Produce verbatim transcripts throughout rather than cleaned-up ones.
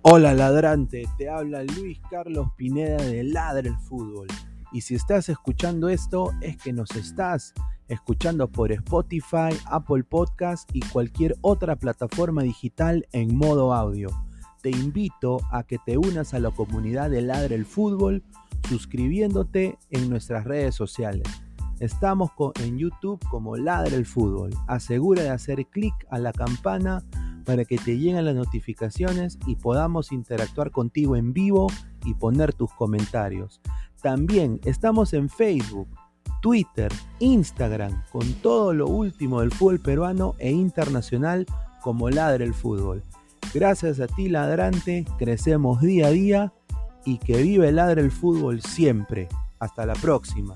Hola ladrante, te habla Luis Carlos Pineda de Ladra el Fútbol. Y si estás escuchando esto, es que nos estás escuchando por Spotify, Apple Podcast y cualquier otra plataforma digital en modo audio. Te invito a que te unas a la comunidad de Ladra el Fútbol suscribiéndote en nuestras redes sociales. Estamos en YouTube como Ladra el Fútbol. Asegura de hacer clic a la campana para que te lleguen las notificaciones y podamos interactuar contigo en vivo y poner tus comentarios. También estamos en Facebook, Twitter, Instagram, con todo lo último del fútbol peruano e internacional como Ladra el Fútbol. Gracias a ti, ladrante, crecemos día a día y que vive Ladra el Fútbol siempre. Hasta la próxima.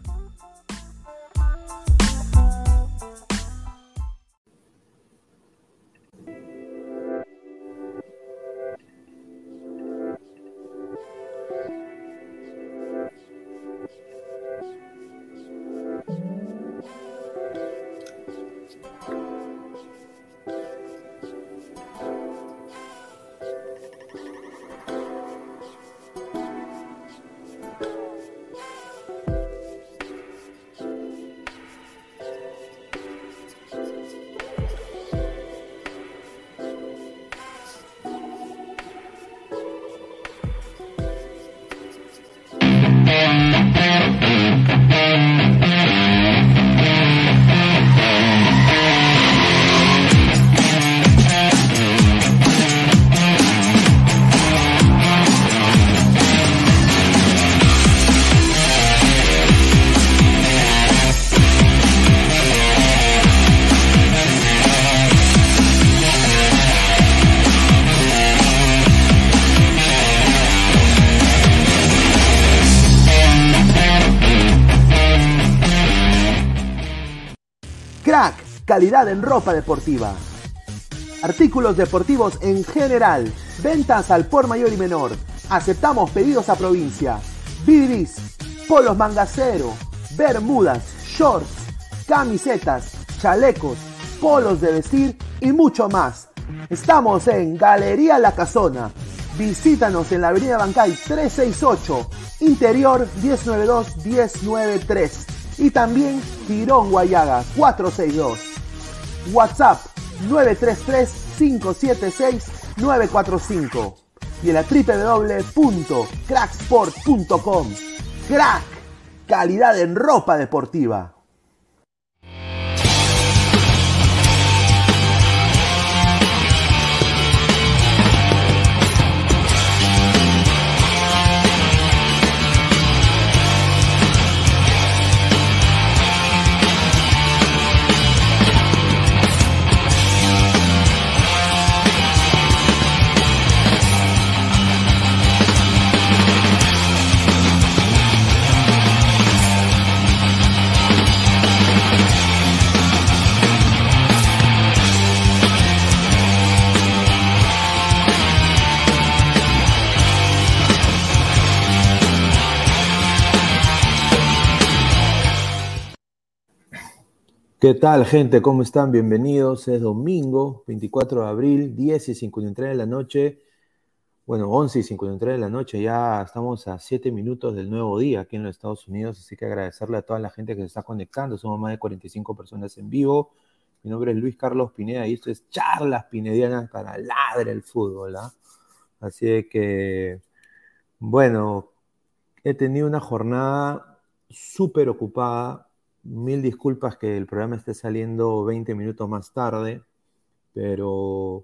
Crack, calidad en ropa deportiva. Artículos deportivos en general. Ventas al por mayor y menor. Aceptamos pedidos a provincia. Bidris, polos mangacero, bermudas, shorts, camisetas, chalecos, polos de vestir y mucho más. Estamos en Galería La Casona. Visítanos en la avenida Bancay trescientos sesenta y ocho, interior ciento noventa y dos, ciento noventa y tres. Y también Tirón Guayaga cuatrocientos sesenta y dos. WhatsApp nueve tres tres, cinco siete seis, nueve cuatro cinco. Y en la doble u doble u doble u punto cracksport punto com. Crack, calidad en ropa deportiva. ¿Qué tal, gente? ¿Cómo están? Bienvenidos. Es domingo, veinticuatro de abril, diez y cincuenta y tres de la noche. Bueno, once y cincuenta y tres de la noche. Ya estamos a siete minutos del nuevo día aquí en los Estados Unidos. Así que agradecerle a toda la gente que se está conectando. Somos más de cuarenta y cinco personas en vivo. Mi nombre es Luis Carlos Pineda y esto es Charlas Pinedianas para Ladra el Fútbol, ¿eh? Así que, bueno, he tenido una jornada súper ocupada. Mil disculpas que el programa esté saliendo veinte minutos más tarde, pero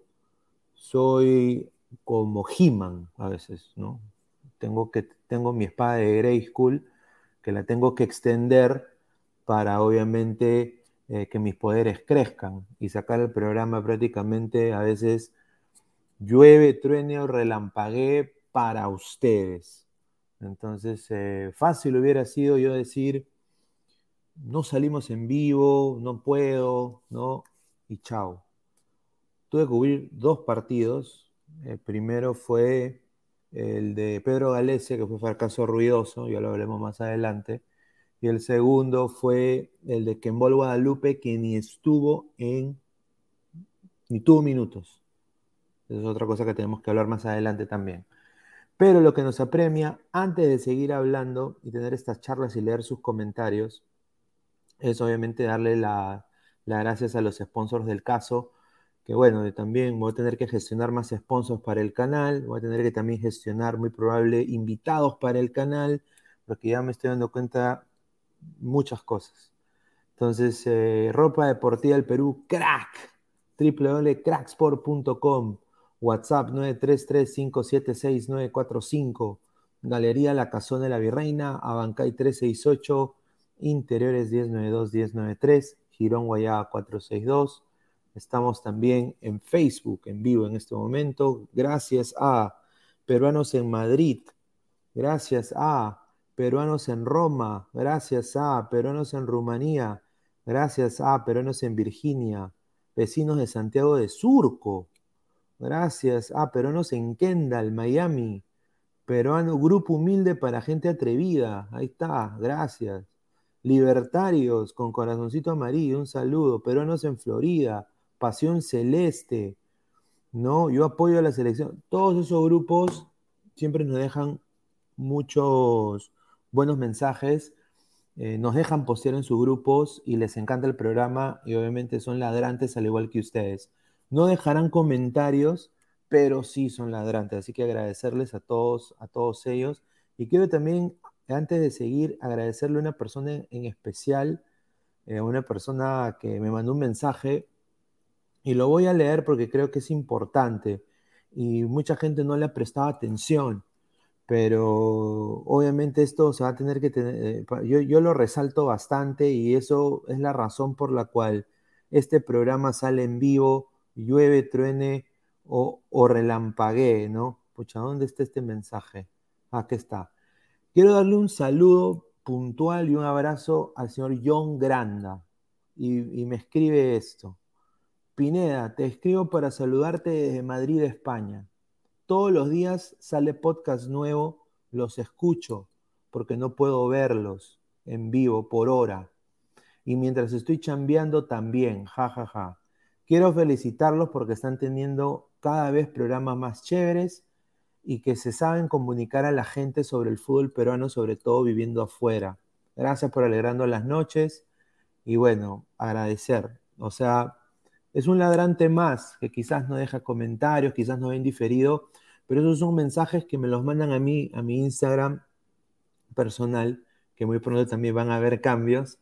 soy como He-Man a veces, ¿no? Tengo, que, tengo mi espada de Grayskull que la tengo que extender para, obviamente, eh, que mis poderes crezcan y sacar el programa prácticamente a veces llueve, truene o relampaguee para ustedes. Entonces, eh, fácil hubiera sido yo decir, no salimos en vivo, no puedo, ¿no? Y chao. Tuve que cubrir dos partidos. El primero fue el de Pedro Galese, que fue fracaso ruidoso, ya lo hablaremos más adelante. Y el segundo fue el de Kembol Guadalupe, que ni estuvo en, ni tuvo minutos. Esa es otra cosa que tenemos que hablar más adelante también. Pero lo que nos apremia, antes de seguir hablando y tener estas charlas y leer sus comentarios, es obviamente darle las la gracias a los sponsors del caso, que bueno, también voy a tener que gestionar más sponsors para el canal, voy a tener que también gestionar muy probable invitados para el canal, porque ya me estoy dando cuenta muchas cosas. Entonces, eh, ropa deportiva del Perú, crack, w w w punto cracksport punto com, WhatsApp nueve tres tres, cinco siete seis, nueve cuatro cinco, Galería La Casona de la Virreina, Abancay trescientos sesenta y ocho, Interiores diez noventa y dos, diez noventa y tres, Girón Guayaba cuatrocientos sesenta y dos. Estamos también en Facebook, en vivo en este momento, gracias a Peruanos en Madrid, gracias a Peruanos en Roma, gracias a Peruanos en Rumanía, gracias a Peruanos en Virginia, vecinos de Santiago de Surco, gracias a Peruanos en Kendall, Miami, Peruano, Grupo Humilde para Gente Atrevida, ahí está, gracias. Libertarios con corazoncito amarillo, un saludo. Peruanos en Florida, Pasión Celeste, ¿no? Yo apoyo a la selección. Todos esos grupos siempre nos dejan muchos buenos mensajes, eh, nos dejan postear en sus grupos y les encanta el programa y obviamente son ladrantes al igual que ustedes. No dejarán comentarios, pero sí son ladrantes, así que agradecerles a todos, a todos ellos. Y quiero también, antes de seguir, agradecerle a una persona en, en especial, eh, una persona que me mandó un mensaje y lo voy a leer porque creo que es importante y mucha gente no le ha prestado atención, pero obviamente esto se va a tener que tener, eh, yo, yo lo resalto bastante y eso es la razón por la cual este programa sale en vivo, llueve, truene o, o relampaguee, ¿no? Pucha, ¿dónde está este mensaje? Aquí está. Quiero darle un saludo puntual y un abrazo al señor John Granda y, y me escribe esto. Pineda, te escribo para saludarte desde Madrid, España. Todos los días sale podcast nuevo, los escucho porque no puedo verlos en vivo por hora. Y mientras estoy chambeando también, jajaja. Ja, ja. Quiero felicitarlos porque están teniendo cada vez programas más chéveres y que se saben comunicar a la gente sobre el fútbol peruano, sobre todo viviendo afuera. Gracias por alegrando las noches y bueno, agradecer. O sea, es un ladrante más que quizás no deja comentarios, quizás no ven diferido, pero esos son mensajes que me los mandan a mí, a mi Instagram personal, que muy pronto también van a haber cambios.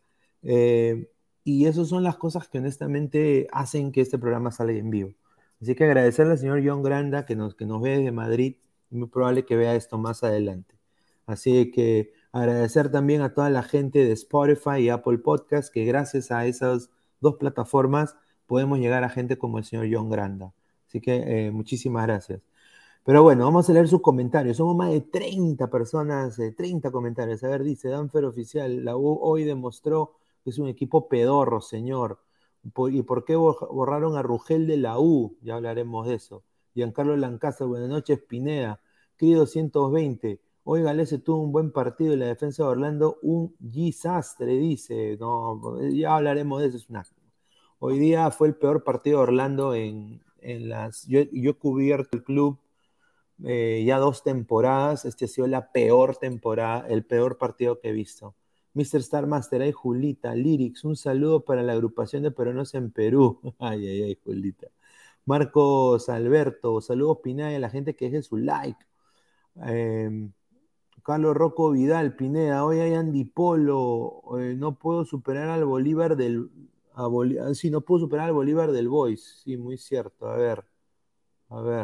Eh, y esas son las cosas que honestamente hacen que este programa salga en vivo. Así que agradecerle al señor John Granda que nos, que nos ve desde Madrid. Es muy probable que vea esto más adelante. Así que agradecer también a toda la gente de Spotify y Apple Podcast, que gracias a esas dos plataformas podemos llegar a gente como el señor John Granda. Así que eh, muchísimas gracias. Pero bueno, vamos a leer sus comentarios. Somos más de treinta personas, eh, treinta comentarios. A ver, dice Danfer Oficial, la U hoy demostró que es un equipo pedorro, señor. ¿Y por qué borraron a Rugel de la U? Ya hablaremos de eso. Giancarlo Lancaster, buenas noches, Pineda. Cri doscientos veinte, hoy Galese tuvo un buen partido y la defensa de Orlando un desastre, dice. No, ya hablaremos de eso. Es una... Hoy día fue el peor partido de Orlando en, en las... Yo, yo he cubierto el club eh, ya dos temporadas. Este ha sido la peor temporada, el peor partido que he visto. mister Star Master, ay Julita, Lyrics, un saludo para la agrupación de peruanos en Perú. Ay, ay, ay, Julita. Marcos Alberto, saludos Pineda y a la gente que deje su like. Eh, Carlos Rocco Vidal, Pineda, hoy hay Andy Polo, eh, no puedo superar al Bolívar del... A Bolí sí, no puedo superar al Bolívar del Boys. Sí, muy cierto. A ver, a ver.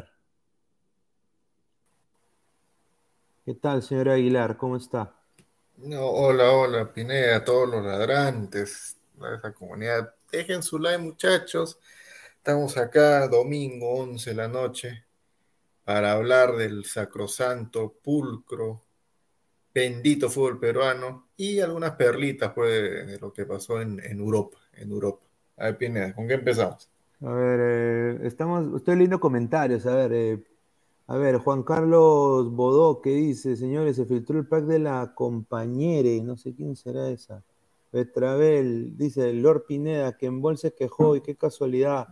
¿Qué tal, señor Aguilar? ¿Cómo está? No, hola, hola, Pineda, a todos los ladrantes de esa comunidad. Dejen su like, muchachos. Estamos acá domingo once de la noche para hablar del sacrosanto, pulcro, bendito fútbol peruano y algunas perlitas pues, de, de lo que pasó en, en Europa, en Europa. A ver, Pineda, ¿con qué empezamos? A ver, eh, estamos, estoy leyendo comentarios. A ver, eh, a ver, Juan Carlos Bodó, que dice, señores, se filtró el pack de la compañere, no sé quién será esa. Betravel, dice, Lord Pineda, que en Bol se quejó y qué casualidad.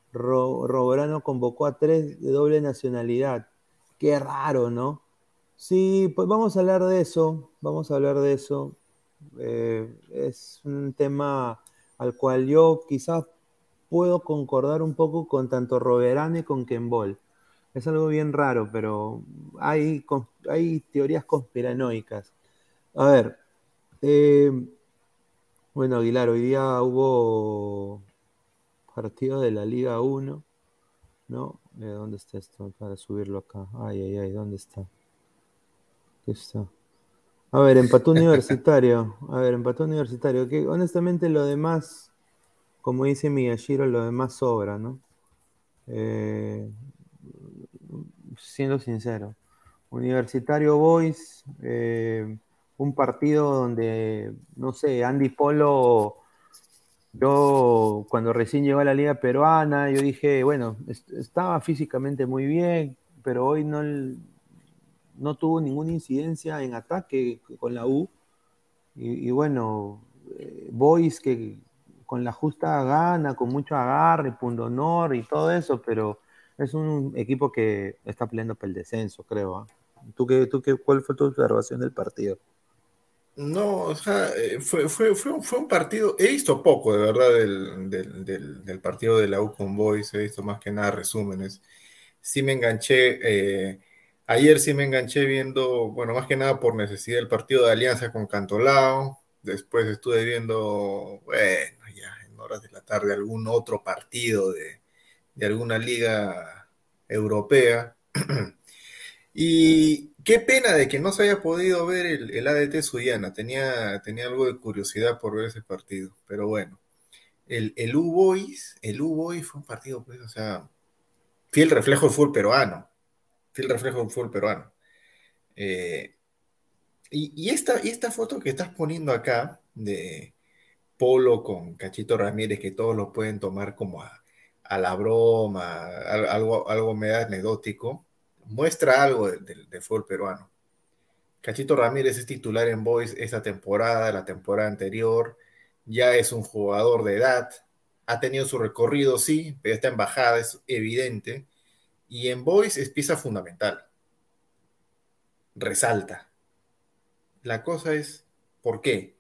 Ro, Roberano convocó a tres de doble nacionalidad. Qué raro, ¿no? Sí, pues vamos a hablar de eso, vamos a hablar de eso. Eh, es un tema al cual yo quizás puedo concordar un poco con tanto Roberano y con Kembol. Es algo bien raro, pero hay, cons- hay teorías conspiranoicas. A ver, eh, bueno, Aguilar, hoy día hubo partido de la Liga uno, ¿no? Eh, ¿dónde está esto? Para subirlo acá. Ay, ay, ay, ¿dónde está? Aquí está. A ver, empató Universitario. A ver, empató Universitario. Que honestamente lo demás, como dice Miyashiro, lo demás sobra, ¿no? Eh, siendo sincero. Universitario Boys, eh, un partido donde, no sé, Andy Polo, yo cuando recién llegó a la Liga Peruana, yo dije, bueno, est- estaba físicamente muy bien, pero hoy no, no tuvo ninguna incidencia en ataque con la U. Y, y bueno, eh, Boys que con la justa gana, con mucho agarre, pundonor y todo eso, pero es un equipo que está peleando por el descenso, creo. ¿Ah? ¿Tú qué, tú qué, cuál fue tu observación del partido? No, o sea, eh, fue, fue, fue, un, fue un partido, he visto poco de verdad del, del, del, del partido de la U con Boys, he visto más que nada resúmenes. Sí me enganché, eh, ayer sí me enganché viendo, bueno, más que nada por necesidad el partido de Alianza con Cantolao, después estuve viendo, bueno, ya en horas de la tarde algún otro partido de, de alguna liga europea. Y qué pena de que no se haya podido ver el, el A D T Suyana. Tenía, tenía algo de curiosidad por ver ese partido. Pero bueno, el, el U-Boys, el U-Boys fue un partido, pues, o sea, fiel reflejo del fútbol peruano. Fiel reflejo del fútbol peruano. Eh, y, y esta, y esta foto que estás poniendo acá de Polo con Cachito Ramírez, que todos lo pueden tomar como a, a la broma, al- algo, algo medio anecdótico, muestra algo del, del del fútbol peruano. Cachito Ramírez es titular en Boys esta temporada, la temporada anterior, ya es un jugador de edad, ha tenido su recorrido, sí, pero esta embajada es evidente, y en Boys es pieza fundamental, resalta. La cosa es, ¿por qué?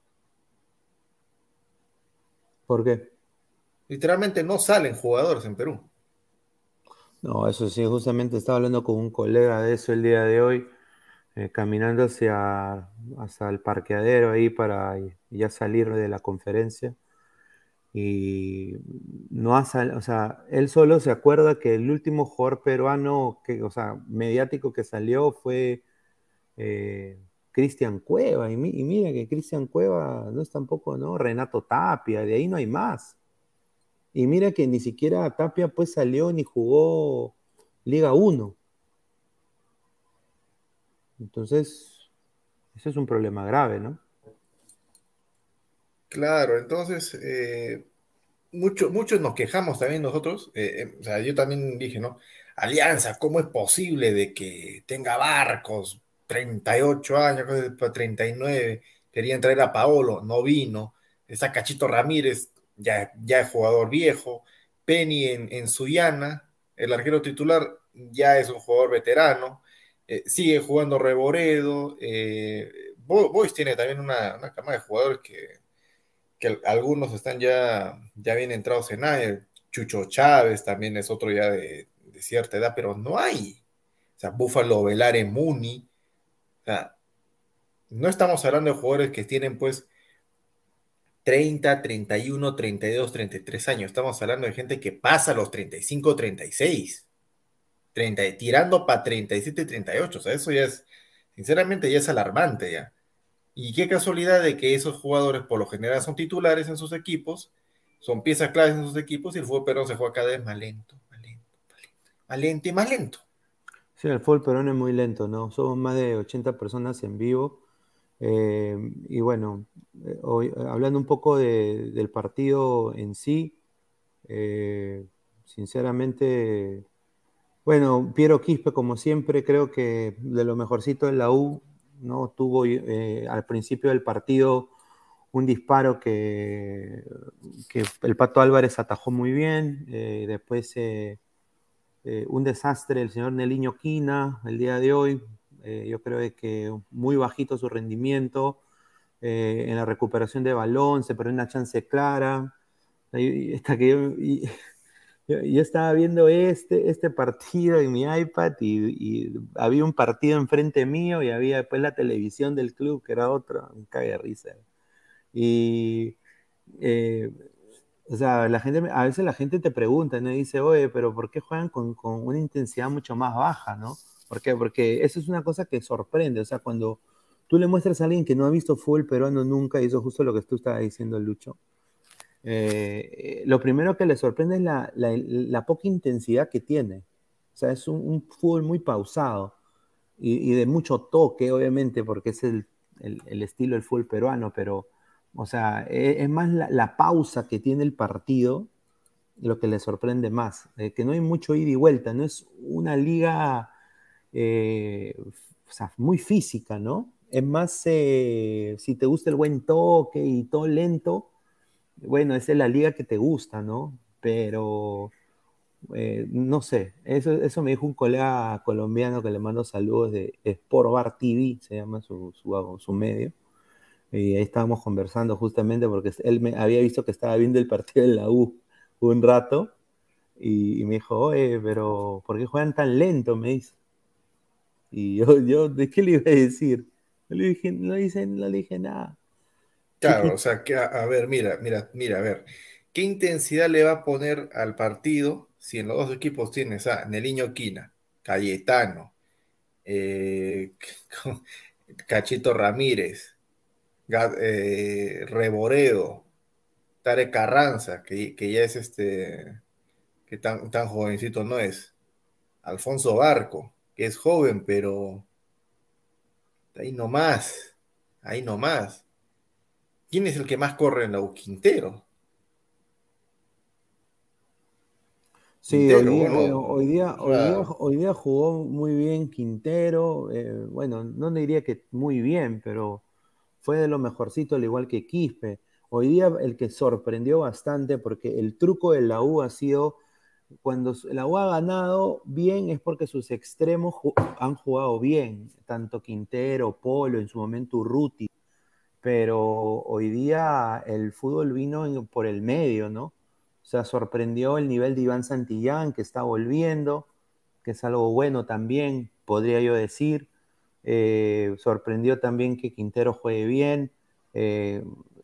¿Por qué? Literalmente no salen jugadores en Perú. No, eso sí, justamente estaba hablando con un colega de eso el día de hoy, eh, caminando hacia, hacia el parqueadero ahí para ya salir de la conferencia. Y no ha sal- o sea, él solo se acuerda que el último jugador peruano que, o sea, mediático que salió fue eh, Cristian Cueva. Y, mi- y mira que Cristian Cueva no es tampoco, ¿no? Renato Tapia, de ahí no hay más. Y mira que ni siquiera Tapia pues salió ni jugó Liga uno. Entonces, ese es un problema grave, ¿no? Claro, entonces, eh, mucho, muchos nos quejamos también nosotros, eh, eh, o sea, yo también dije, ¿no? Alianza, ¿cómo es posible de que tenga Barcos, treinta y ocho años, para treinta y nueve, querían traer a Paolo, no vino, está Cachito Ramírez, ya, ya es jugador viejo, Penny en, en Sullana, el arquero titular ya es un jugador veterano, eh, sigue jugando Reboredo, eh, Bo- Boys tiene también una, una cama de jugadores que que algunos están ya, ya bien entrados en años. Chucho Chávez también es otro ya de, de cierta edad, pero no hay. O sea, Búfalo Velare Muni. O sea, no estamos hablando de jugadores que tienen pues treinta, treinta y uno, treinta y dos, treinta y tres años. Estamos hablando de gente que pasa los treinta y cinco, treinta y seis, treinta, tirando para treinta y siete, treinta y ocho. O sea, eso ya es, sinceramente, ya es alarmante ya. Y qué casualidad de que esos jugadores por lo general son titulares en sus equipos, son piezas claves en sus equipos y el fútbol peruano se juega cada vez más lento, más lento, más lento y más lento. Sí, el fútbol peruano es muy lento, ¿no? Somos más de ochenta personas en vivo. Eh, y bueno, eh, hoy, hablando un poco de- del partido en sí, eh, sinceramente, bueno, Piero Quispe, como siempre, creo que de lo mejorcito en la U, ¿no? Tuvo eh, al principio del partido un disparo que, que el Pato Álvarez atajó muy bien, eh, después eh, eh, un desastre el señor Neliño Quina el día de hoy, eh, yo creo que muy bajito su rendimiento, eh, en la recuperación de balón, se perdió una chance clara, y, hasta que yo, y, yo, yo, estaba viendo este, este partido en mi iPad y, y había un partido enfrente mío y había después la televisión del club que era otro, un cague de risa. Y eh, o sea, la gente, a veces la gente te pregunta, ¿no? Y dice, oye, pero ¿por qué juegan con, con una intensidad mucho más baja, ¿no? ¿Por qué? Porque eso es una cosa que sorprende. O sea, cuando tú le muestras a alguien que no ha visto fútbol peruano nunca, y eso es justo lo que tú estabas diciendo, Lucho, eh, lo primero que le sorprende es la, la, la, poca intensidad que tiene. O sea, es un, un fútbol muy pausado y, y, de mucho toque, obviamente, porque es el, el, el estilo del fútbol peruano, pero o sea, es, es más la, la, pausa que tiene el partido lo que le sorprende más, eh, que no hay mucho ida y vuelta, no es una liga eh, o sea, muy física, ¿no? Es más, eh, si te gusta el buen toque y todo lento, bueno, esa es la liga que te gusta, ¿no? Pero, eh, no sé, eso, eso me dijo un colega colombiano que le mando saludos de Sport Bar T V, se llama su, su, su medio. Y ahí estábamos conversando justamente porque él me había visto que estaba viendo el partido de la U un rato y, y me dijo, oye, pero ¿por qué juegan tan lento? Me dice. Y yo, yo ¿de qué le iba a decir? No le dije, no le dije, no le dije nada. Claro, o sea, que a, a ver, mira, mira, mira, a ver, ¿qué intensidad le va a poner al partido si en los dos equipos tienes a Neliño Quina, Cayetano, eh, Cachito Ramírez, Ga- eh, Reboredo, Tare Carranza, que, que ya es este, que tan, tan jovencito no es, Alfonso Barco, que es joven, pero ahí nomás, ahí nomás. ¿Quién es el que más corre en la U? Quintero. Sí, hoy Quintero, día, bueno, bueno, hoy día, o hoy día, sea, hoy día jugó muy bien Quintero, eh, bueno, no le diría que muy bien, pero fue de lo mejorcito, al igual que Quispe. Hoy día el que sorprendió bastante, porque el truco de la U ha sido, cuando la U ha ganado bien, es porque sus extremos ju- han jugado bien, tanto Quintero, Polo, en su momento Urruti, pero hoy día el fútbol vino en- por el medio, ¿no? O sea, sorprendió el nivel de Iván Santillán, que está volviendo, que es algo bueno también, podría yo decir. Eh, sorprendió también que Quintero juegue bien. eh,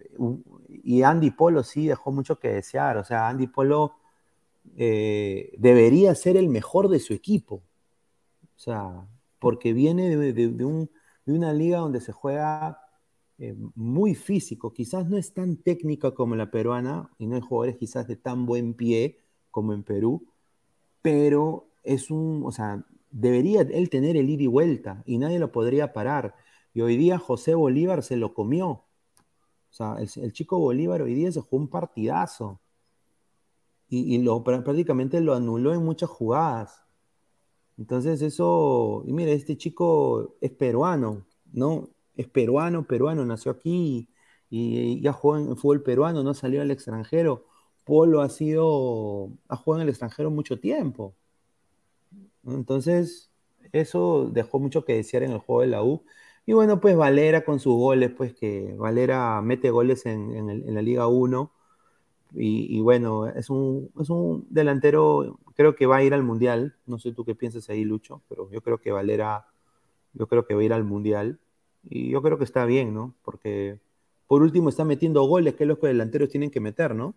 y Andy Polo sí dejó mucho que desear. O sea, Andy Polo eh, debería ser el mejor de su equipo. O sea, porque viene de, de- de un- de una liga donde se juega eh, muy físico. Quizás no es tan técnica como la peruana y no hay jugadores quizás de tan buen pie como en Perú, pero es un, o sea, debería él tener el ida y vuelta y nadie lo podría parar. Y hoy día José Bolívar se lo comió. O sea, el, el chico Bolívar hoy día se jugó un partidazo y, y lo, prácticamente lo anuló en muchas jugadas. Entonces eso, y mire, este chico es peruano, ¿no? Es peruano, peruano, nació aquí y, y ya jugó en fútbol peruano, no salió al extranjero. Polo ha sido, ha jugado en el extranjero mucho tiempo, ¿no? Entonces, eso dejó mucho que desear en el juego de la U. Y bueno, pues Valera con sus goles, pues que Valera mete goles en, en el- en la Liga uno y, y bueno, es un, es un delantero, creo que va a ir al Mundial. No sé tú qué piensas ahí, Lucho, pero yo creo que Valera, yo creo que va a ir al Mundial. Y yo creo que está bien, ¿no? Porque por último está metiendo goles que los delanteros tienen que meter, ¿no?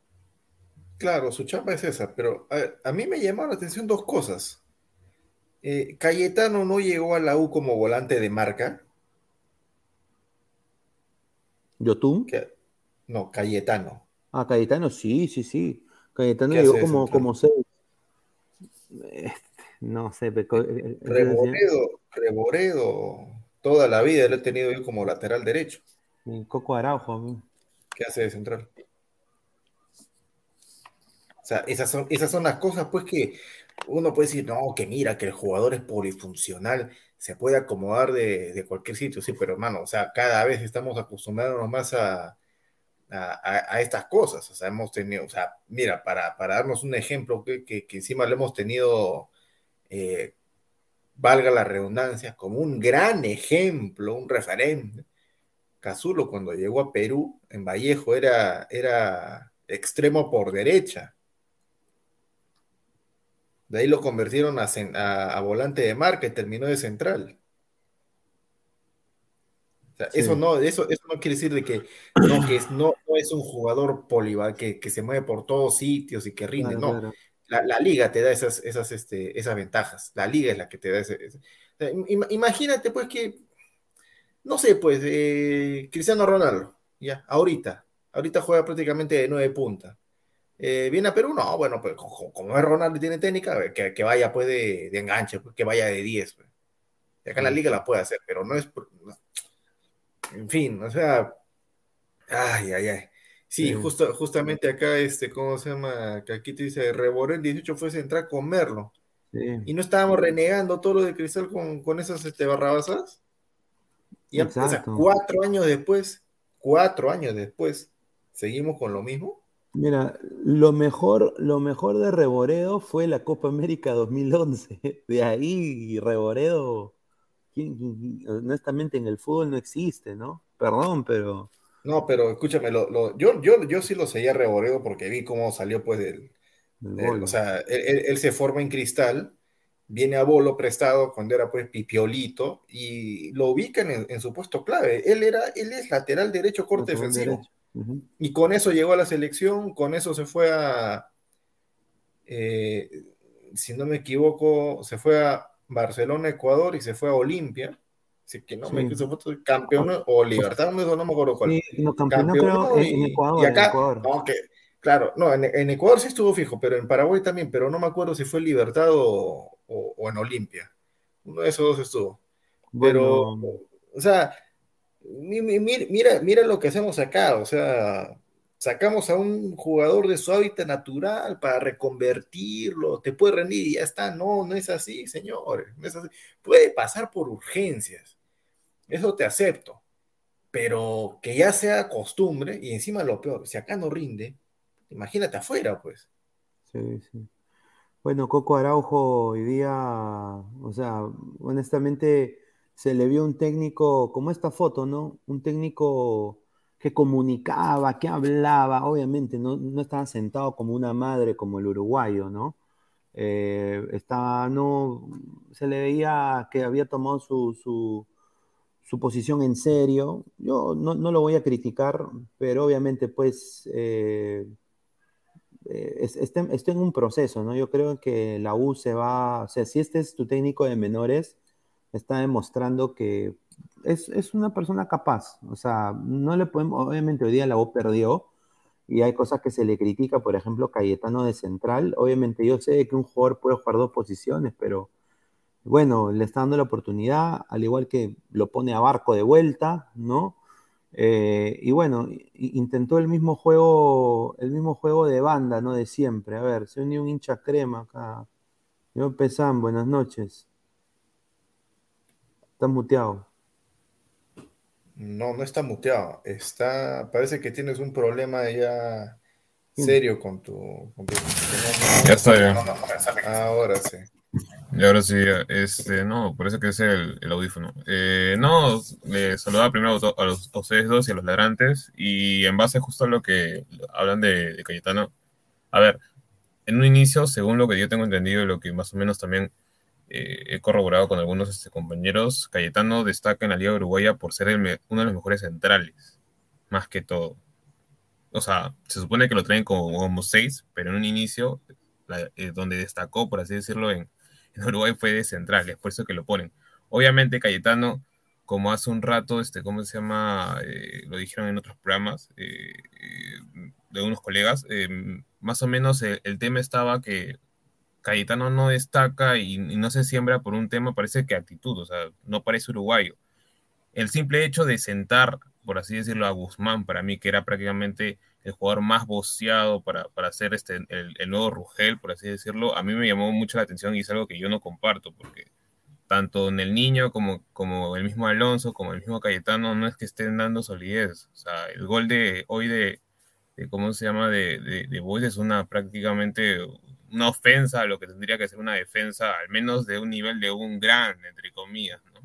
claro, su chamba es esa, pero a, a mí me llamaron la atención dos cosas. Eh, Cayetano no llegó a la U como volante de marca, Yotun. que, no, Cayetano, Ah, Cayetano, sí, sí, sí. Cayetano ¿qué hace llegó de como, central? como seis. Este, no sé, peco- ese señor- Reboredo, Reboredo, toda la vida lo he tenido yo como lateral derecho, y Coco Araujo, a mí. ¿qué hace de central? O sea, esas son, esas son las cosas, pues, que uno puede decir, no, que mira, que el jugador es polifuncional, se puede acomodar de, de cualquier sitio, sí, pero hermano, o sea, cada vez estamos acostumbrándonos más a, a, a, a estas cosas. O sea, hemos tenido, o sea, mira, para, para darnos un ejemplo que, que, que encima lo hemos tenido, eh, valga la redundancia, como un gran ejemplo, un referente. Cazulo cuando llegó a Perú, en Vallejo, era, era extremo por derecha. De ahí lo convirtieron a, a, a volante de marca y terminó de central. O sea, Sí. eso no, eso, eso no quiere decir de que no, que es, no, no es un jugador polival que, que se mueve por todos sitios y que rinde, Claro, no. claro. La, la liga te da esas, esas, este, esas ventajas. La liga es la que te da ese. ese. O sea, imagínate, pues, que, no sé, pues, eh, Cristiano Ronaldo, ya, ahorita, ahorita juega prácticamente de nueve puntas. Eh, ¿Viene a Perú? No, bueno, pues como, como es Ronaldo y tiene técnica, que, que vaya pues de, de enganche, pues, que vaya de diez. Pues. Acá en la Sí, liga sí. la puede hacer, pero no es. No, en fin, o sea, ay, ay, ay. Sí, Sí, justo, justamente acá, este, ¿cómo se llama? Que aquí te dice, Reborel dieciocho fue central con Merlo. sí, Y no estábamos renegando todo lo de Cristal con, con esas este, barrabasas. Y, o sea, exacto. cuatro años después, cuatro años después, seguimos con lo mismo. Mira, lo mejor, lo mejor de Reboredo fue la Copa América dos mil once. De ahí Reboredo, ¿quién- quién- honestamente en el fútbol no existe, ¿no? Perdón, pero No, pero escúchame, lo, lo- yo, yo, yo sí lo seguía Reboreo porque vi cómo salió pues del, el del- o bolo. sea, él, él- él se forma en Cristal, viene a Bolo prestado cuando era pues pipiolito y lo ubican en, en su puesto clave. Él era, él es lateral derecho corte Lateral defensivo derecho. Ujú. y con eso llegó a la selección, con eso se fue a, eh, si no me equivoco, se fue a Barcelona, Ecuador y se fue a Olimpia. Así que no me Sí. se fue campeón O- o o- Libertad, no, no me acuerdo cuál. sí, no, campeonó creo Campeonó en, en y, y Ecuador, en acá, Ecuador. no, que, claro, no, en, en Ecuador sí estuvo fijo, pero en Paraguay también, pero no me acuerdo si fue Libertad o, o, o en Olimpia. Uno de esos dos estuvo. Pero, Bueno, o sea, mi- mi- mi- mira, mira lo que hacemos acá, o sea, sacamos a un jugador de su hábitat natural para reconvertirlo, te puede rendir y ya está. No, no es así, señores, no es así. Puede pasar por urgencias, eso te acepto, pero que ya sea costumbre y encima lo peor, si acá no rinde, imagínate afuera, pues. sí, sí. Bueno, Coco Araujo hoy día, o sea, honestamente se le vio un técnico, como esta foto, ¿no? Un técnico que comunicaba, que hablaba, obviamente, no, no estaba sentado como una madre como el uruguayo, ¿no? Eh, estaba, no, se le veía que había tomado su, su, su posición en serio. Yo no, no lo voy a criticar, pero obviamente, pues, eh, eh, es- está, está en un proceso, ¿no? Yo creo que la U se va, o sea, si este es tu técnico de menores, está demostrando que es, es una persona capaz, o sea, no le podemos, obviamente hoy día la U perdió y hay cosas que se le critica, por ejemplo, Cayetano de central, obviamente yo sé que un jugador puede jugar dos posiciones, pero bueno, le está dando la oportunidad, al igual que lo pone a Barco de vuelta, ¿no? Eh, y bueno, i- intentó el mismo juego, el mismo juego de banda, ¿no? De siempre. A ver, se unió un hincha crema acá. Yo Pesán, buenas noches. Estás muteado. No, no está muteado, está, parece que tienes un problema ya ¿Quién? serio con tu, con tu- que no, Ya no, está bien. ahora sí. Y ahora sí, este, no, parece que es el, el audífono. Eh, no, le saludaba primero a, to- a los, a ustedes dos y a los ladrantes, y en base justo a lo que hablan de, de Cayetano, a ver, en un inicio, según lo que yo tengo entendido y lo que más o menos también eh, he corroborado con algunos este, compañeros, Cayetano destaca en la Liga Uruguaya por ser el me- uno de los mejores centrales, más que todo. O sea, se supone que lo traen como, como seis, pero en un inicio, la- eh, donde destacó, por así decirlo, en, en Uruguay fue de central, es por eso que lo ponen. Obviamente Cayetano, como hace un rato, este, ¿cómo se llama? Eh, lo dijeron en otros programas eh, eh, de unos colegas, eh, más o menos el, el tema estaba que Cayetano no destaca y, y no se siembra por un tema, parece que actitud, o sea, no parece uruguayo. El simple hecho de sentar, por así decirlo, a Guzmán, para mí, que era prácticamente el jugador más boceado para, para hacer este, el, el nuevo Rugel, por así decirlo, a mí me llamó mucho la atención y es algo que yo no comparto, porque tanto en el niño como, como el mismo Alonso, como el mismo Cayetano, no es que estén dando solidez. O sea, el gol de hoy de, de ¿cómo se llama? De, de, de Boys es una prácticamente una ofensa a lo que tendría que ser una defensa, al menos de un nivel de un gran, entre comillas, ¿no?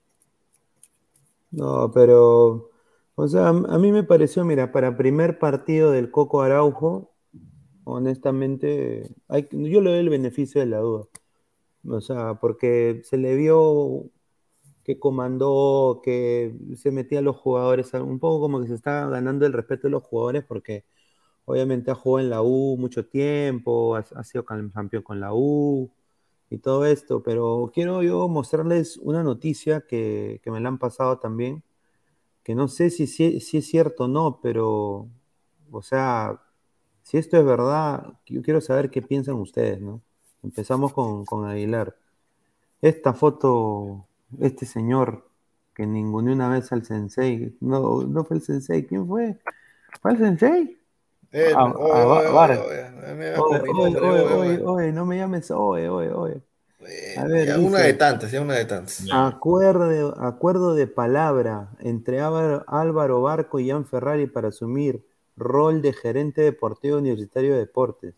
No, pero, o sea, a a mí me pareció, mira, para primer partido del Coco Araujo, honestamente, hay, yo le doy el beneficio de la duda. O sea, porque se le vio que comandó, que se metía a los jugadores, un poco como que se está ganando el respeto de los jugadores, porque obviamente ha jugado en la U mucho tiempo, ha, ha sido campeón con la U y todo esto, pero quiero yo mostrarles una noticia que, que me la han pasado también, que no sé si, si, si es cierto o no, pero, o sea, si esto es verdad, yo quiero saber qué piensan ustedes, ¿no? Empezamos con, con Aguilar. Esta foto, este señor que ninguneó una vez al sensei, no, no fue el sensei, ¿quién fue? ¿Fue el sensei? A, Él, oye, a oye, Ba- oye, Bar. oye, no me hagas Oye, con mi oye, nombre, oye, oye, oye, oye. oye, no me llames, oye, oye, oye. A Bueno, ver, ya una de dice, tantas, ya una de tantas. Ya. acuerdo, acuerdo de palabra entre Álvaro, Álvaro Barco y Jan Ferrari para asumir rol de gerente deportivo universitario de deportes.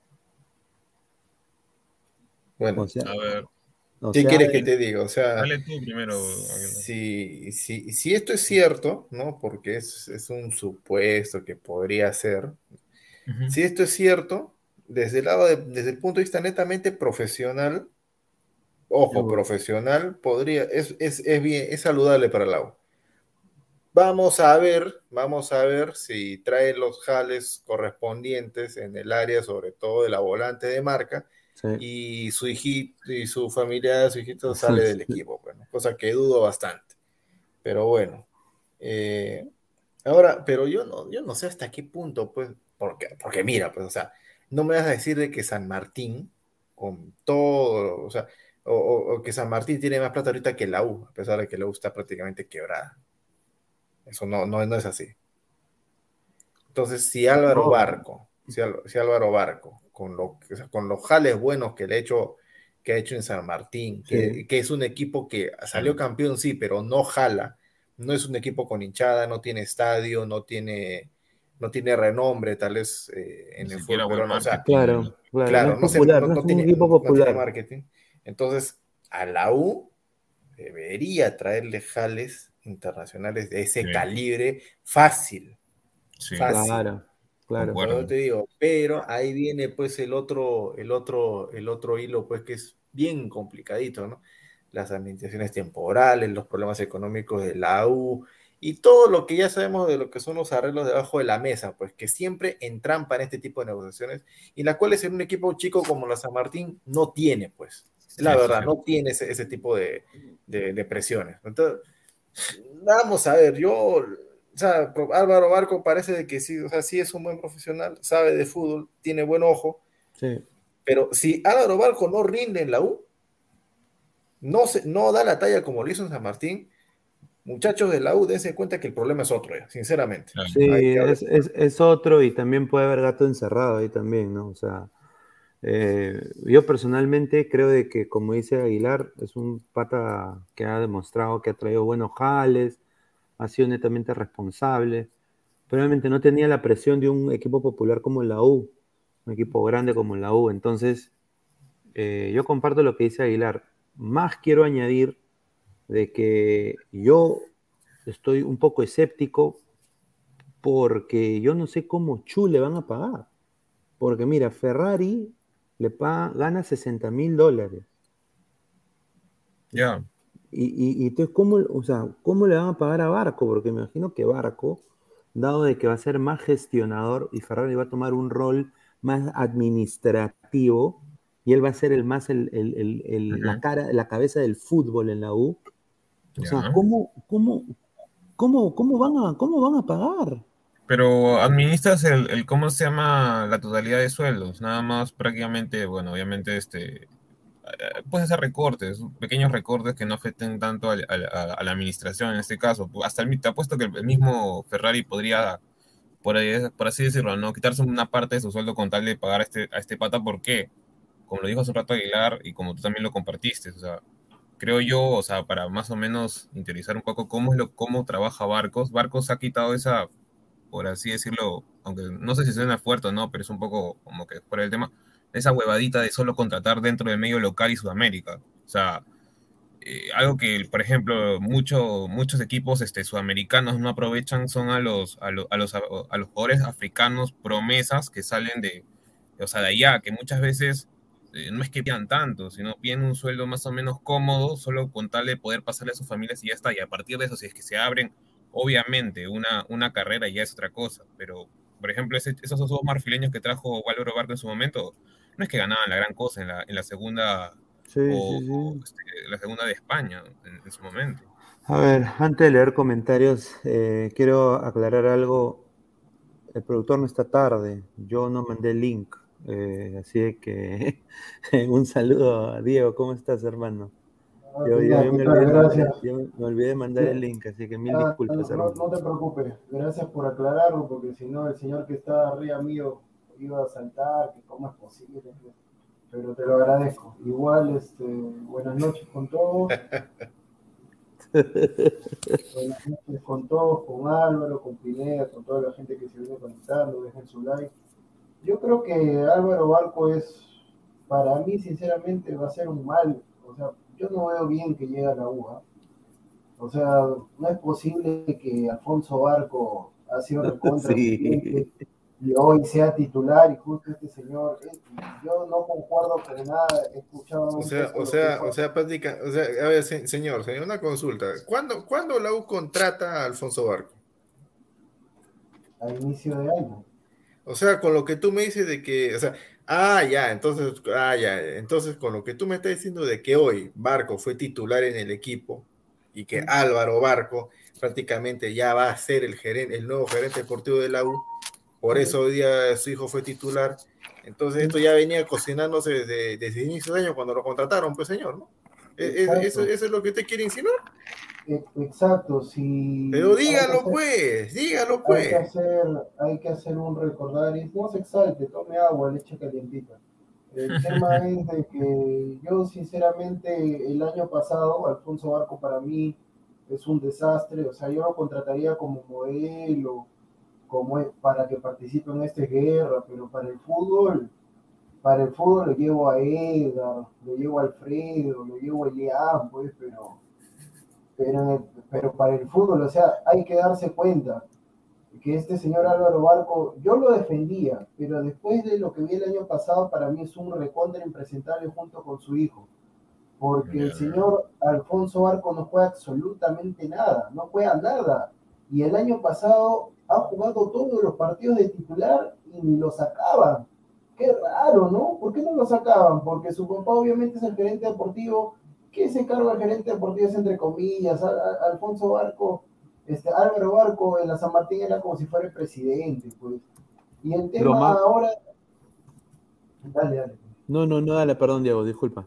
O Bueno, sea, A ver, o ¿qué sea, quieres que te diga? O sea, dale tú primero, Aguilar. si, si, si esto es cierto, ¿no? Porque es, es un supuesto que podría ser. Ujú. Si esto es cierto, desde el lado de- desde el punto de vista netamente profesional, ojo, profesional, podría, es, es, es bien, es saludable para la U. Vamos a ver, vamos a ver si trae los jales correspondientes en el área, sobre todo de la volante de marca, sí. y su hijito y su familia, su hijito sale del equipo, bueno, cosa que dudo bastante. Pero bueno, eh, ahora, pero yo no, yo no sé hasta qué punto, pues, porque, porque mira, pues, o sea, no me vas a decir de que San Martín, con todo, o sea, o, o- o que San Martín tiene más plata ahorita que la U, a pesar de que la U está prácticamente quebrada. Eso no, no, no es así. Entonces, si Álvaro No, Barco, si, Al- si Álvaro Barco, con, lo, o sea, con los jales buenos que, le ha hecho, que ha hecho en San Martín, sí, que, que es un equipo que salió Claro. campeón, sí, pero no jala, no es un equipo con hinchada, no tiene estadio, no tiene, no tiene renombre, tal vez eh, Ni en el fútbol siquiera buen peruano, o sea, marketing. claro, claro, no es claro, no, se, popular, no, no no es un tiene, equipo no tiene popular. marketing. Entonces, a la U debería traerle jales internacionales de ese Sí, calibre fácil, sí, fácil. Claro, claro. Por eso concuerdo. te digo, pero ahí viene pues el otro, el otro, el otro hilo, pues que es bien complicadito, ¿no? Las administraciones temporales, los problemas económicos de la U y todo lo que ya sabemos de lo que son los arreglos debajo de la mesa, pues que siempre entrampan este tipo de negociaciones y las cuales en un equipo chico como la San Martín no tiene, pues. La Sí, eso es verdad, cierto. no tiene ese, ese tipo de, de, de presiones. Entonces, vamos a ver, yo, o sea, Álvaro Barco parece de que sí, o sea, sí es un buen profesional, sabe de fútbol, tiene buen ojo, Sí. pero si Álvaro Barco no rinde en la U, no, se, no da la talla como lo hizo en San Martín, muchachos de la U, dense cuenta que el problema es otro, ya, sinceramente. Claro. Sí, Hay que hablar. es, es, es otro y también puede haber gato encerrado ahí también, ¿no? O sea, eh, yo personalmente creo de que, como dice Aguilar, es un pata que ha demostrado que ha traído buenos jales, ha sido netamente responsable, pero obviamente no tenía la presión de un equipo popular como la U, un equipo grande como la U. Entonces, eh, yo comparto lo que dice Aguilar. Más quiero añadir de que yo estoy un poco escéptico porque yo no sé cómo Chu le van a pagar. Porque mira, Ferrari le paga, gana sesenta mil dólares. Ya, Y, y, y entonces, ¿cómo, o sea, ¿cómo le van a pagar a Barco? Porque me imagino que Barco, dado de que va a ser más gestionador y Ferrari va a tomar un rol más administrativo y él va a ser el más el, el- el- el- la ujú, cara, la cabeza del fútbol en la U. O sea, ya. ¿cómo, cómo, cómo, cómo van a, cómo van a pagar? Pero administras el, el, ¿cómo se llama? La totalidad de sueldos. Nada más prácticamente, bueno, obviamente, este, eh, puedes hacer recortes, pequeños recortes que no afecten tanto al- al- a, a la administración en este caso. Hasta el, te apuesto que el mismo Ferrari podría, por, ahí- por así decirlo, no quitarse una parte de su sueldo con tal de pagar a este, a este pata. ¿Por qué? Como lo dijo hace un rato Aguilar y como tú también lo compartiste, o sea, creo yo, o sea, para más o menos interiorizar un poco cómo es lo, cómo trabaja Barcos. Barcos ha quitado esa, por así decirlo, aunque no sé si suena fuerte o no, pero es un poco como que fuera del tema, esa huevadita de solo contratar dentro del medio local y Sudamérica. O sea, eh, algo que, por ejemplo, mucho, muchos equipos este, sudamericanos no aprovechan son a los, a, lo- a los, a los jugadores africanos promesas que salen de, o sea, de allá, que muchas veces eh, no es que pidan tanto, sino piden un sueldo más o menos cómodo, solo con tal de poder pasarle a sus familias y ya está. Y a partir de eso, si es que se abren, obviamente, una, una carrera ya es otra cosa. Pero, por ejemplo, ese- esos dos marfileños que trajo Álvaro Barco en su momento, no es que ganaban la gran cosa en la, en la segunda Sí, o, sí, o, sí. este, la segunda de España en, en su momento. A ver, antes de leer comentarios, eh, quiero aclarar algo. El productor no está tarde, yo no mandé el link, eh, así que un saludo a Diego, ¿cómo estás, hermano? Ah, Yo, yo, Pina, yo ¿qué me tal? olvidé mandar, Gracias. yo me olvidé de mandar el link, así que mil Ah, disculpas, no, hermano. no te preocupes, gracias por aclararlo, porque si no, el señor que está arriba mío iba a saltar, que cómo es posible, pero te lo agradezco. Igual, este, buenas noches con todos, buenas noches con todos, con Álvaro, con Pineda, con toda la gente que se viene conectando, dejen su like. Yo creo que Álvaro Barco es, para mí, sinceramente, va a ser un mal, o sea, yo no veo bien que llegue a la U, ¿ah? O sea, no es posible que Alfonso Barco ha sido recontra suplente Sí. y hoy sea titular y justo este señor, eh, yo no concuerdo con nada, he escuchado O un sea, poco o lo que sea, fue o sea, práctica, o sea, a ver, se- señor, señor, una consulta. ¿Cuándo, cuándo la U contrata a Alfonso Barco? a inicio de año. O sea, con lo que tú me dices de que, o sea, ah, ya, entonces, ah, ya, entonces con lo que tú me estás diciendo de que hoy Barco fue titular en el equipo y que Álvaro Barco prácticamente ya va a ser el gerente, el nuevo gerente deportivo de la U, por eso hoy día su hijo fue titular. Entonces esto ya venía cocinándose desde, desde el inicio de año cuando lo contrataron, pues señor, ¿no? ¿Es- es- ¿Eso, Exacto, eso es lo que usted quiere insinuar? e- exacto, Pero si hay que dígalo hacer, pues, dígalo hay que pues. hacer, hay que hacer un recordar, y no se exalte, tome agua, leche calientita. El tema es de que yo sinceramente el año pasado Alfonso Barco para mí es un desastre, o sea, yo lo contrataría como modelo, como es- para que participe en esta guerra, pero para el fútbol, para el fútbol lo llevo a Edgar, lo llevo a Alfredo, lo llevo a Elian, pues, pero, pero, pero para el fútbol, o sea, hay que darse cuenta que este señor Álvaro Barco, yo lo defendía, pero después de lo que vi el año pasado, para mí es un recontra impresentable junto con su hijo, porque el Ya. señor Alfonso Barco no juega absolutamente nada, no juega nada, y el año pasado ha jugado todos los partidos de titular y ni lo sacaban. Qué raro, ¿no? ¿Por qué no lo sacaban? Porque su papá obviamente es el gerente deportivo. ¿Qué se carga el gerente deportivo? Es entre comillas, a- a- Alfonso Barco, este, Álvaro Barco en la San Martín era como si fuera el presidente, pues. Y el Lo tema más... ahora, dale, dale. No, no, no, dale, perdón, Diego, disculpa.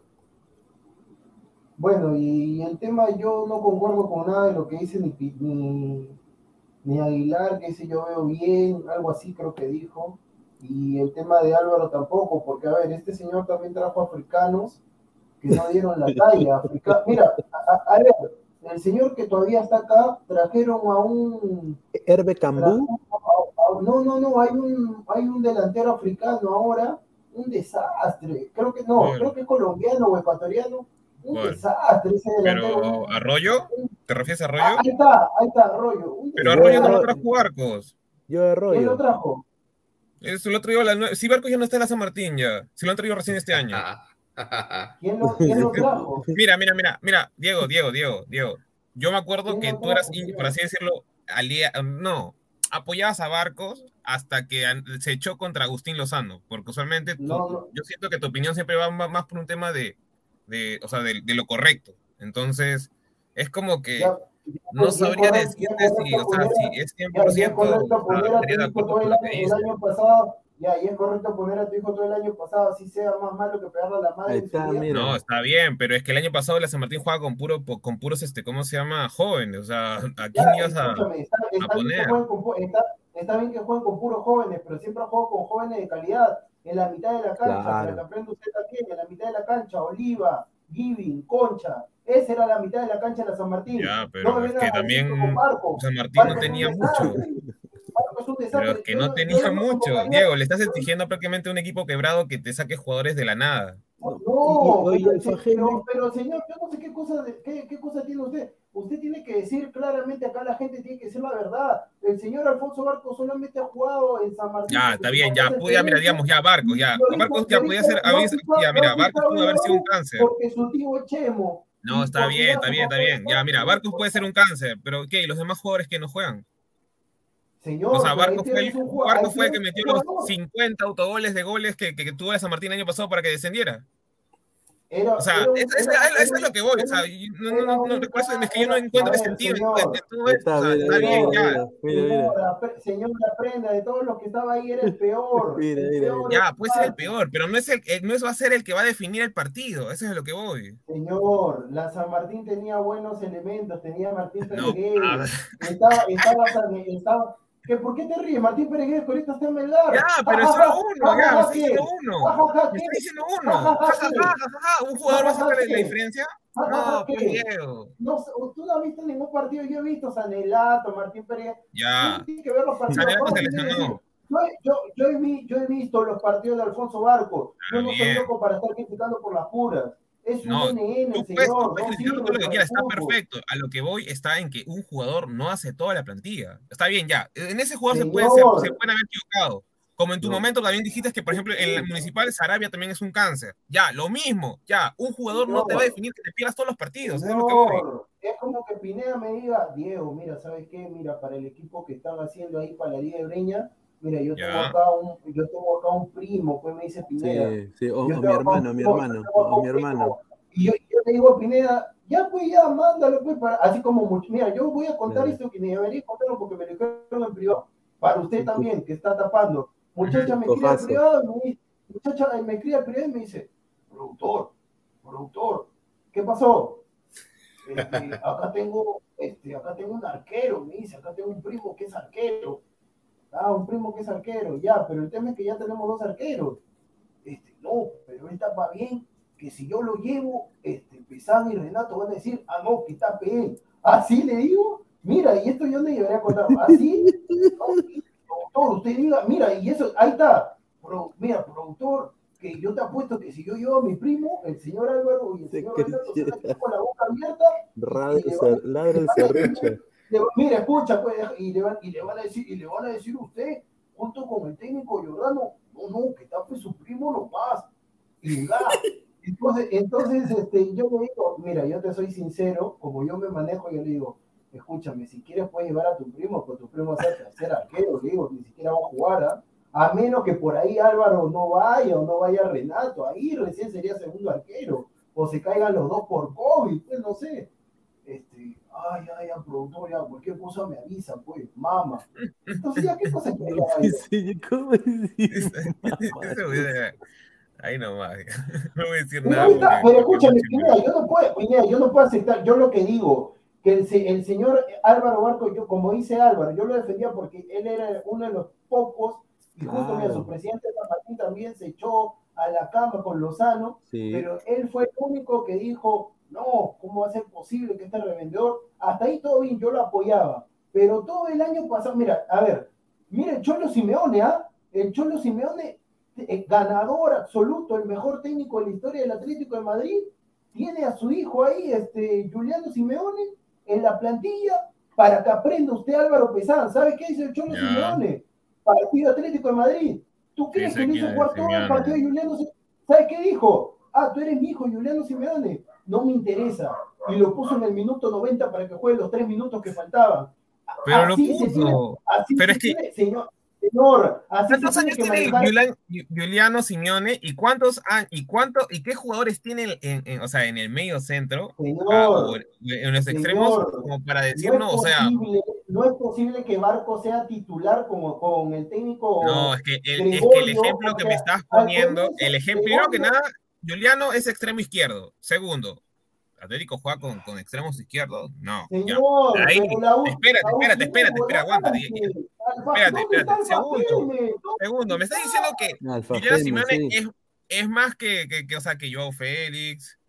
Bueno, y el tema yo no concuerdo con nada de lo que dice ni, Pi- ni, ni Aguilar, que ese yo veo bien, algo así creo que dijo. Y el tema de Álvaro tampoco, porque a ver, este señor también trajo africanos que no dieron la talla. Africa... Mira, a, a- a ver, el señor que todavía está acá, trajeron a un... Herbe Cambú, trajeron a- a- no, no, no, hay un, hay un delantero africano ahora, un desastre. Creo que no, creo ¿Cuál? que es colombiano o ecuatoriano, un ¿Cuál? desastre ese delantero. ¿Pero Un, Arroyo? ¿Te refieres a ah, Arroyo? ahí está, ahí está, Arroyo, un Pero yo de Arroyo no lo Arroyo, desastre. trajo Barcos. yo de ¿Quién lo Arroyo. trajo? Es el otro día, la nue- sí, Barcos ya no está en la San Martín ya. Sí lo han traído recién este año. ¿Quién lo, quién lo trajo? Mira, mira, mira, mira, Diego, Diego, Diego, Diego. Yo me acuerdo ¿Quién que lo tú eras, trajo, in- por señor? así decirlo, alía, no, apoyabas a Barcos hasta que an- se echó contra Agustín Lozano, porque usualmente tu- No, no, yo siento que tu opinión siempre va ma- más por un tema de, de o sea, de, de lo correcto. Entonces, es como que ya, ya, no y es sabría correcto, ya es decirte si, o correcto sea, poner si a, es cien ya, por y es ciento, o correcto sea, poner a tu estaría de hijo acuerdo todo con el lo que año, el dices. año pasado, ya, y es correcto poner a tu hijo todo el año pasado, así sea más malo que pegarle a la Ahí madre en su está, día. No, mira. está bien, pero es que el año pasado la San Martín jugaba con puro, po- con puros, este, ¿cómo se llama? Jóvenes, o sea, ¿a Ya, quién ibas a, escúchame, está, a está bien que poner? jueguen con, pu- está, está bien que jueguen con puros jóvenes, pero siempre juego con jóvenes de calidad, en la mitad de la cancha, para que Claro. aprenda usted también, en la mitad de la cancha, Oliva, Giving, Concha. Esa era la mitad de la cancha de la San Martín. Ya, pero no es que también Barco. San Martín Barco no tenía mucho. Barco es un desastre. Pero es que no yo, tenía yo mucho. no Diego, le estás exigiendo prácticamente a un equipo quebrado que te saque jugadores de la nada. No, no y, y, pero, y pero, pero, señor, yo no sé qué cosa, de, qué, qué cosa tiene usted. Usted tiene que decir claramente, acá la gente tiene que decir la verdad. El señor Alfonso Barco solamente ha jugado en San Martín. Ya, está bien, ya, pude, ya, mira, digamos, ya, Barcos, ya. Barcos ya podía ser, había, ya, mira, Barcos pudo haber sido un cáncer. Porque su tío es Chemo. No, está bien, está bien, está bien. Ya, mira, Barcos puede ser un cáncer, pero ¿qué? ¿Y los demás jugadores que no juegan? Señor, o sea, Barcos fue el, Barcos fue el que metió los jugador. cincuenta autogoles de goles que, que, que tuvo San Martín el año pasado para que descendiera. Era, o sea, era un, eso, era, eso, eso es lo que voy. O sea, no, no, no, no, por eso es que yo no encuentro el sentido señor, de, de todo esto. O sea, está bien, ya. Señora, señora, aprenda, de todos los que estaba ahí era el peor. mira, el mira, peor ya, puede ser el peor, pero no es el, no es va a ser el que va a definir el partido. Eso es a lo que voy. Señor, la San Martín tenía buenos elementos, tenía a Martín Peregués, no, estaba, estaba, estaba, ¿Que ¿por qué te ríes? Martín Peregués, que ahorita está en Melgar. Ya, pero es solo uno, ya, me estoy diciendo uno. Me estoy diciendo uno. ¿Un jugador va a sacar la diferencia? No, pues Diego. No, tú no has visto ningún partido, yo he visto Sanelato, Martín Peregués. Ya. Tienes que ver los partidos. Sanelato se lesionó. Yo, yo, yo, he, yo he visto los partidos de Alfonso Barco. Yo no soy loco para estar criticando por las puras. Es un no, N N, tú señor. puedes, tú no puedes criticar todo lo que quieras, está perfecto. A lo que voy está en que un jugador no hace toda la plantilla. Está bien, ya. En ese jugador se puede, se, se pueden haber equivocado. Como en tu no. momento también dijiste que, por ejemplo, en el Municipal Sarabia también es un cáncer. Ya, lo mismo. Ya, un jugador señor. no te va a definir que te pierdas todos los partidos. Señor. Es lo que voy. Es como que Pineda me diga, Diego, mira, ¿sabes qué? Mira, para el equipo que están haciendo ahí para la Liga de Breña, mira, yo tengo, acá un, yo tengo acá un primo, pues me dice Pineda. Sí, sí, o, o mi hermano, un, mi hermano, o, o mi hermano. Y yo, yo le digo a Pineda, ya pues ya, mándalo pues, para, así como mucho. Mira, yo voy a contar sí. esto que me debería contarlo porque me lo dijeron en privado. Para usted también, que está tapando. Muchacha me escribe al privado, me dice, muchacha me escribe al privado y me dice, productor, productor, ¿qué pasó? Este, acá tengo, este, acá tengo un arquero, me dice, acá tengo un primo que es arquero. Ah, un primo que es arquero, ya, pero el tema es que ya tenemos dos arqueros. Este, no, pero él tapa bien, que si yo lo llevo, este, Pesán y Renato van a decir, ah, no, que tape él. Así le digo, mira, y esto yo le debería contar, así, no, productor, usted diga, mira, y eso, ahí está, Pro, mira, productor, que yo te apuesto que si yo llevo a mi primo, el señor Álvaro y el señor Renato se están con la boca abierta, ladra el serrucho. Mira, escucha, pues, y le, van, y le van a decir, y le van a decir usted, junto con el técnico Jordano, no, no, que tape su primo nomás. Y nada. Entonces, entonces este, yo le digo, mira, yo te soy sincero, como yo me manejo, yo le digo, escúchame, si quieres puedes llevar a tu primo, pues tu primo sea tercer arquero, le digo, ni siquiera va a jugar, ¿eh? A menos que por ahí Álvaro no vaya o no vaya Renato, ahí recién sería segundo arquero, o se caigan los dos por COVID, pues no sé. Este, ay, ay, ya, productor, ya, cualquier cosa me avisa, pues, mama. Entonces, ya, ¿qué cosa que sí, ¿cómo decir? Ahí nomás, no voy a decir pero nada. Porque, pero escúchame, Pineda, yo no puedo, Pineda, yo no puedo aceptar, yo lo que digo, que el, el señor Álvaro Barco, yo, como dice Álvaro, yo lo defendía porque él era uno de los pocos, y justo, claro. Mira, su presidente de San Martín también se echó a la cama con Lozano, sí. Pero él fue el único que dijo, no, ¿cómo va a ser posible que este revendedor? Hasta ahí todo bien, yo lo apoyaba. Pero todo el año pasado, mira, a ver, mira el Cholo Simeone, ¿ah? ¿eh? El Cholo Simeone, eh, ganador absoluto, el mejor técnico de la historia del Atlético de Madrid, tiene a su hijo ahí, este, Juliano Simeone, en la plantilla, para que aprenda usted Álvaro Pesán. ¿Sabe qué dice el Cholo yeah. Simeone? Partido Atlético de Madrid. ¿Tú crees que le hizo jugar todo el partido de Juliano Simeone? ¿Sabes qué dijo? Ah, tú eres mi hijo, Juliano Simeone. No me interesa. Y lo puso en el minuto noventa para que juegue los tres minutos que faltaban. Pero así lo puso. Tiene, así Pero es que... Tiene, señor, señor, así ¿cuántos años tiene manejar... Juliano Simeone y cuántos han, y cuánto y qué jugadores tiene en, en, o sea, en el medio centro, señor, o en, en los extremos, señor, como para decir, no, no es o sea, posible, no es posible que Barco sea titular como con el técnico. No, es que el, es que el ejemplo que me estás poniendo, el ejemplo, primero que nada, Juliano es extremo izquierdo. Segundo, Atlético juega con, con extremos izquierdos. No. Señor, ya. Ahí, la, espérate, espérate, espérate, espera, aguántate. Espérate, espérate. Segundo, segundo, me estás diciendo que Juliano Simeone sí. es, es más que, que, que, o sea, que Joao Félix,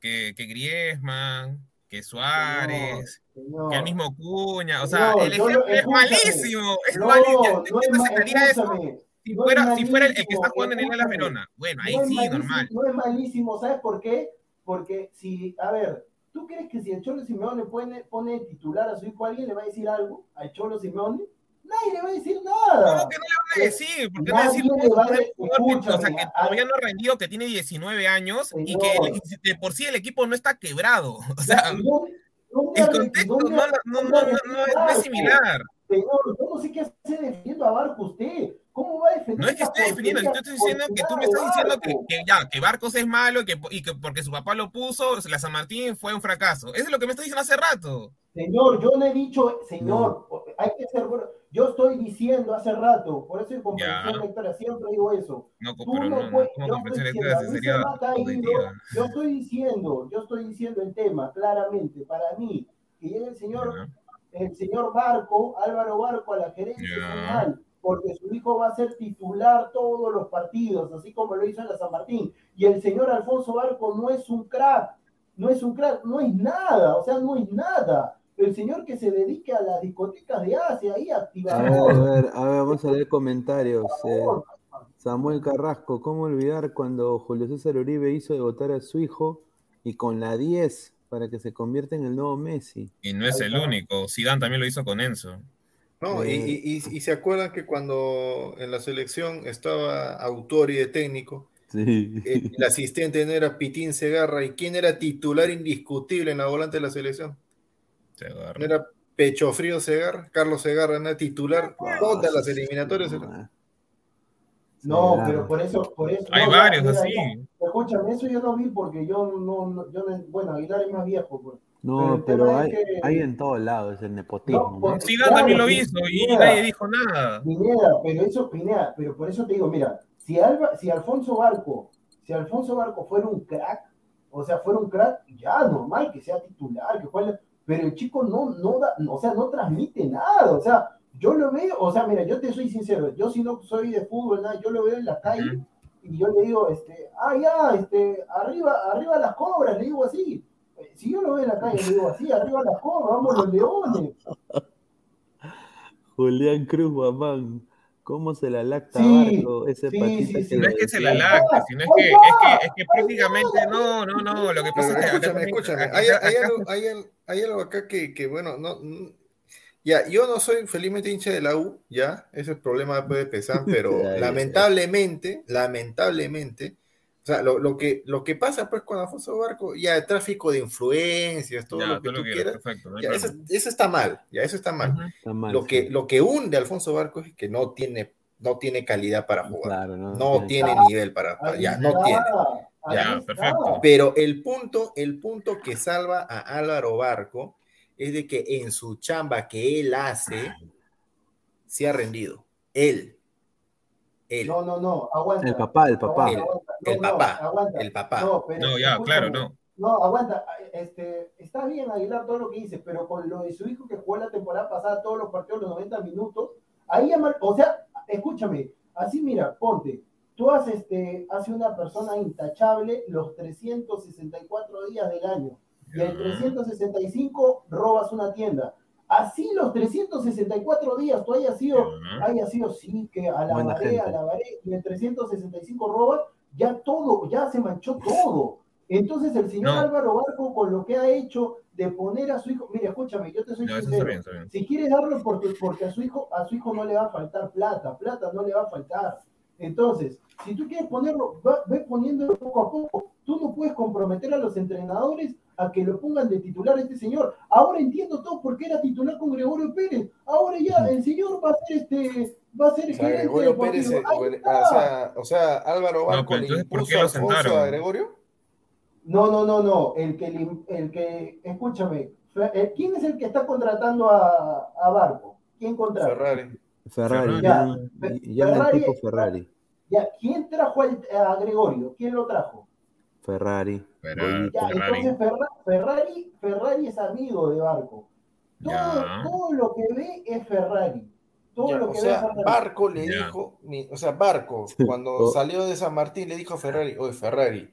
que, que Griezmann, que Suárez, señor, que el mismo Cuña, o señor, sea, el yo lo- ejemplo es escúchame. malísimo, es No, malísimo. ¿Yo no es entiendo ma- aceptaría eso? escúchame, Si no es fuera, si fuera el, el que está malísimo, jugando en el Hellas escúchame. Verona, bueno, No ahí es sí, malísimo, normal. no es malísimo, ¿sabes por qué? Porque si, a ver, ¿tú crees que si el Cholo Simeone pone, pone titular a su hijo, alguien le va a decir algo al Cholo Simeone? Nadie le va a decir nada. ¿Cómo que no le van a decir? ¿Por qué no Nadie decirlo? le va a Un decir, jugador que, o sea, escúchame, que a- todavía no ha rendido, que tiene diecinueve años y que señor, de por sí el equipo no está quebrado. O ya, sea, ¿y dónde, dónde el ha re- y contexto dónde no, ha- no, no, dónde ha no, rendido no es, no es Barco? similar. Señor, yo no sé qué hace defendiendo a Barco usted. ¿Cómo va a defender No es que esa esté defendiendo, yo porquería te estoy diciendo que tú nada me de estás diciendo que, Barco? que ya, que Barcos es malo y que, y que porque su papá lo puso, la San Martín fue un fracaso. Eso es lo que me estás diciendo hace rato. Señor, yo no he dicho, No. señor, hay que ser bueno. Yo estoy diciendo hace rato, por eso en comprensión Ya, lectora siempre digo eso. no, co- Tú pero no no, no, puedes, como yo estoy comprensión diciendo, lectora a esa mí se sería me ha caído, auditiva. yo estoy diciendo, yo estoy diciendo el tema claramente, para mí, que llegue el señor, Ya, el señor Barco, Álvaro Barco, a la gerencia ya, general, porque su hijo va a ser titular todos los partidos, así como lo hizo en la San Martín. Y el señor Alfonso Barco no es un crack, no es un crack, no es nada, o sea, no es nada. El señor que se dedique a las discotecas de Asia, ahí A ver, a activador, ver, a ver, vamos a leer comentarios. por Eh, favor. Samuel Carrasco, ¿cómo olvidar cuando Julio César Uribe hizo debutar a su hijo y con la diez para que se convierta en el nuevo Messi? y no es Ahí el está. único. Zidane también lo hizo con Enzo. No, y, Eh, y- y- y se acuerdan que cuando en la selección estaba Autori de técnico, sí. el, el asistente no era Pitín Segarra, ¿y quién era titular indiscutible en la volante de la selección? Se agarra. No era Pecho Frío Segarra, Carlos Segarra, no era titular Wow, todas las sí, eliminatorias. no, Era. eh. No, Segarra. pero por eso, por eso. Hay no, ya, varios mira, así. ya. Escúchame, eso yo no vi porque yo no, no- yo no, bueno, Aguilar es más viejo, pues. Pero No, el pero tema hay, es que, hay en todos lados el no, nepotismo, ¿no? porque, Zidane también claro, lo Pi- hizo y Pineda, nadie dijo nada. Pineda, pero eso, Pineda, pero por eso te digo, mira, si, Alba, si Alfonso Barco, si Alfonso Barco fuera un crack, o sea, fuera un crack, ya, normal, que sea titular, que juegue, pero el chico no, no da, o sea, no transmite nada, o sea, yo lo veo, o sea, mira, yo te soy sincero, yo si no soy de fútbol, nada, yo lo veo en la calle, Ujú. y yo le digo, este, ah, ya, este, arriba, arriba las cobras, le digo así. Eh, Si yo lo veo en la calle, le digo así, arriba las cobras, vamos los leones. Julián Cruz Guamán, ¿cómo se la lacta Sí, Barco? Ese sí, patita sí, que sí. No lo es que se la Ahí defiende. lacte, está, sino es ahí que, es que, está, es que ahí prácticamente está. no, no, no. Lo que pasa Pero es que acá escúchame, también, escúchame, acá, hay, acá, hay acá algo, hay, al- hay algo acá que, que bueno, no, no- ya, yo no soy felizmente hincha de la U, ya, ese es el problema después de Pesán, pero Ay, ay, ay. lamentablemente, lamentablemente, o sea, lo, lo que, lo que pasa pues con Alfonso Barco, ya el tráfico de influencias, todo ya, lo que todo lo tú que quieras, quieras, perfecto, no hay ya, eso, problema. eso está mal, ya, eso está mal. Ujú. Está mal, Lo que, sí. lo que hunde a Alfonso Barco es que no tiene, no tiene calidad para jugar, Claro, no, no tiene tiene Está, nivel para, para- ahí ya, no está, tiene, ahí ya. Ya, está. perfecto. Pero el punto, el punto que salva a Álvaro Barco es de que en su chamba que él hace, se ha rendido. Él, él, No, no, no, aguanta. El papá, el papá. Aguanta, él, aguanta. No, el no, papá, aguanta. el papá. No, pero No, ya, claro, escúchame. no. No, aguanta. Este, está bien, Aguilar, todo lo que dices, pero con lo de su hijo que jugó la temporada pasada todos los partidos, los noventa minutos, ahí ya mal- o sea, escúchame, así mira, ponte, tú haces, este, hace una persona intachable los trescientos sesenta y cuatro días del año, y el Ya. trescientos sesenta y cinco robas una tienda. Así los trescientos sesenta y cuatro días tú hayas sido, Ya. haya sido sí, que Buena alabaré, gente. alabaré, y en trescientos sesenta y cinco robas, ya todo, ya se manchó todo. Entonces el señor No. Álvaro Barco con lo que ha hecho de poner a su hijo, mira, escúchame, yo te soy No, eso está sincero, bien, está bien. si quieres darlo porque, porque a su hijo, a su hijo no le va a faltar plata, plata no le va a faltar. Entonces, si tú quieres ponerlo, va, ve poniéndolo poco a poco. Tú no puedes comprometer a los entrenadores a que lo pongan de titular a este señor. Ahora entiendo todo por qué era titular con Gregorio Pérez. Ahora ya el señor va a ser este, va a ser O sea, gerente Gregorio Pérez, deportivo. eh, Ahí o está. sea, o sea, Álvaro No, Barco pero le entonces, ¿por impuso qué a lo Alfonso sentaron? a Gregorio. No, no, no, no. El que, le- el que, escúchame, Fe- eh, ¿quién es el que está contratando a, a Barco? ¿Quién contrata? Ferrari. Ferrari, Ferrari. llaman, Fe- llaman Ferrari- tipo Ferrari. Ya, ¿quién trajo al- a Gregorio? ¿Quién lo trajo? Ferrari, Ferrari. Goyito. Ya, Ferrari. entonces Ferra- Ferrari, Ferrari es amigo de Barco. Todo, Ya. todo lo que ve es Ferrari. Todo Ya, lo o que ve es sea, Ferrari. Barco le Ya. dijo, mi- o sea, Barco, cuando Oh. salió de San Martín, le dijo a Ferrari, oye, Ferrari,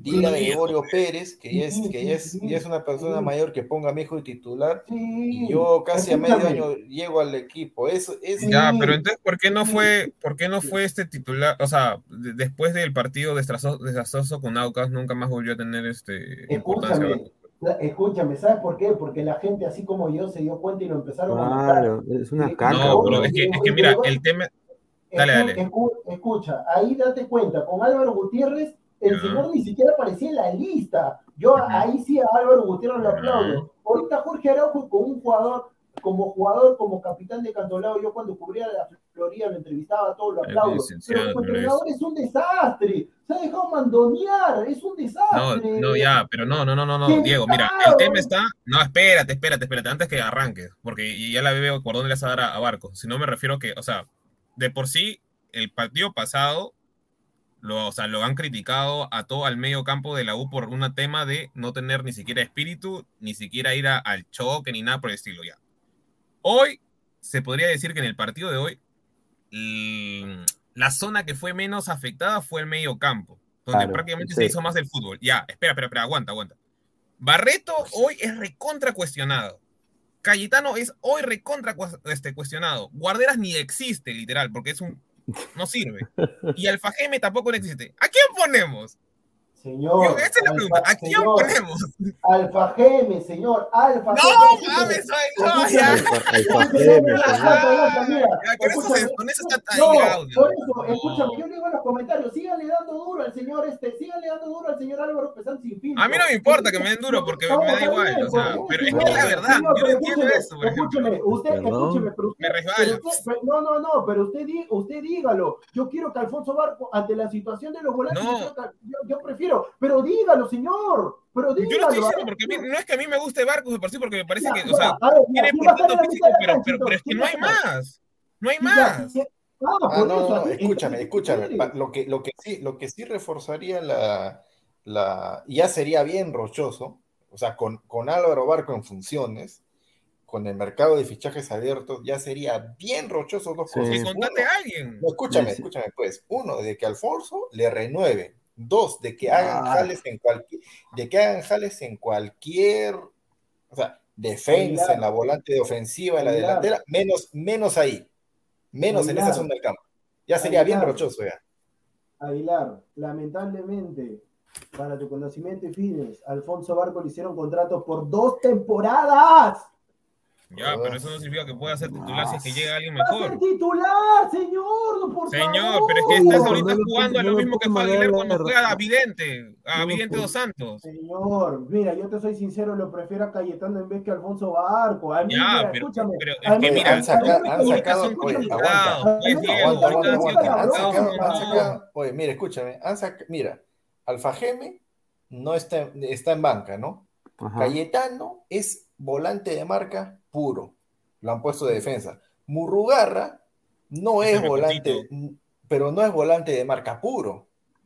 Dile a Sí, Gregorio Pérez, que ya es, sí, que ya es, sí, ya es una persona sí. mayor, que ponga a mi hijo de titular, y Sí, yo casi a medio escúchame. año llego al equipo. Eso es, Ya, pero Sí, entonces, ¿por qué no sí, fue, por qué no sí. fue este titular? O sea, de- después del partido desastroso, desastroso con Aucas, nunca más volvió a tener este importancia. Escúchame, la- escúchame, ¿sabes por qué? Porque la gente, así como yo, se dio cuenta y lo empezaron a notar. Claro, es una Gre- caca, No, pero Gregorio, es weón. que, es que Gregorio, mira, Gregorio, el tema. Dale, escu- dale. escu- escucha, ahí date cuenta, con Álvaro Gutiérrez, el Ya. señor ni siquiera aparecía en la lista. Yo Ujú, ahí sí a Álvaro Gutiérrez lo ya. aplaudo. Ahorita Jorge Araujo con un jugador, como jugador, como capitán de Cantolao, yo cuando cubría la Florida lo entrevistaba, todo lo Es que aplaudo. Pero como licenciándolo entrenador es. es un desastre. Se ha dejado mandonear, es un No, desastre. no, ya, pero no, no, no, no, no, Diego, mira, el tema Delicado. está. No, espérate, espérate, espérate, antes que arranques, porque ya la veo por dónde le vas a dar a, a Barco. Si no me refiero que, o sea, de por sí, el partido pasado. Lo, o sea, lo han criticado a todo al medio campo de la U por un tema de no tener ni siquiera espíritu, ni siquiera ir a- al choque, ni nada por el estilo ya. Hoy se podría decir que en el partido de hoy l- la zona que fue menos afectada fue el medio campo, donde Claro, prácticamente se sí, hizo más el fútbol. Ya, espera, espera, espera, aguanta, aguanta. Barreto hoy es recontra cuestionado. Cayetano es hoy recontra este, cuestionado. Guarderas ni existe, literal, porque es un no sirve. Y Alfa Geme tampoco existe. ¿A quién ponemos? Yo, esa Señor, es la pregunta. Alfa, ¿A quién señor, ponemos? Alfa Geme, señor, Alfa No, Geme, escúchame, mames, soy no, ya. escúchame, Alfa, Alfa escúchame, Geme, no, no, señor. aguanta, aguanta, mira, Ya, con eso, escúchame, se, con eso está no, tirado. por eso, No. escúchame, yo digo en los comentarios, síganle dando duro al señor este, síganle dando duro al señor Álvaro Pesán sin A mí filtro. no me importa que me den duro porque No, me da está igual, bien, o pues, sea, bien, pero es que es señor, la verdad, señor, yo no pero entiendo escúcheme, eso, por ejemplo. escúcheme, usted, escúcheme, Perdón. pero usted, Me pero resbala. usted, pero- no, no, no, pero usted, di, usted dígalo, yo quiero que Alfonso Barco, ante la situación de los volantes, yo, No, quiero que- yo, yo prefiero, pero dígalo, señor, pero yo no estoy dígalo, a diciendo ver, porque a mí, no es que a mí me guste Barcos de por sí, porque me parece ya, que, o sea, ya, a ver, ya, tiene ¿quién va a estar en portento la mitad físico, de la pero, cancha, pero, pero es entonces? que ¿Quién no va a hay estar? más. No hay ¿Quién- ya, más. quién- Ah, Ah, por no, eso, no, no, así, escúchame, entonces, ¿qué escúchame. pa- quieres? Lo que, lo que sí, lo que sí reforzaría la, la, ya sería bien rochoso, o sea, con, con Álvaro Barco en funciones, con el mercado de fichajes abiertos, ya sería bien rochoso dos Sí, Que cosas. contrate Uno, a no, alguien. escúchame, neces- escúchame, pues. Uno, de que Alfonso le renueve. Dos, de que hagan Claro, jales en cualquier, de que hagan jales en cualquier, o sea, defensa, en Aguilar, la volante de ofensiva, en la Aguilar, delantera, menos, menos ahí, menos en esa Aguilar, zona del campo. Ya sería bien Aguilar. rochoso ya. Aguilar, lamentablemente, para tu conocimiento y fines, Alfonso Barco le hicieron contrato por dos temporadas. Ya, pero eso no significa que pueda ser titular si es que llega alguien ¡Va a ser mejor. titular, señor! ¡Por Señor, pero es favor! que estás oye, pero ahorita no le jugando a pueden, no lo le mismo que pueden fue mandar Aguilar a cuando la juega a R- Vidente, a no lo Vidente pueden- dos Santos. Señor, mira, yo te soy sincero, lo prefiero a Cayetano en vez que a Alfonso Barco. A mí, Ya, mira, pero, escúchame. pero es A que mí, Oye, a mira, han, mí, a mí saca, me han ahorita sacado, son oye, criticados, aguanta, pues a mí me Diego, aguanta, gusta ahorita aguanta, han sido mucho la aguanta. Han criticados un broma, sacado, han montón. sacado, oye, mira, escúchame, han saca, mira, Alfa Geme no está, está en banca, ¿no? Ajá. Cayetano es volante de marca puro, lo han puesto de defensa. Murrugarra no Ese es es recortito. volante, pero no es volante de marca puro.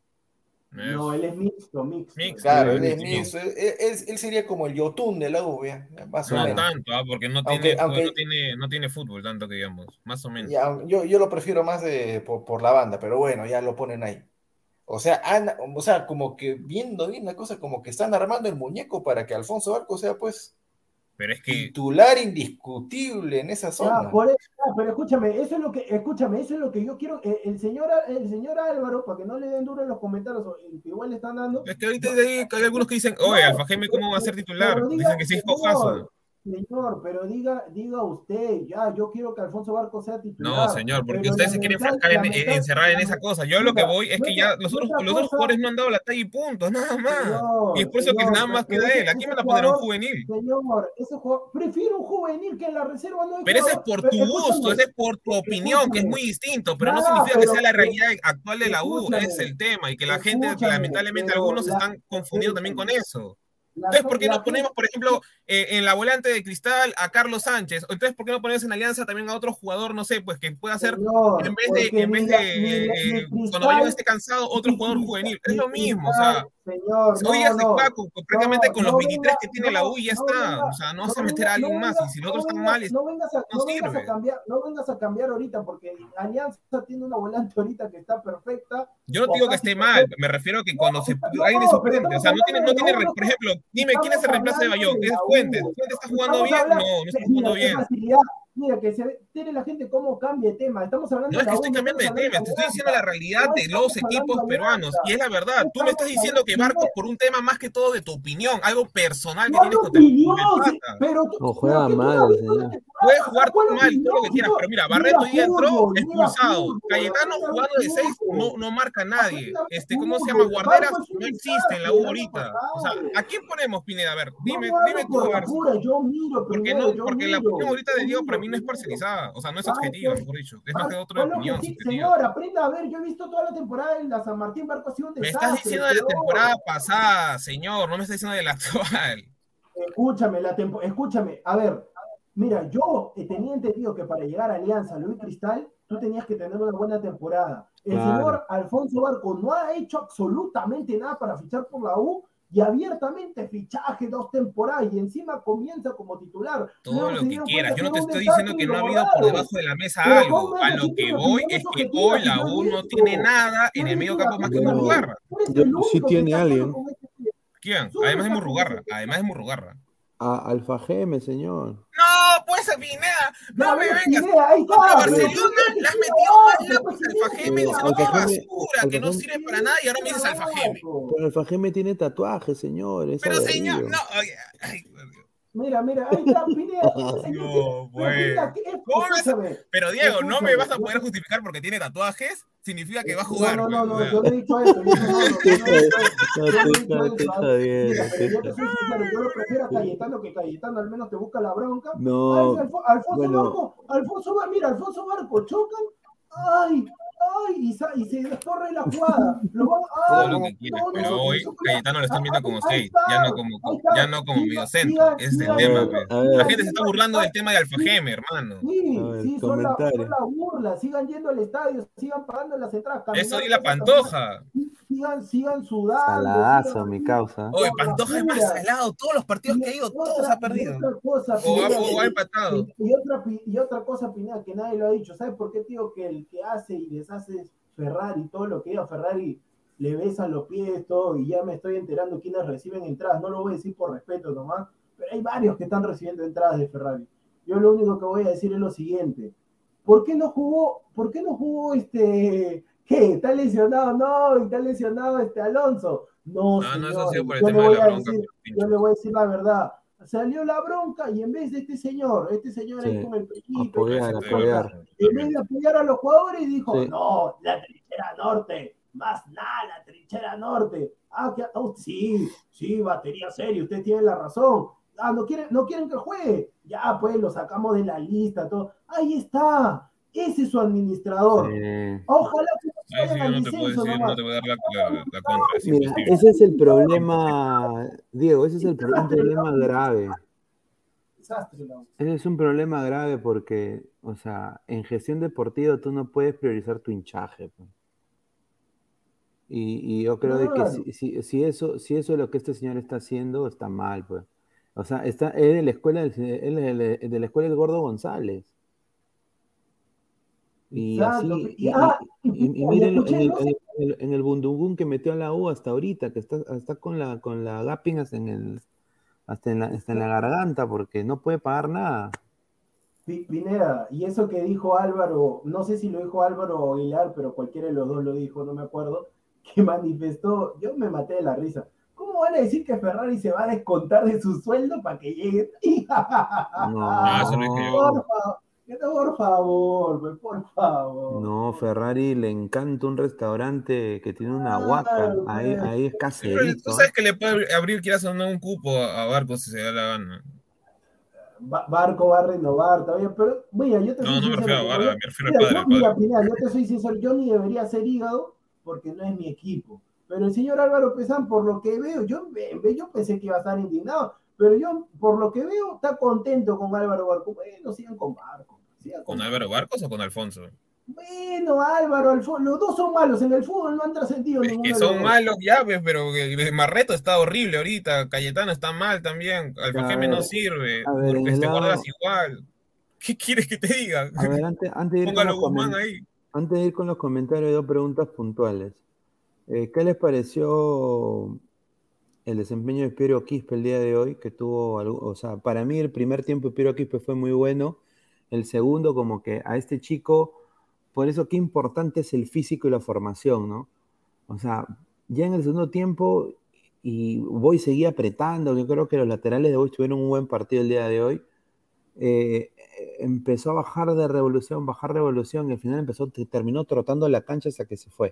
No, él es mixto, mixto. Mixto, Claro, Él él es es mixto. mixto, él, él- él sería como el Yotun de la U, ya, más o No Claro. menos. tanto, ah, porque no Aunque, tiene, no aunque tiene, no tiene fútbol tanto que digamos, más o menos. ya, yo, yo lo prefiero más de, por, por la banda, pero bueno, ya lo ponen ahí. O sea, han- o sea, como que viendo bien la cosa, como que están armando el muñeco para que Alfonso Barco sea pues Pero es que, titular indiscutible en esa Ya, zona. por eso, ya, pero escúchame, eso es lo que, escúchame, eso es lo que yo quiero. El, el señor, el señor Álvaro, para que no le den duro en los comentarios, o el que igual le están dando. es que ahorita hay, hay algunos que dicen, oye, Alfa Geme, ¿cómo va a ser titular? Pero diga, Dicen que sí es cojazo. señor, señor, pero diga, diga usted, ya, yo quiero que Alfonso Barco sea titular. No, señor, porque pero ustedes se quieren lamental- enfrascar en, en- lamental- encerrar en esa cosa. Yo lo que mira, voy es y que otra- ya los y otros, otra los otros cosa- jugadores no han dado la talla y punto, nada más. Señor, Y es por eso que señor, nada más pero queda ese- él. ¿A quién ese van a poner a un jugador- juvenil? Señor, ese jugador, prefiero un juvenil que en la reserva no hay Pero ese es jugador. por Pero tu gusto, escúchame, ese es por tu opinión, que es escúchame. muy distinto, pero no Ya, significa que pero- sea la realidad actual de la U. escúchame, Ese es el tema, y que la gente, escúchame, lamentablemente, pero algunos la- están confundidos también con escúchame. eso. La Entonces, so- ¿por qué la no ponemos, por ejemplo, eh, en la volante de Cristal a Carlos Sánchez? O entonces, ¿por qué no ponemos en alianza también a otro jugador, no sé, pues que pueda ser, Señor, en vez de, porque en vez ni la- de ni la- eh, ni cuando Bayón Cristal- esté cansado, otro ni jugador Cristal- juvenil? Es ni lo mismo, o Cristal- sea, Señor, Hoy no, ya se no, juega con, con- prácticamente no, con los no veintitrés venga, que tiene la no, U y ya no está. venga, O sea, no no vas a meter venga, a alguien no más. venga, Y si los no otros están venga, mal, es- no vengas a, no no vengas a sirve. cambiar, no vengas a cambiar ahorita, porque Alianza tiene una volante ahorita que está perfecta, Yo no o digo que casi esté mal, perfecta. me refiero a que No, cuando se está- alguien de no, pero suplente, o estamos sea, no hablando tiene, de no la tiene, U, re- no por estamos, ejemplo, dime quién es estamos el reemplazo de hablando Bayón. de ¿Es la Fuentes? U. ¿Fuentes está jugando Estamos bien? No, hablando, no está mira, jugando qué bien. facilidad, mira, que se ve, tiene la gente cómo cambia de tema. Estamos hablando No de es que la U, estoy no cambiando estamos de hablando tema, de te estoy diciendo la Alianza. realidad No de los estamos hablando equipos de peruanos. Y Alianza. es la verdad, No tú me estamos estás diciendo hablando, que Barcos primero, por un tema más que todo de tu opinión, algo personal que ¿cuál tienes contra el, opinión? con el Sí, pata. pero, tú- No, pero juega que tú no mal has el visto la señor. temporada Puedes pasada, jugar ¿cuál mal, todo opinión? lo que Si quieras, no- pero mira, mira Barreto hoy día entró fútbol, mira expulsado. fútbol, Cayetano aprende a ver jugando de seis no, fútbol, no marca nadie. aprende a ver Este, ¿cómo se llama? fútbol. Guarderas Barco es un no existe en la desastre U el año ahorita. O sea, pasado. ¿a quién ponemos, Pineda? A ver, No dime, me dime hables tú, por a la ver. pura, yo miro Porque primero, no, yo porque la miro, opinión ahorita yo de Diego para miro mí no es primero. parcializada, o sea, no es objetiva, Barco, mejor dicho. Es más que Barco, otra ¿cuál opinión objetivo? subjetiva. Señor, aprenda a ver, yo he visto toda la temporada en la San Martín, Barco ha sido un Me estás desastre, diciendo de la pero temporada pasada, señor, no me estás diciendo de la actual. escúchame, la tempo, escúchame, a ver, mira, yo eh, tenía entendido que para llegar a Alianza, Luis Cristal, tú tenías que tener una buena temporada. El Claro. señor Alfonso Barco no ha hecho absolutamente nada para fichar por la U y abiertamente fichaje dos temporadas y encima comienza como titular. Todo Luego lo se que dieron quieras, cuenta yo que no era te un estoy diciendo desastre que y no ha lo habido por borraron. debajo de la mesa Pero algo. ponme A ese lo tipo que de voy es opiniones que objetivas hoy si la no U hay no esto. tiene nada Tú en el eres medio una campo más que gente Bueno, Murrugarra. Tú eres yo- el sí único que tiene está jugando alguien. con este. ¿Quién? Solo Además de está con Murrugarra, este. además de Murrugarra. A Alfa Geme, señor. No, pues Pineda, Ya no me ves, vengas. Pineda, ahí está. Contra Pero Barcelona Pineda que le has quiere metido más abajo, pues lápiz al Pineda que Fajeme quiere Eh, diciendo que es Alfa Geme, basura, Alfa que no Geme, sirve para nada y ahora me Pineda dices al Fajeme. abajo. pero Alfa Geme tiene tatuajes, señor. Es Pero señor, aguerrido. no, ay, ay, Mira, mira, ahí está Pineda, ese señor que. no, Pero Pineda, pues. ¿qué es? ¿Cómo me vas a- Escúchame. Pero Diego, no me Escúchame. vas a Yo poder te- justificar porque tiene tatuajes, significa que va a No, jugar, no, pues. no, O no, sea, yo no he dicho eso, yo no, no, no, yo no he dicho eso, No, yo no he te- dicho no, eso, te ¿ah? jodiendo, Mira, te pero yo te jodiendo. soy sincero, yo lo prefiero a Cayetano, que Cayetano al menos te busca la bronca. Ah, ese No, Alfo- Alfonso bueno, Barco, Alfonso Barco, mira, Alfonso Barco, chocan, ay, ay, y, sa- y se descorre la jugada, lo van, todo ay, lo no, que quieras, no, no, pero hoy chocan, Cayetano lo están viendo como ahí seis, está, ya no como, ahí ya está, no como sigan, medio centro. sigan, Ese es el sigan a tema, ver, siendo, pues. a La ver, sigan gente se está siendo, burlando del ah, tema de Alfa sí, Geme, hermano. a sí, ver, sí, son la, son comentario. la burla, sigan yendo al estadio, sigan pagando las entradas, Eso di caminando, la todos a caminar, Pantoja. sigan, sigan sudando, sigan Saladazo, mi así, causa. Oye, con la Pantoja es más furia. salado. Todos los partidos Y que ha ido, todos otra, ha y perdido. otra cosa, O ha, Pineda, o ha que- empatado. y, y otra, pi- y otra cosa, Pineda, que nadie lo ha dicho. ¿Sabes por qué, tío? Que el que hace y deshace es Ferrari, todo lo que diga Ferrari, le besan los pies, todo, y ya me estoy enterando quiénes reciben entradas. No lo voy a decir por respeto nomás, pero hay varios que están recibiendo entradas de Ferrari. Yo lo único que voy a decir es lo siguiente. ¿Por qué no jugó, por qué no jugó este, qué? ¿Está lesionado? No, está lesionado este Alonso. No, No, no, eso ha señor, sido por el yo le tema de voy la a bronca. decir, con yo Pincho. le voy a decir la verdad. Salió la bronca y en vez de este señor, este señor ahí Sí, con el pellito, apoyar, Ese estoy de apoyar. acuerdo, en vez de apoyar a los jugadores, dijo, Sí. no, la trinchera norte, más nada, la trinchera norte. Ah, que, oh, sí, sí, batería seria, usted tiene la razón. Ah, no quieren, no quieren que juegue. Ya, pues lo sacamos de la lista, todo. Ahí está. Ese es su administrador. Sí. Ojalá que no se Ahí sí vayan yo al no te puedo descenso decir, nomás. no te voy a dar la, la, la contra, es Mira, imposible. ese es el problema, Diego, ese es el pro- un problema grave. Desastre, la U. Ese es un problema grave porque, o sea, en gestión deportiva tú no puedes priorizar tu hinchaje, pues. Y, y yo creo de que Claro. si, si, si eso, si eso es lo que este señor está haciendo, está mal, pues. O sea, está, es de la escuela del, él es de, de la escuela del Gordo González. Y Exacto. así, Y, y, ah, y, y, y y mírenlo escuché, en el, no en sé, el, en el, en el bundungún que metió a la U hasta ahorita, que está, está con la, con la gapping hasta en el, hasta en la, hasta en la garganta, porque no puede pagar nada. Pi- Pineda, y eso que dijo Álvaro, no sé si lo dijo Álvaro o Aguilar, pero cualquiera de los dos lo dijo, no me acuerdo, que manifestó, yo me maté de la risa. ¿Cómo van a decir que Ferrari se va a descontar de su sueldo para que llegue? Ah, eso lo dije yo. Por favor, por favor, pues, por favor. No, Ferrari le encanta un restaurante que tiene una huaca. Claro, Ahí, pues. ahí es Sí, pero caserito. tú sabes que le puede abrir, quieras o no, un cupo a, a Barcos si se da la gana. Ba- Barco va a renovar todavía, pero mira, yo te soy No, no me sincero, refiero a como Barca, yo- me refiero al mira, padre, yo, al padre. mira, Pineda, yo te soy sincero, yo ni debería ser hígado porque no es mi equipo. Pero el señor Álvaro Pesán, por lo que veo, yo, yo pensé que iba a estar indignado, pero yo, por lo que veo, está contento con Álvaro Barco. Bueno, sigan con Barco. Sigan con ¿Con Álvaro Barcos o con Alfonso? Bueno, Álvaro, el fu- los dos son malos. En el fútbol no han trascendido Es ninguno que de los son dos. malos ya, pues, pero que- Marreto está horrible ahorita, Cayetano está mal también, Alfa Ya, a Geme no ver, sirve, a ver, Gur- en el este Guarderas lado, igual. ¿Qué quieres que te diga? a ver, antes, antes de ir con Póngalo los Guzmán comen- ahí. antes de ir con los comentarios, dos preguntas puntuales. Eh, ¿qué les pareció el desempeño de Piero Quispe el día de hoy? Que tuvo, algo- o sea, para mí el primer tiempo de Piero Quispe fue muy bueno. El segundo, como que a este chico, por eso qué importante es el físico y la formación, ¿no? O sea, ya en el segundo tiempo, y Boy seguía apretando, yo creo que los laterales de Boy tuvieron un buen partido el día de hoy. eh, Empezó a bajar de revolución, bajar revolución, y al final empezó, terminó trotando la cancha hasta que se fue.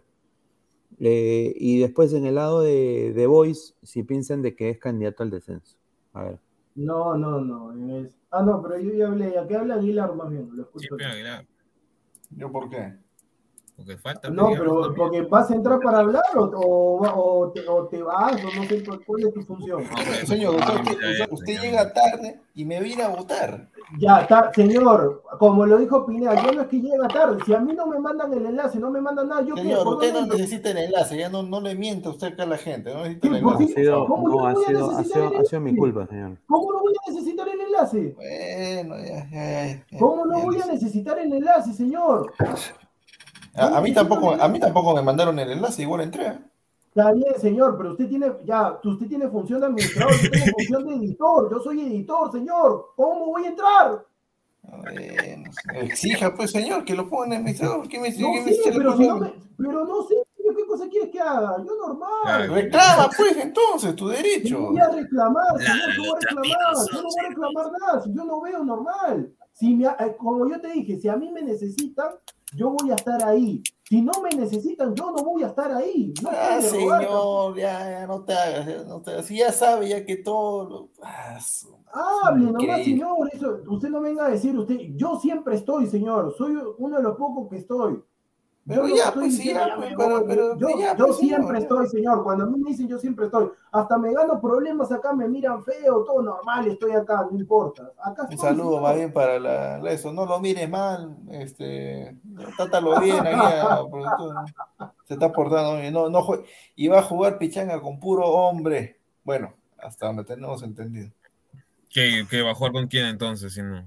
Eh, y después en el lado de, de Boys, si piensan de que es candidato al descenso. A ver. No, no, no. es- Ah, no, pero yo ya hablé. ¿A qué habla Aguilar más bien? Lo Sí, escucho pero yo. Aguilar, ¿Yo por qué? porque falta No, pelear pero también. porque vas a entrar para hablar o, o, va- o te, o te vas, o no sé cuál, cuál es tu función. No, pero eso Señor, no usted, límite a usted, eso, usted ya no. llega tarde y me viene a votar. Ya está, señor, como lo dijo Pineda, yo no es que llega tarde. Si a mí no me mandan el enlace, no me mandan nada, ¿yo qué? Señor, ¿Por usted dónde no entro? necesita el enlace, ya no, no le mienta usted acá a la gente, no necesita ¿Qué? el ¿Por Ha enlace, qué? por sido, favor. ¿Cómo yo no, no ha voy a sido, ha necesitar sido, el ha sido mi enlace? culpa, señor. ¿Cómo no voy a necesitar el enlace? Bueno, ya, ya, ya, ya, ¿Cómo no ya voy a listo. necesitar el enlace, señor? Yo A, a mí necesito el tampoco, a mí enlace. tampoco me mandaron el enlace, igual entré. ¿eh? Está bien, señor, pero usted tiene, ya, usted tiene función de administrador, yo tengo función de editor, yo soy editor, señor. ¿Cómo voy a entrar? Bueno, exija pues señor, que lo pongan en administrador, ¿qué me, No qué me sé, echa la pero culpa si a no mí? me, pero no sé, ¿qué cosa quieres que haga? Yo Claro, normal. Reclama pues entonces, tu ¿Qué derecho. voy a reclamar, señor? ¿Qué ladra voy a otra vez reclamar? los Yo no voy a reclamar círculos. nada, si yo no veo normal. Si me, eh, como yo te dije, si a mí me necesitan, yo voy a estar ahí. Si no me necesitan, yo no voy a estar ahí. No Ah, puede rogar tampoco. señor, ya, ya no te hagas, ya no te hagas. Si ya sabe, ya que todo lo... Ah, su madre, es Hable nomás, increíble. señor. Eso, usted no venga a decir, usted, yo siempre estoy, señor. Soy uno de los pocos que estoy. Yo Pero no ya, estoy pues sí, diciendo ya, ya pues, me pero, voy. me- pero Yo, ya, yo pues siempre señor, ya. estoy, señor. Cuando a mí me dicen yo siempre estoy. Hasta me gano problemas acá, me miran feo, todo normal, estoy acá, no importa. Acá Un estoy, saludo más señor. bien para la, la- eso, no lo mires mal, este, trátalo bien aquí a productor, ¿no? Se está portando bien, no, no jue- y va a jugar pichanga con puro hombre. Bueno, hasta donde tenemos entendido. ¿Qué, qué va a jugar con quién entonces? Si no?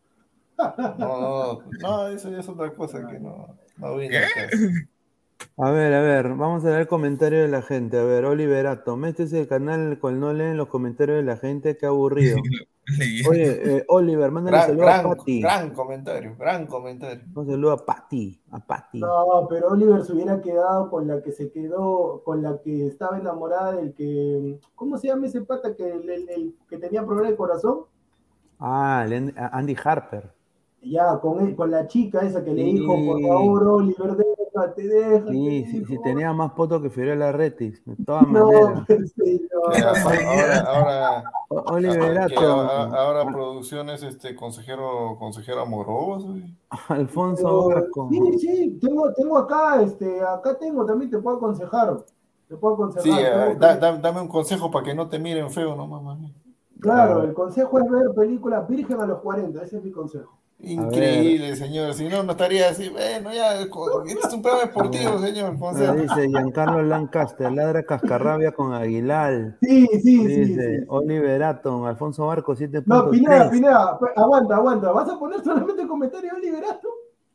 No, no, no, eso ya es otra cosa que no, no viene ¿Qué? al caso. A ver, a ver, vamos a ver el comentario de la gente. A ver, Oliverato, este es el canal cual no leen los comentarios de la gente, qué aburrido. Leyendo. Oye, eh, Oliver, mándale Gran, saludo a gran, Patty. gran comentario, gran comentario. Un saludo a Patty, a Patty. No, pero Oliver se hubiera quedado con la que se quedó, con la que estaba enamorada del que. ¿Cómo se llama ese pata que, el, el- el que tenía problema de corazón? Ah, el Andy a Andy Harper. Ya, con, él- con la chica esa que le dijo, por Sí, favor, Oliver, déjate, déjate, sí, sí, sí, dijo. tenía más fotos que Fiorella Retis, de todas No, maneras. pues, señor, Ya, no, a- ahora, ahora, O- a- a- que a- Oliverato, a- ahora a- producciones, este, consejero, consejero amoroso. ¿Sí? Alfonso pero sí, Barco. sí, tengo, tengo acá, este, acá tengo, también te puedo aconsejar, te puedo Sí, aconsejar, eh, tengo da- películas. da- dame un consejo para que no te miren feo, no mamá. Claro, A, el consejo es ver películas virgen a los cuarenta, ese es mi consejo. a ver, Increíble, señor. Si no, no estaría así. Bueno, ya, co- este es un programa a ver. deportivo, señor. Ah, Consejo. dice Giancarlo Lancaster, ladra cascarrabia con Aguilar. Sí, sí, sí, Dice sí, sí. Oliverato, Alfonso Barco No, Pineda, siete punto tres. Pineda, pues, aguanta, aguanta. ¿Vas a poner solamente el comentario de Liberato?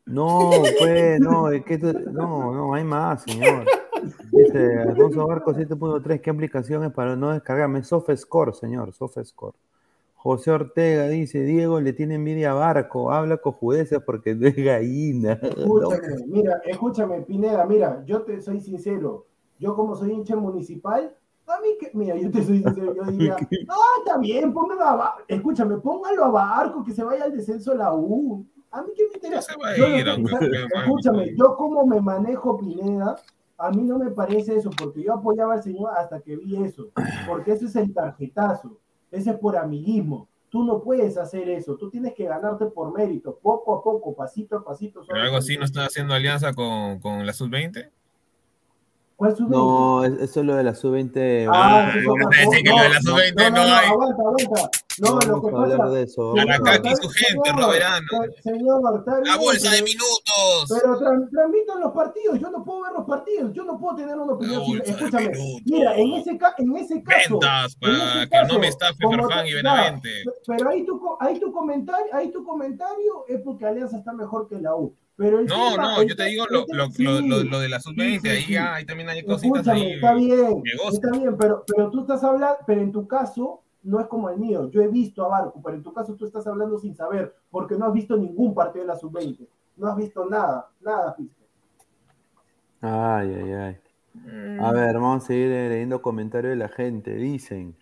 No, pues, no, es que esto- no, no, hay más, señor. Dice Alfonso Barco siete punto tres, ¿qué aplicación es para no descargarme? SoftScore, señor, SoftScore. José Ortega dice, Diego le tiene envidia a Barco, habla cojudeces porque no es gallina. No, Escúchame, mira, escúchame, Pineda, mira, yo te soy sincero. Yo como soy hincha municipal, a mí que, mira, yo te soy sincero, yo diría, ah, está bien, póngalo a Barco, escúchame, póngalo a Barco, que se vaya al descenso a la U. A mí qué me No interesa. se va a Yo lo ir, que, aunque sa- juegue mal. escúchame, yo como me manejo Pineda, a mí no me parece eso, porque yo apoyaba al señor hasta que vi eso, porque eso es el tarjetazo, ese es por amiguismo. Tú no puedes hacer eso, tú tienes que ganarte por mérito, poco a poco, pasito a pasito. Pero suave, algo así no suavecito. está haciendo alianza con, con la sub veinte. ¿Cuál sub veinte? No, es- eso es lo de la sub veinte. Ah, Vamos, eso vamos- es Vas a decir que lo de la sub veinte no, no no, no, hay. aguanta, aguanta. No, no lo vamos que a hablar pasa, de eso. señor, Aracaki y está- su gente, señor, Roberano. se- señor, está La bien, bolsa de pero- minutos. Pero tran- transmitan los partidos, yo no puedo ver los partidos, yo no puedo tener una opinión. La sin- bolsa de Escúchame, minutos. mira, en ese, ca- en ese caso. Ventas en para ese que caso, no me estafe como Farfán te- y ya, Benavente. pero ahí tu, co- ahí tu comentario, ahí tu comentario es porque Alianza está mejor que la U. Pero el No, tema, no, el yo te te- digo el lo, te- lo, sí, lo, lo, lo de la sub sí, veinte, sí, ahí sí. ya, ahí también hay cositas Escúchame, ahí. está bien, negocios. está bien, pero, pero tú estás hablando, pero en tu caso no es como el mío. Yo he visto a Barco, pero en tu caso tú estás hablando sin saber, porque no has visto ningún partido de la sub veinte. No has visto nada, nada, Fisco. Ay, ay, ay. A ver, vamos a seguir leyendo comentarios de la gente. Dicen.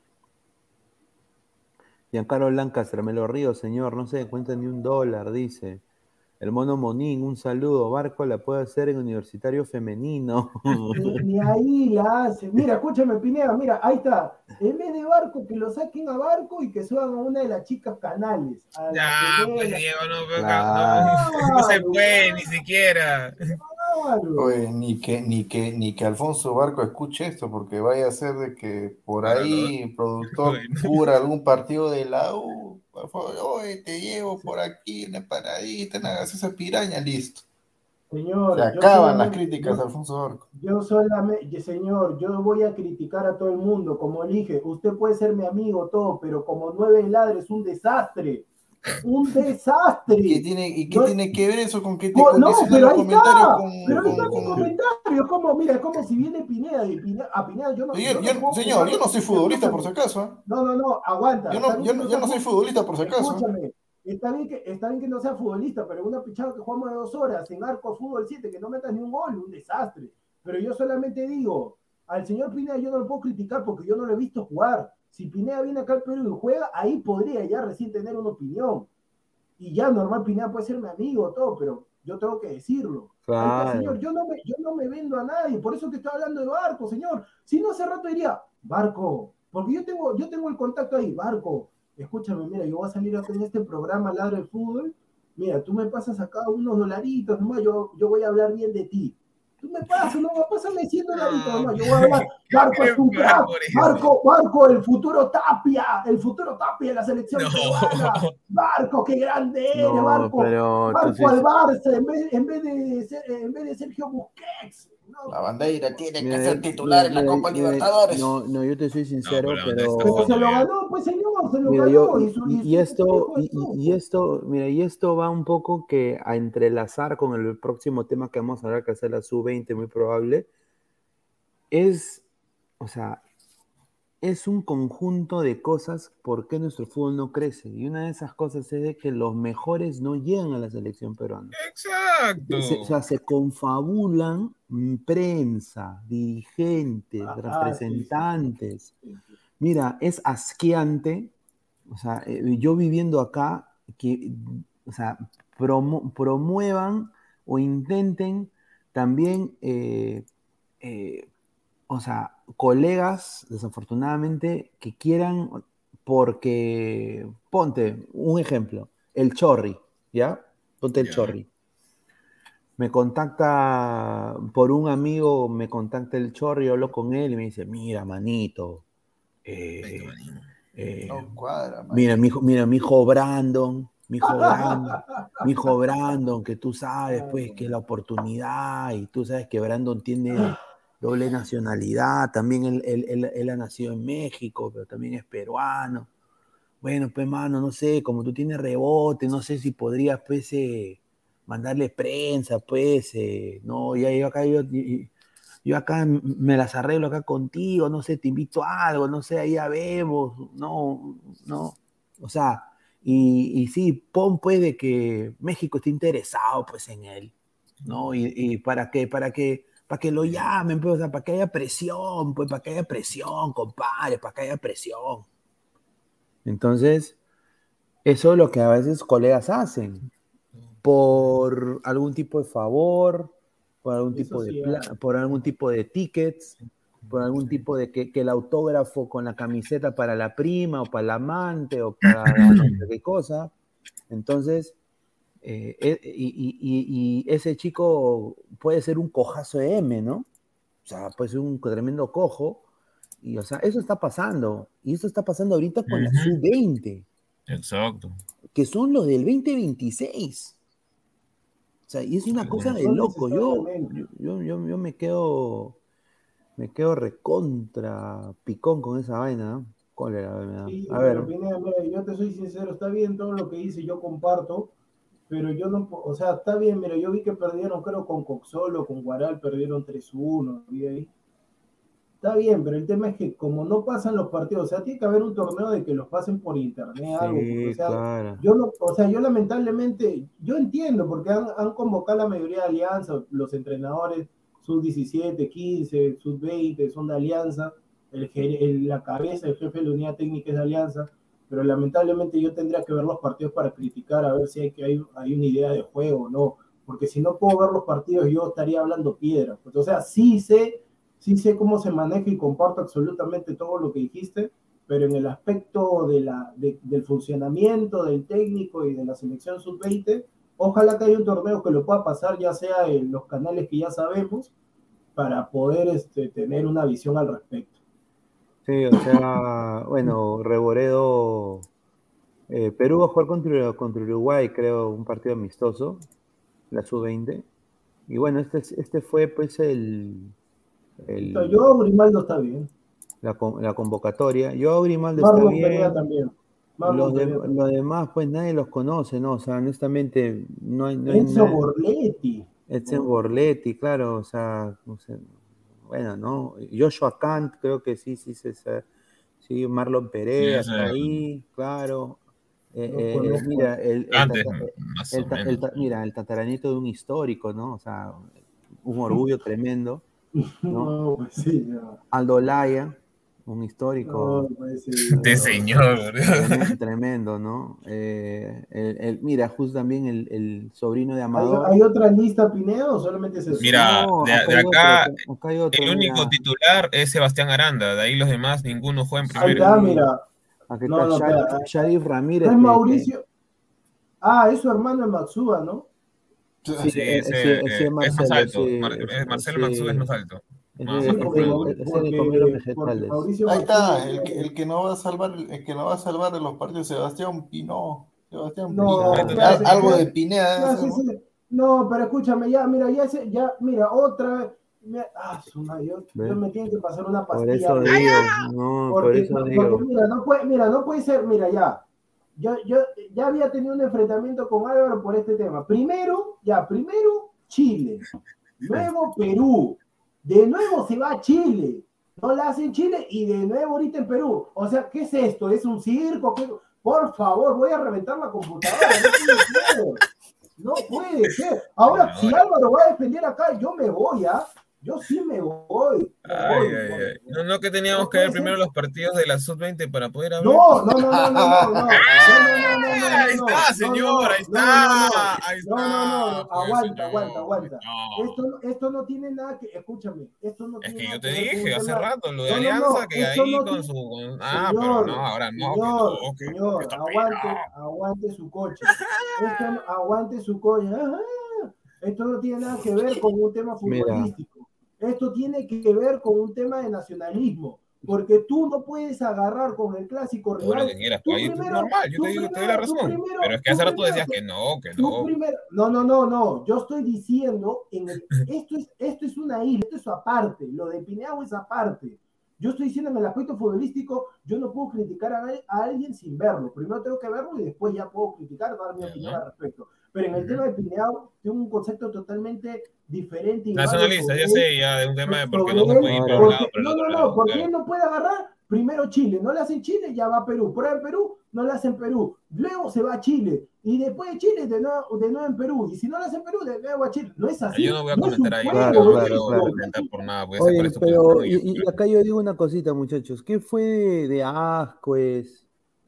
Giancarlo Lancaster, me lo río, señor. No se cuenta ni un dólar, dice. El mono Monín, un saludo. Barco la puede hacer en Universitario Femenino. Ni, ni ahí la hace. Mira, escúchame, Pineda, mira, ahí está. En vez de Barco, que lo saquen a Barco y que suban a una de las chicas Canales. A la Ya, que pues ve- Diego, no, pero Claro. no, no se puede ni siquiera. Claro. Oye, ni que, ni que, ni que Alfonso Barco escuche esto, porque vaya a ser de que por Claro, ahí el productor Bueno. cubra algún partido de la U. Por favor, oye, te llevo por aquí, una paradita, no hagas esa piraña, listo. Señor, Se yo acaban las solamente- críticas yo- a Alfonso Barco. Yo solamente, señor, yo voy a criticar a todo el mundo, como dije, usted puede ser mi amigo, todo, pero como nueve ladres es un desastre. Un desastre. ¿Qué tiene, ¿Y qué No- tiene que ver eso con que te No, no, condicionan pero los ahí comentarios está. con, Pero ahí con- está mi con- comentario. Es como, mira, es como si viene Pineda y Pineda, a Pineda yo no. Yo- yo no yo- puedo señor, jugar- yo no soy futbolista por si acaso. ¿eh? No, no, no, aguanta. Yo Está no, bien yo que no, yo sea no soy fu- futbolista por si acaso. ¿eh? Escúchame, está bien, que, está bien que no sea futbolista, pero una pichada que jugamos de dos horas en Arco Fútbol siete, que no metas ni un gol, un desastre. Pero yo solamente digo, al señor Pineda yo no lo puedo criticar porque yo no lo he visto jugar. Si Pineda viene acá al Perú y juega, ahí podría ya recién tener una opinión. Y ya normal Pineda puede ser mi amigo, todo, pero yo tengo que decirlo. Ahí está, Claro. señor, yo no, me, yo no me vendo a nadie, por eso que estoy hablando de Barco, señor. Si no, hace rato diría, Barco, porque yo tengo, yo tengo el contacto ahí, Barco, escúchame, mira, yo voy a salir acá en este programa Ladra el Fútbol, mira, tú me pasas acá unos dolaritos, nomás, yo, yo voy a hablar bien de ti. Tú me pasas, no, pásame cien dolaritos, nomás, yo voy a hablar, Barco es un crack, Por eso. Barco, Barco, el futuro Tapia, el futuro Tapia de la selección No. peruana, Barco, qué grande eres, No, Barco. pero Barco entonces- al Barça en vez, en vez de ser- en vez de Sergio Busquets. No, La bandera tiene que Mira, ser titular en la mira, Copa mira, Libertadores. No, no, yo te soy sincero, pero la pero. bandera está pero se jugando lo bien. ganó, pues señor, se lo Mira, ganó. yo, y, su- y, y y su- esto, su- y, y- y esto, mira, y esto va un poco que a entrelazar con el próximo tema que vamos a hablar, que es la sub veinte, muy probable. Es, o sea, es un conjunto de cosas por qué nuestro fútbol no crece. Y una de esas cosas es de que los mejores no llegan a la selección peruana. Exacto. Se, o sea, se confabulan mm, prensa, dirigentes, Ah, ah, representantes. sí, sí. Mira, es asqueante, o sea, eh, yo viviendo acá, que, o sea, promo- promuevan o intenten también, eh, eh, o sea, colegas, desafortunadamente, que quieran, porque, ponte un ejemplo, el Chorri, ¿ya? Ponte el Ya. Chorri. Me contacta, por un amigo, me contacta el Chorri, hablo con él y me dice, mira, manito, eh, eh, No cuadra, man. mira, mi hijo, mira, mi hijo Brandon, mi hijo Brandon, mi hijo Brandon, que tú sabes, pues, que es la oportunidad, y tú sabes que Brandon tiene doble nacionalidad, también él, él, él, él ha nacido en México, pero también es peruano. Bueno, pues, mano, no sé, como tú tienes rebote, no sé si podrías, pues, eh, mandarle prensa, pues, eh, no, ya yo acá, yo, yo acá me las arreglo acá contigo, no sé, te invito a algo, no sé, ahí ya vemos, no, no, o sea, y, y sí, pon pues de que México esté interesado pues en él, ¿no? Y, y para que, para que, para que lo llamen, pues, o sea, para que haya presión, pues, para que haya presión, compadre, para que haya presión. Entonces, eso es lo que a veces colegas hacen, por algún tipo de favor, por algún Eso tipo de sí, pla- ah. por algún tipo de tickets, por algún tipo de que, que el autógrafo con la camiseta para la prima o para el amante o para no sé qué cosa. Entonces, eh, eh, y, y- y- y ese chico puede ser un cojazo de M, ¿no? sea, puede ser un tremendo cojo. Y, o sea, eso está pasando. Y eso está pasando ahorita con Ujú. la sub veinte. Exacto. Que son los del veinte veintiséis. O sea, y es una cosa de No loco. Yo, necesariamente. yo, yo, yo me quedo, me quedo recontra picón con esa vaina, ¿no? Cólera, me da. Sí, A pero ver, Pineda, mira, yo te soy sincero, está bien todo lo que dice, yo comparto, pero yo no, po- o sea, está bien, mira, yo vi que perdieron, creo, con Coxolo, con Guaral, perdieron tres uno, vi ahí. Está bien, pero el tema es que como no pasan los partidos, o sea, tiene que haber un torneo de que los pasen por internet, algo, porque, o sí, sea, claro. yo no, o sea, yo lamentablemente, yo entiendo, porque han, han convocado la mayoría de alianzas, los entrenadores, sub diecisiete, quince, sub veinte, son de alianza, el, ger- el- la cabeza, el jefe de la unidad técnica es de alianza, pero lamentablemente yo tendría que ver los partidos para criticar, a ver si hay, que hay, hay una idea de juego o no, porque si no puedo ver los partidos, yo estaría hablando piedra, pues, o sea, sí sé sí sé cómo se maneja y comparto absolutamente todo lo que dijiste, pero en el aspecto de la, de, del funcionamiento del técnico y de la selección sub veinte, ojalá que haya un torneo que lo pueda pasar, ya sea en los canales que ya sabemos, para poder este, tener una visión al respecto. Sí, o sea, bueno, Reboredo, eh, Perú va a jugar contra, contra Uruguay, creo, un partido amistoso, la sub veinte. Y bueno, este, es- este fue pues el, el- Yo, Grimaldo está bien. la, con- la convocatoria. Yo Grimaldo está Marlon Perea bien. también. Los, Marlon de, Perea también. los demás, pues nadie los conoce, ¿no? O sea, honestamente, no hay, no hay Enzo nada. Borletti. Edson Borletti, claro, o sea, no sé, bueno, ¿no? Joshua Kant, creo que sí, sí, sí, sí, sí, Marlon Sí, Perea está ese, ahí, claro. Eh, No eh, eh, conozco. mira, el, el, antes, tata- más el o ta- el menos. ta- mira, el tataranieto de un histórico, ¿no? O sea, un orgullo tremendo, ¿no? No, pues sí, ya. Aldo Laya, un No, histórico pues sí, De ya. señor. tremendo, tremendo, ¿no? Eh, el, el- mira, justo también el, el sobrino de ¿Hay, Amador. hay otra lista, Pineda, o solamente es eso? Mira, No, de, acá de hay otro, acá acá, acá hay otro, el único mira. titular es Sebastián Aranda, de ahí los demás ninguno juega en Ahí primera. está, Sí, mira. aquí No, está no, Sharif, espera. Sharif No Ramírez, es que, que Mauricio. Ah, es su hermano en Matsuba, ¿no? sí, Sí, eh, sí, ese eh, sí, eh, es es más Marcelo, sí, alto. Mar- es- eh, es- Marcelo Mansú es sí, más alto, más, ese, más Sí, ese, porque, corpudo. Mauri- ese le comió los porque, porque vegetales. Mauricio Ahí Matsuba está, el tiene- que, el que no va a salvar, el que no va a salvar de los partidos, Sebastián Pino. Sebastián No, Ahí Pino. está, ¿qué está. Al- hace? ¿Qué algo de hace? Pineda ¿Qué debe ser, hace ¿no? ese? No, pero escúchame, ya, mira, ya, se- ya, mira, otra vez. me- ah, su madre, yo, yo ¿Ves? me tienen que pasar una Por pastilla. eso Porque, digo, no, por porque, eso porque, digo. mira, no puede, mira, no puede ser, mira, ya. Yo, yo ya había tenido un enfrentamiento con Álvaro por este tema. Primero, ya, primero Chile, luego Perú, de nuevo se va a Chile, no la hacen Chile y de nuevo ahorita en Perú. O sea, ¿qué es esto? ¿Es un circo? ¿Qué? Por favor, voy a reventar la computadora. No puede ser. No puede ser. Ahora, si Álvaro va a defender acá, yo me voy, ¿ah? Yo sí me voy. Me Ay, voy, ay, me voy. ay. No, no que teníamos No que ver puede primero ser. los partidos de la sub veinte para poder hablar. No, no, no, no, no, no, no, no, no, no, no, no, no, Ahí no, está, no, señor, ahí no, no, no, está, ahí no, no, no, no, está, pues, aguanta, señor, aguanta, ahí aguanta. está. Esto, no- esto no tiene nada que, escúchame, esto no Es tiene que yo nada te que ver con un dije hace tema. rato lo de No, no, Alianza, no, que esto ahí no con tiene. su... con- Ah, pero no, Señor, ahora no, que señor, no, que, que señor, está aguante, peinado. aguante su coche. Esto no- aguante su coche. Ajá. Esto no tiene nada que ver con un tema Mira, futbolístico. Esto tiene que ver con un tema de nacionalismo. Porque tú no puedes agarrar con el clásico Todo lo rival. que quieras, Tú pues ahí tú- primero, normal, yo tú te digo, te doy la primero, tú razón. primero, Pero es que tú hace rato primero, decías te- que no, que tú no. primero. No, no, no, no. Yo estoy diciendo, en el, esto, es, esto es una isla, esto es aparte. Lo de Pineau es aparte. Yo estoy diciendo en el aspecto futbolístico, yo no puedo criticar a, a alguien sin verlo. Primero tengo que verlo y después ya puedo criticar, dar mi Ya, opinión ¿no? al respecto. Pero en el Ujú. tema de Pineau, tengo un concepto totalmente diferente y vago Nacionalista, sobre ya él. sé, ya de un tema de por qué Sobre no se puede él, ir para ahora, un lado porque, o para el no, otro no, no, lado. porque Claro. él no puede agarrar primero Chile, no le hacen Chile, ya va a Perú, prueba en Perú, no le hacen Perú, luego se va a Chile, y después de Chile, de nuevo, de nuevo en Perú, y si no le hacen Perú, de nuevo a Chile. No es así, Yo no voy a no es un comentar ahí, juego, claro, no claro, quiero claro. comentar por nada, voy a sacar Oye, esto por pero, el y, y cuello. acá yo digo una cosita, muchachos, ¿qué fue de, de Ascuez?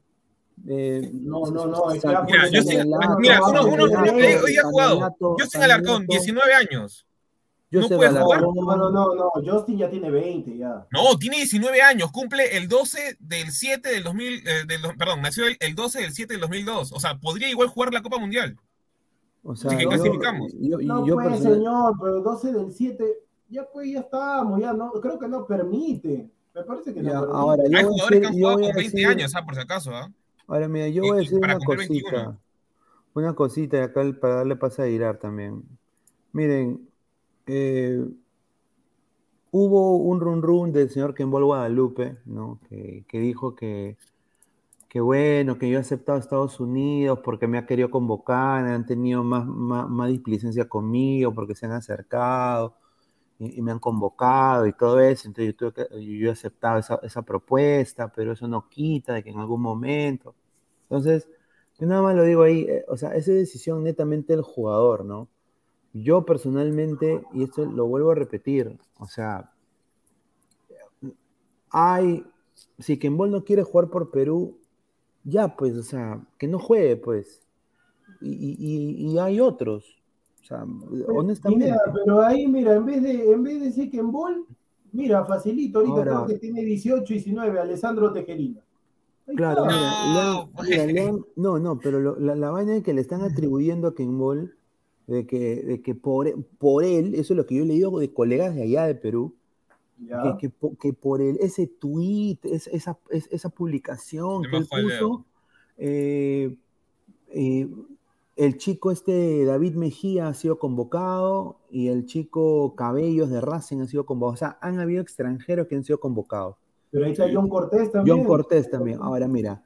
Eh, No, no, no, es que San- Ascuez Mira, yo tiene, sin, no, no, mira, no, uno, Ascuez uno, tiene eh, veinte. hoy ha jugado. Sanelato, Yo sin Alarcón, Sanelato, diecinueve años. ¿No Joseph puede jugar? Alarcón, No, no, no, no, Justin ya tiene veinte ya. No, tiene diecinueve años, cumple el doce del siete del dos mil, eh, del, do- perdón, nació el, el doce del siete del dos mil dos. O sea, podría igual jugar la Copa Mundial. o Si sea, que yo, doce, clasificamos. yo, no yo puede, personal, señor, pero doce del siete, ya pues ya estamos, ya no, creo que no permite. Me parece que Ya, no permite. ahora, yo Hay voy a jugadores que decir, han yo jugado voy a con veinte decir, años, ¿ah? Por si acaso, ¿ah? ahora mira, yo voy a Y, y decir para una cumplir veintiuno. cosita, una cosita acá para darle paso a Aguilar también. Miren, eh, hubo un run run del señor Kembol Guadalupe, ¿no? Que, que dijo que, que bueno, que yo he aceptado a Estados Unidos porque me ha querido convocar, han tenido más, más, más displicencia conmigo, porque se han acercado y, y me han convocado y todo eso. Entonces yo, tuve que, yo he aceptado esa, esa propuesta, pero eso no quita de que en algún momento. Entonces, yo nada más lo digo ahí, eh, o sea, esa es decisión netamente del jugador, ¿no? Yo personalmente, y esto lo vuelvo a repetir, o sea, hay, si Kembol no quiere jugar por Perú, ya pues, o sea, que no juegue pues, y, y, y hay otros, o sea, Pe- Pineda, honestamente. pero ahí, mira, en vez de, en vez de decir que en Ball, mira, facilito, ahorita creo Ahora, que tiene dieciocho, diecinueve, Alessandro Tejerina. Ahí claro, está. mira, le han, No, mira, le pues. han- no, no, pero lo- la, la vaina es que le están atribuyendo a Kembol de que, de que por, por él, eso es lo que yo he leído de colegas de allá de Perú, que, Ya. que, po- que por el, ese tweet, es- esa, es- esa publicación Se que me él fue el dedo. puso, eh, eh, el chico este David Mejía ha sido convocado y el chico Cabellos de Racing ha sido convocado. O sea, han habido extranjeros que han sido convocados. Pero ahí está Sí. John Cortés John también. Cortés también. Ahora mira,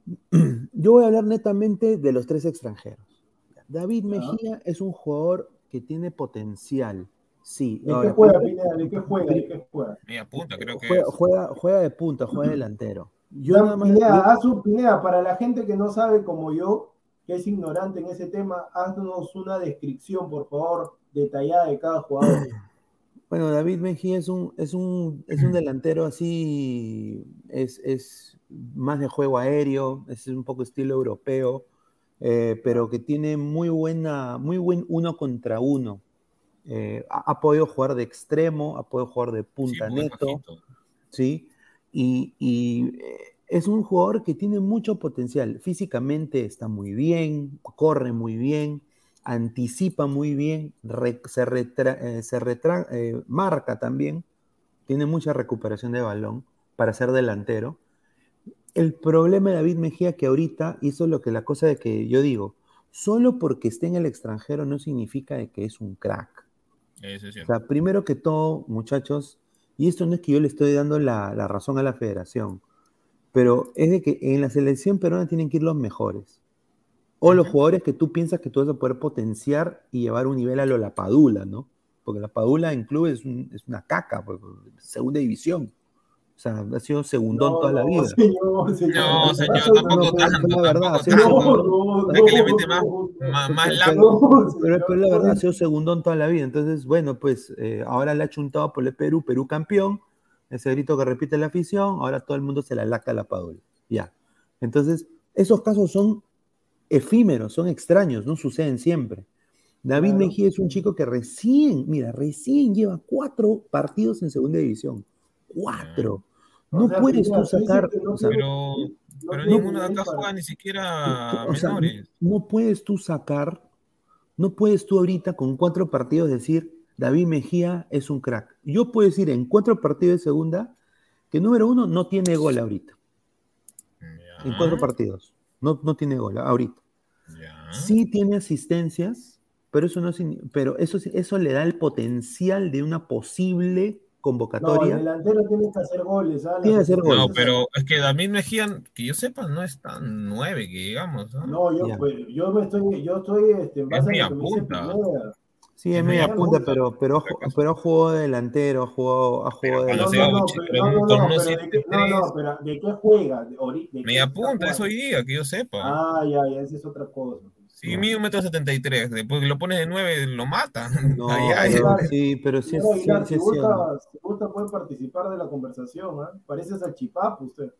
yo voy a hablar netamente de los tres extranjeros. David Ya. Mejía es un jugador que tiene potencial. Sí, ¿De qué ahora, juega, primero, Pineda? ¿De qué juega? ¿De qué juega? Media punta, creo que juega, es. juega, juega de punta, juega delantero. Yo nada Ya, más, Pineda, yo- haz un, Pineda, para la gente que no sabe como yo, que es ignorante en ese tema, haznos una descripción, por favor, detallada de cada jugador. bueno, David Mejía es un, es un, es un delantero así, es, es más de juego aéreo, es un poco estilo europeo, eh, pero que tiene muy buena, muy buen uno contra uno. Eh, ha, ha podido jugar de extremo, ha podido jugar de Sí, punta porque es neto, bajito. ¿sí? Y, y, eh, es un jugador que tiene mucho potencial. Físicamente está muy bien, corre muy bien, anticipa muy bien, re- se, retra- eh, se retra- eh, marca también, tiene mucha recuperación de balón para ser delantero. El problema de David Mejía que ahorita, y eso es lo que la cosa de que yo digo, solo porque esté en el extranjero no significa de que es un crack. Eso es O cierto. sea, primero que todo, muchachos, y esto no es que yo le estoy dando la, la razón a la federación, pero es de que en la selección peruana tienen que ir los mejores. O los Ujú. jugadores que tú piensas que tú vas a poder potenciar y llevar un nivel a lo la Padula, ¿no? Porque la Padula en club es, un- es una caca, pues, segunda división. O sea, ha sido segundón No, toda la no, vida. señor, señor. No, ¿Qué señor, pasa, No, tampoco pero, señor? pero tanto, la verdad, ha tampoco sido No, tanto. segundón. no, No no, es que le mete no, más, no. más, más Pero, lapo. No, pero- señor, pero la verdad, ha no. sido segundón toda la vida. Entonces, bueno, pues eh, ahora le ha chuntado por el Perú, Perú campeón. Ese grito que repite la afición, ahora todo el mundo se la laca a la Padula. Ya. Entonces, esos casos son efímeros, son extraños, no suceden siempre. David Claro. Mejía es un chico que recién, mira, recién lleva cuatro partidos en segunda división. Ya. Cuatro. O No sea, puedes tú Pineda, tú dices sacar, que no o sea, tiene, Pero, no pero tiene no, ninguno de nivel acá para. juega ni siquiera o sea, menores. no puedes tú sacar, no puedes tú ahorita con cuatro partidos decir, David Mejía es un crack. Yo puedo decir en cuatro partidos de segunda que número uno no tiene gol ahorita. En cuatro Ya, partidos. No, no tiene gol ahorita. ya. Sí tiene asistencias, pero eso no signi- pero eso, sí- eso le da el potencial de una posible No, el convocatoria. delantero tiene que hacer goles, ¿ah? Tiene Las que hacer No, asistencias. goles. pero es que David Mejía, que yo sepa, no es tan nueve que digamos, ¿no? No, yo, Ya. pues, yo me estoy, yo estoy este, en Es base a lo media que me dice punta. Pineda. Sí, es Es media media Pineda me punta, gusta. pero, pero, por si acaso. pero jugó de delantero, ha jugado, ha Pero jugado de cuando No, se no, va lateral. no, ocho- pero, pero no, no, con no, unos pero de qué, no, no, siete tres, pero ¿de qué juega? ¿De, ori- de qué media está punta, es jugando? hoy día, que yo sepa. Ah, ya, ya, esa es otra cosa. Sí, Ya. mide un metro setenta y tres, después que lo pones de nueve, lo mata. No, Ahí, Señor ahí. pero Aguilar, sí, pero sí señor es, sí, Aguilar, sí si es sí o no. gusta, si gusta puede participar de la conversación, ¿ah? Parece salchipapa usted.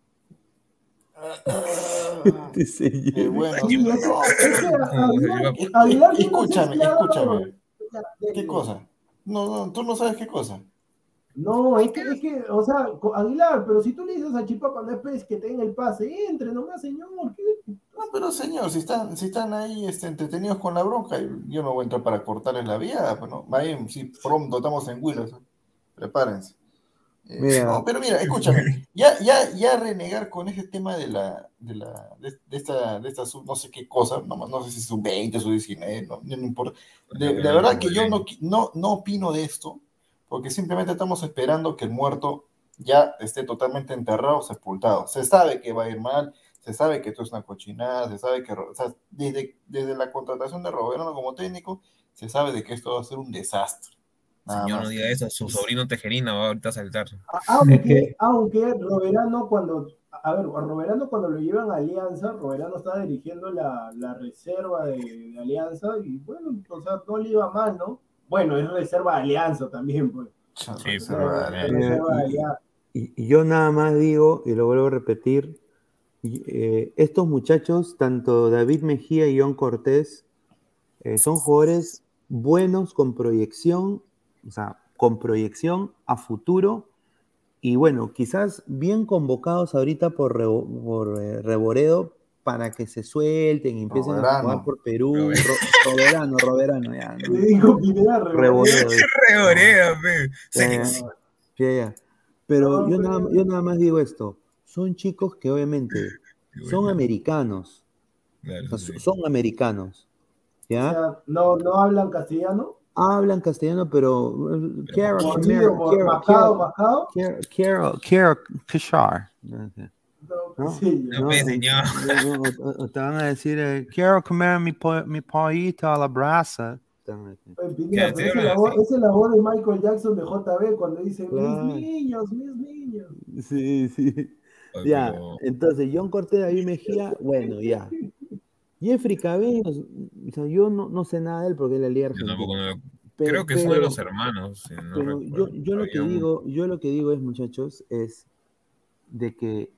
Este señor. Eh, bueno, Sí, no, es, es que Como se Aguilar, iba- es- Aguilar es- yo no sé escúchame, si ha escúchame. dado- Ya, ¿Qué dele. cosa? No, no, tú no sabes qué cosa. No, es que, es que, o sea, co- Aguilar, pero si tú le dices a Chipapa, no esperes que tenga el pase, entre nomás, señor. ¿qué? No, pero señor, si están, si están ahí este, entretenidos con la bronca, yo no voy a entrar para cortarles la vía. Bueno, ahí sí, pronto estamos en Willows. Prepárense. Eh, Mira. no, pero mira, escúchame, ya, ya, ya renegar con ese tema de la, de la, de, de esta, de esta sub, no sé qué cosa, no, no sé si sub veinte, sub diecinueve, no, no importa. De, de verdad que yo no, no, no opino de esto, porque simplemente estamos esperando que el muerto ya esté totalmente enterrado, sepultado. Se sabe que va a ir mal, se sabe que esto es una cochinada, se sabe que, o sea, desde, desde la contratación de Roberano como técnico, se sabe de que esto va a ser un desastre. Nada Señor, no más. diga eso, su sobrino Tejerina va ahorita a saltar. Aunque, que- aunque Roberano cuando, a ver, a Roberano cuando lo llevan a Alianza, Roberano estaba dirigiendo la, la reserva de, de Alianza y bueno, o sea, no le iba mal, ¿no? Bueno, es reserva de Alianza también, pues. Sí, Sí, O sea, es Mira, reserva de y, Alianza. y- y yo nada más digo, y lo vuelvo a repetir, y, eh, estos muchachos, tanto David Mejía y John Cortés, eh, son jugadores buenos con proyección, o sea, con proyección a futuro, y bueno, quizás bien convocados ahorita por, Rebo- por eh, Reboredo para que se suelten y empiecen a jugar Roberano. por Perú. Ro- Roberano, Roberano, ya, ¿no? Le digo Pineda Reboleo. Reboredo. dice. Reborea, pe. Ya, ya, Sexy. ya, ya. Pero No, yo pero- nada, yo nada más digo esto, son chicos que obviamente Qué son bueno. americanos, Claro, o sea, eso so- sí. son americanos, O ¿ya? sea, no, no hablan castellano. Hablan castellano, pero eh, Pero quiero poquito. Mordido, comer, mor- quiero, mascado, quiero, mascado. quiero, quiero, quiero kashar, ¿no? No, sí, No, ¿No? pe, Eh, señor. no, o, o- o te van a decir, eh, quiero comer mi, po- mi pollito a la brasa. Te van a decir. Oye, Pineda, ¿Qué, pero te esa es, hablan la voz, así? esa es la voz de Michael Jackson de J B cuando dice, mis Claro. niños, mis niños. Sí, sí. Oye, Ya, pero entonces, John Cortés, David Mejía, bueno, ya. Jeffrey Cabello, o sea, yo no, no sé nada de él porque es la Liga yo tampoco Argentina. no. Pe- Creo que son de Pero, los hermanos, si no pero yo, recuerdo. yo lo que Había un- digo, yo lo que digo es, muchachos, es de que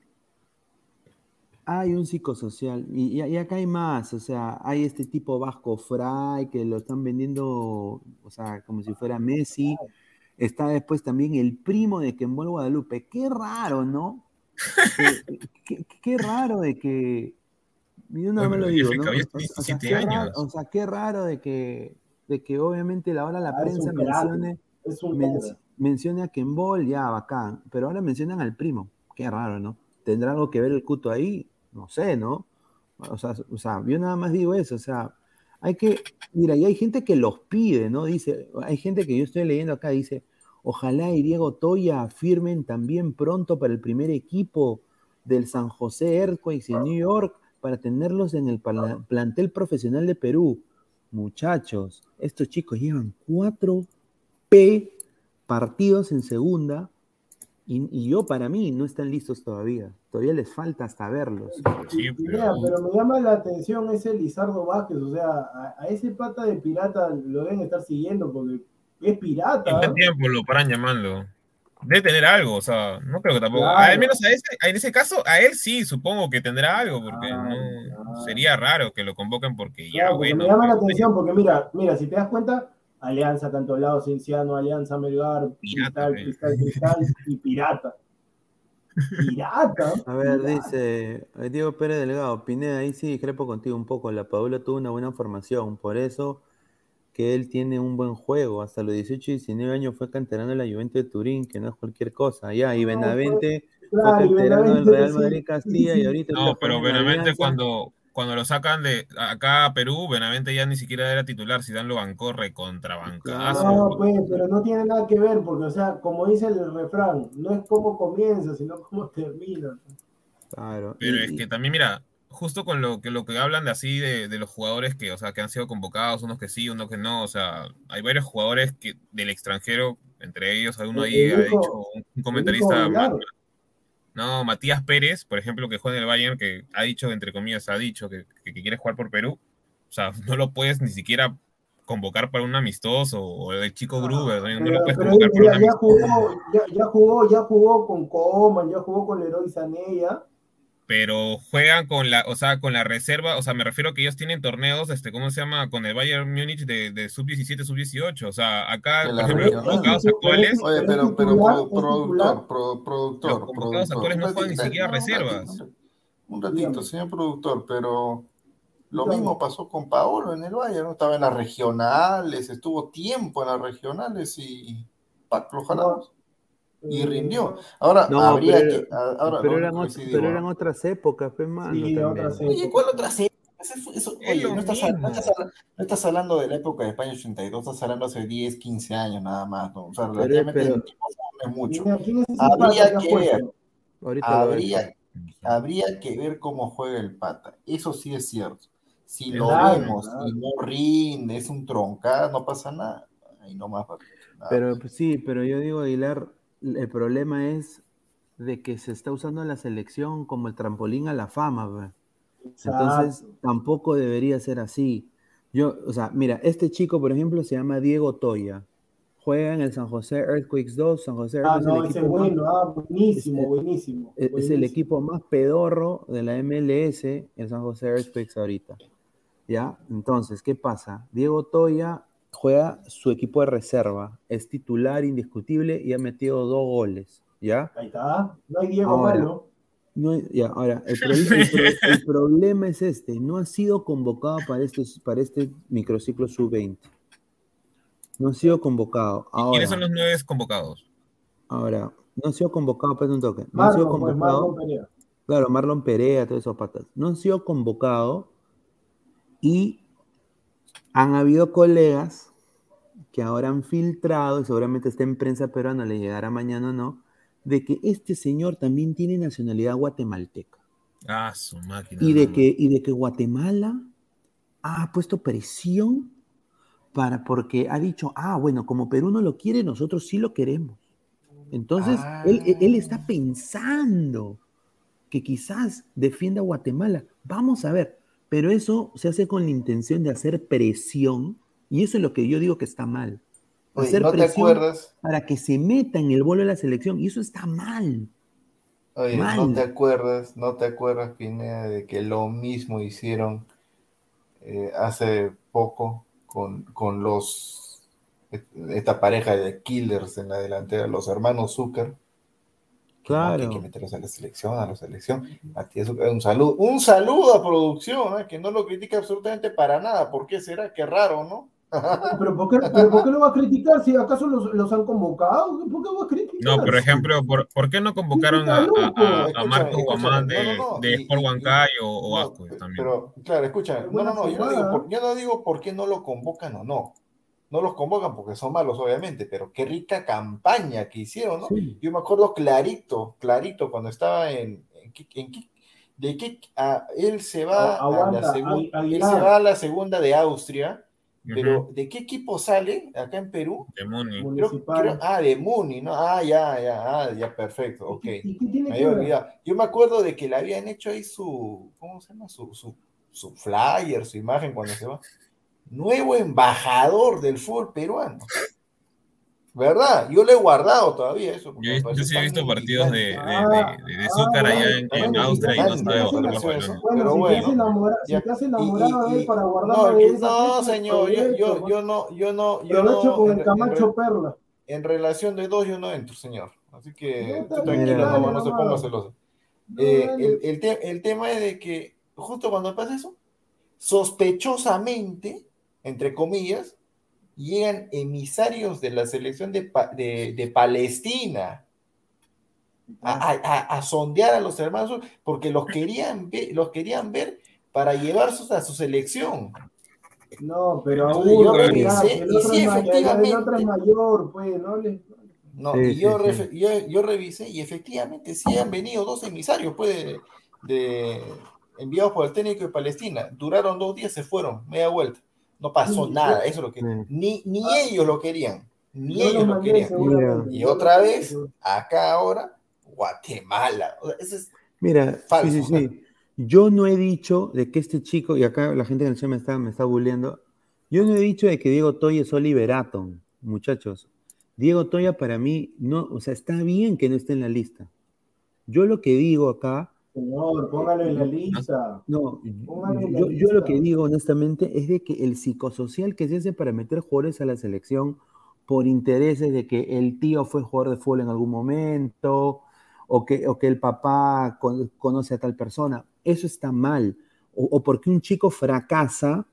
hay un psicosocial y, y- y acá hay más, o sea, hay este tipo Vasco Fray que lo están vendiendo, o sea, como si fuera Messi. Está después también el primo de Kembol Guadalupe. Qué raro, ¿no? Que- qué, qué raro de que, yo nada Oye, más pero lo digo, Jeffrey ¿no? Cabello O, tiene o- o sea, diecisiete qué raro, años. o sea, qué raro de que, de que obviamente ahora la Ah, es prensa un crack, mencione, es un men- crack. mencione a Kembol, ya, bacán, pero ahora mencionan al primo. Qué raro, ¿no? ¿Tendrá algo que ver el cuto ahí? No sé, ¿no? O sea, o sea, yo nada más digo eso, o sea, hay que, mira, y hay gente que los pide, ¿no? Dice, hay gente que yo estoy leyendo acá, dice, ojalá y Diego Toya firmen también pronto para el primer equipo del San José Earthquakes en New York para tenerlos en el pala- plantel profesional de Perú. Muchachos, estos chicos llevan cuatro P partidos en segunda y, y yo para mí no están listos todavía. Todavía les falta hasta verlos. Sí, Pineda, pero. pero me llama la atención ese Lizardo Vázquez, o sea, a, a ese pata de pirata lo deben estar siguiendo porque es Y pirata. buen tiempo lo paran llamando. Debe tener algo, o sea, no creo que tampoco. Al Claro. menos a ese, en ese caso, a él sí, supongo que tendrá algo, porque Claro, no claro. sería raro que lo convoquen porque ya, Claro, porque me bueno. llama la pues, atención, porque mira, mira, si te das cuenta, Alianza, tanto lado Cienciano, Alianza Melgar, Pirata, Cristal, pe. Cristal, Cristal y Pirata. Pirata, A ver, pirata. dice eh, Diego Pérez Delgado, Pineda, ahí sí discrepo contigo un poco. La Padula tuvo una buena formación, por eso que él tiene un buen juego. Hasta los dieciocho y diecinueve años fue canterano de la Juventus de Turín, que no es cualquier cosa. Ya, y No, fue, Benavente fue claro, y canterano del Benavente, Real sí, Madrid sí, Castilla y sí. ahorita está No, pero jugando en Benavente Alianza. cuando, cuando lo sacan de acá a Perú, Benavente ya ni siquiera era titular, Zidane lo bancó recontra bancadazo. No, Claro, pues, pero no tiene nada que ver, porque, o sea, como dice el refrán, no es cómo comienza, sino cómo termina. claro. Pero es Y, que y- también, mira, justo con lo que, lo que hablan de así de, de los jugadores que, o sea, que han sido convocados, unos que sí, unos que no, o sea, hay varios jugadores que del extranjero, entre ellos, alguno El, ahí el ha dicho, hijo, un, un el hijo comentarista, Ma- Aguilar, no, Matías Pérez, por ejemplo, que juega en el Bayern, que ha dicho, entre comillas, ha dicho que, que, que quiere jugar por Perú, o sea, no lo puedes ni siquiera convocar para un amistoso, o el chico Gruber, no no pero, lo puedes pero convocar para un ya, ya amistoso. jugó, ya, ya jugó, ya jugó con Coman, ya jugó con Leroy Sané, ya. Pero juegan con la, o sea, con la reserva, o sea, me refiero a que ellos tienen torneos, este, ¿cómo se llama? Con el Bayern Múnich de, de sub diecisiete, sub dieciocho, o sea, acá, De por la ejemplo, Pero los es, regional. convocados titu- pero es, actuales, Oye, pero es pero, pero titular, produ- es titular. productor, pro- los productor, convocados productor. actuales Un no juegan ni ratito, siquiera no, un ratito, reservas. un ratito, un ratito, Dígame. señor productor, pero lo Dígame. mismo pasó con Paolo en el Bayern, ¿no? Estaba en las regionales, estuvo tiempo en las regionales y, pac, lo jalamos. Y rindió. Ahora No, habría pero, que. Ahora, pero lo eran, único que ot- sí pero digo, eran ¿no? otras épocas, pues, mano, Sí, también. otras Oye, épocas. ¿cuál otra serie? Eso fue- eso- Es oye, lo no estás, no, mismo. estás, habla- no estás hablando de la época de España ochenta y dos, estás hablando hace diez, quince años nada más, ¿no? O sea, Pero, relativamente pero el tiempo no es mucho. Mira, ¿quién es ese pata que Habría has que ver, puesto? ahorita lo voy a decir. habría, habría que ver cómo juega el pata. Eso sí es cierto. Si Es lo Claro, vemos claro. y no rinde, es un troncada, no pasa nada. Ahí nomás, papito, nada Pero más. pues, sí, pero yo digo, Aguilar, el problema es de que se está usando la selección como el trampolín a la fama, pues. Entonces, Exacto. tampoco debería ser así. Yo, o sea, mira, este chico, por ejemplo, se llama Diego Toya. Juega en el San José Earthquakes dos. San José Ah, Earthquakes es el no, ese es equipo más, bueno, ah, es, buenísimo, es- buenísimo, es el buenísimo. equipo más pedorro de la M L S, el San José Earthquakes ahorita. ¿Ya? Entonces, ¿qué pasa? Diego Toya juega su equipo de reserva, es titular indiscutible y ha metido dos goles, ¿ya? Ahí está, no hay Diego Ahora, malo. no, ya, ahora el, prole- el pro- el problema es este, no ha sido convocado para este, para este microciclo sub veinte. No ha sido convocado. ¿Y quiénes Ahora, son los nueve convocados? ahora, no ha sido convocado, espérate un toque. No ha sido Marlon, pues convocado, Marlon Perea. claro, Marlon Perea, todos esos patas. No han sido convocados y han habido colegas que ahora han filtrado, y seguramente está en prensa peruana, le llegará mañana o no, de que este señor también tiene nacionalidad guatemalteca. Ah, su máquina. Y de no, que, y de que Guatemala ha puesto presión para, porque ha dicho, ah, bueno, como Perú no lo quiere, nosotros sí lo queremos. Entonces, él, él está Ah, pensando que quizás defienda a Guatemala. Vamos a ver, pero eso se hace con la intención de hacer presión, y eso es lo que yo digo que está mal. oye, Hacer ¿no te presión acuerdas? para que se meta en el bolo de la selección, y eso está mal, Oye, ¿no te mal. acuerdas? ¿No te acuerdas, Pineda, de que lo mismo hicieron eh, hace poco con, con los esta pareja de killers en la delantera, los hermanos Zucker, que no, que hay que Claro. meterlos a la selección, a la selección. Matías Zucker, un saludo, un saludo a producción, ¿eh? Que no lo critica absolutamente para nada. ¿Por qué será? Qué raro, ¿no? No, pero ¿por qué, pero ¿por qué lo va a criticar si acaso los, los han convocado? ¿Por qué va a criticar? No, por ejemplo, ¿por, por qué no convocaron Está a, a, No, a, loco. a escúchame, Marco Guamán escúchame, no, no, de, no, de y, Sport y, y- Huancayo o, o no, Ascuez también? pero claro, escúchame, Es no, no, buena no, yo no digo jugada. por, yo no digo por qué no lo convocan o no. No los convocan porque son malos, obviamente, pero qué rica campaña que hicieron, ¿no? Sí. Yo me acuerdo clarito, clarito, cuando estaba en, en, Quik- en Quik- de que él se va A- a la Aguanta, segunda, Agu- él se va Aguilar, a la segunda de Austria, pero Ujú, ¿de qué equipo sale acá en Perú? de Muni. Creo, creo, Municipal. ah, de Muni, ¿no? Ah, ya, ya, ah, ya, perfecto, ¿Y ok. qué, y qué tiene Me que había ver? olvidado. Yo me acuerdo de que le habían hecho ahí su, ¿cómo se llama? Su, su, su flyer, su imagen cuando se va. Nuevo embajador del fútbol peruano. ¿Verdad? Yo lo he guardado todavía eso, porque Yo, me he- yo parece sí he tan visto partidos de, indignante. de, de, Ah, de, de ah, Zúcar allá bueno, en, Tan en bueno, si te Austria y hace, no si indignante te sabe me hace, botar los pareció balones. eso, bueno, pero si te has bueno, enamorado, si ya. te has Y, enamorado de y, él para y guardarlo no, de que, esa no, fecha, señor, yo, provecho, yo, pues. yo no, yo no, yo Provecho no, con en, el re- en, re- Camacho Perla. en relación de dos yo no entro, señor. Así Ya que está usted bien, tranquilo, Mira, dale no, no se ponga nomás. celoso. No, Eh, el, dale. el, te- el tema es de que justo cuando pasa eso, sospechosamente, entre comillas, llegan emisarios de la selección de, Pa- de, de Palestina a, a- a sondear a los hermanos porque los querían ver, los querían ver para llevarlos a su selección. No, pero El Entonces yo aún, fútbol. ya, si revisé el y otro sí, es mayor, el otro es efectivamente, mayor, pues, no le. no, sí, y sí, yo, sí. refe- yo, yo revisé y efectivamente sí han venido dos emisarios pues, de, de- enviados por el técnico de Palestina. Duraron dos días, se fueron, media vuelta. No pasó Sí, nada, yo, eso es lo que... Sí. Ni, ni ah, ellos lo querían, ni yo los ellos lo mandé querían. Mira, seguramente. Y Yo los otra mandé vez, seguro. acá ahora, Guatemala. O sea, eso es mira, sí, sí, falso. sí. Yo no he dicho de que este chico, y acá la gente en el chat me está, me está bulleando, yo no he dicho de que Diego Toya es Oliver Atom, muchachos. Diego Toya para mí, no, o sea, está bien que no esté en la lista. Yo lo que digo acá, Señor, eh, póngalo en la ¿No? lista. no, Póngalo en la yo, yo lo que lista. digo honestamente es de que el psicosocial que se hace para meter jugadores a la selección por intereses de que el tío fue jugador de fútbol en algún momento, o que, o que el papá con- conoce a tal persona, eso está mal. O, o porque un chico fracasa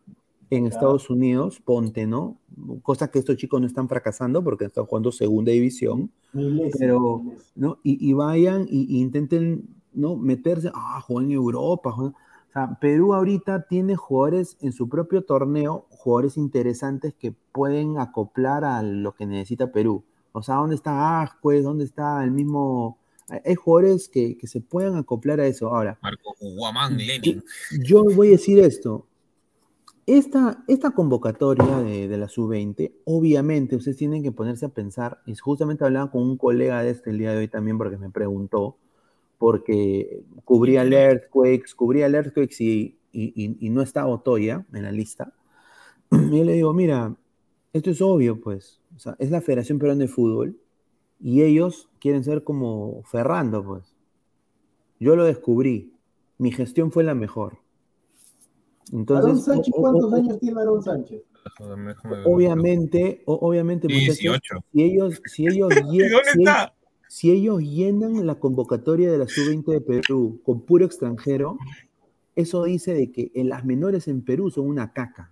en Ya. Estados Unidos, ponte, ¿no? Cosa que estos chicos no están fracasando porque están jugando segunda división, Milésimo, pero, milésimo. ¿no? Y, y vayan y, y intenten, ¿no? Meterse, ah, juegan en Europa, juegan- o sea, Perú ahorita tiene jugadores en su propio torneo, jugadores interesantes que pueden acoplar a lo que necesita Perú. O sea, ¿dónde está Ascuez? ¿Dónde está el mismo? Hay hay jugadores que, que se puedan acoplar a eso. Ahora, Marco Guamán, yo, Lenin. yo voy a decir esto. Esta, esta convocatoria de, de la sub veinte, obviamente ustedes tienen que ponerse a pensar, y justamente hablaba con un colega de este el día de hoy también porque me preguntó, porque cubría el ¿Quién es? Earthquakes, cubría el Earthquakes y, y, y- y no está Otoya en la lista. Y yo le digo, mira, esto es obvio, pues, o sea, es la Federación Peruana de Fútbol y ellos quieren ser como Ferrando, pues. Yo lo descubrí, mi gestión fue la mejor. Aarón Entonces, o- Sánchez, o- ¿cuántos o- años tiene Aarón Sánchez? Déjame, déjame verlo acá. Obviamente, o- obviamente, Sí, muchachos, dieciocho. si ellos, si ellos, ¿Y lle- dónde si, ell- está? si ellos llenan la convocatoria de la sub veinte de Perú con puro extranjero, eso dice de que en las menores en Perú son una caca,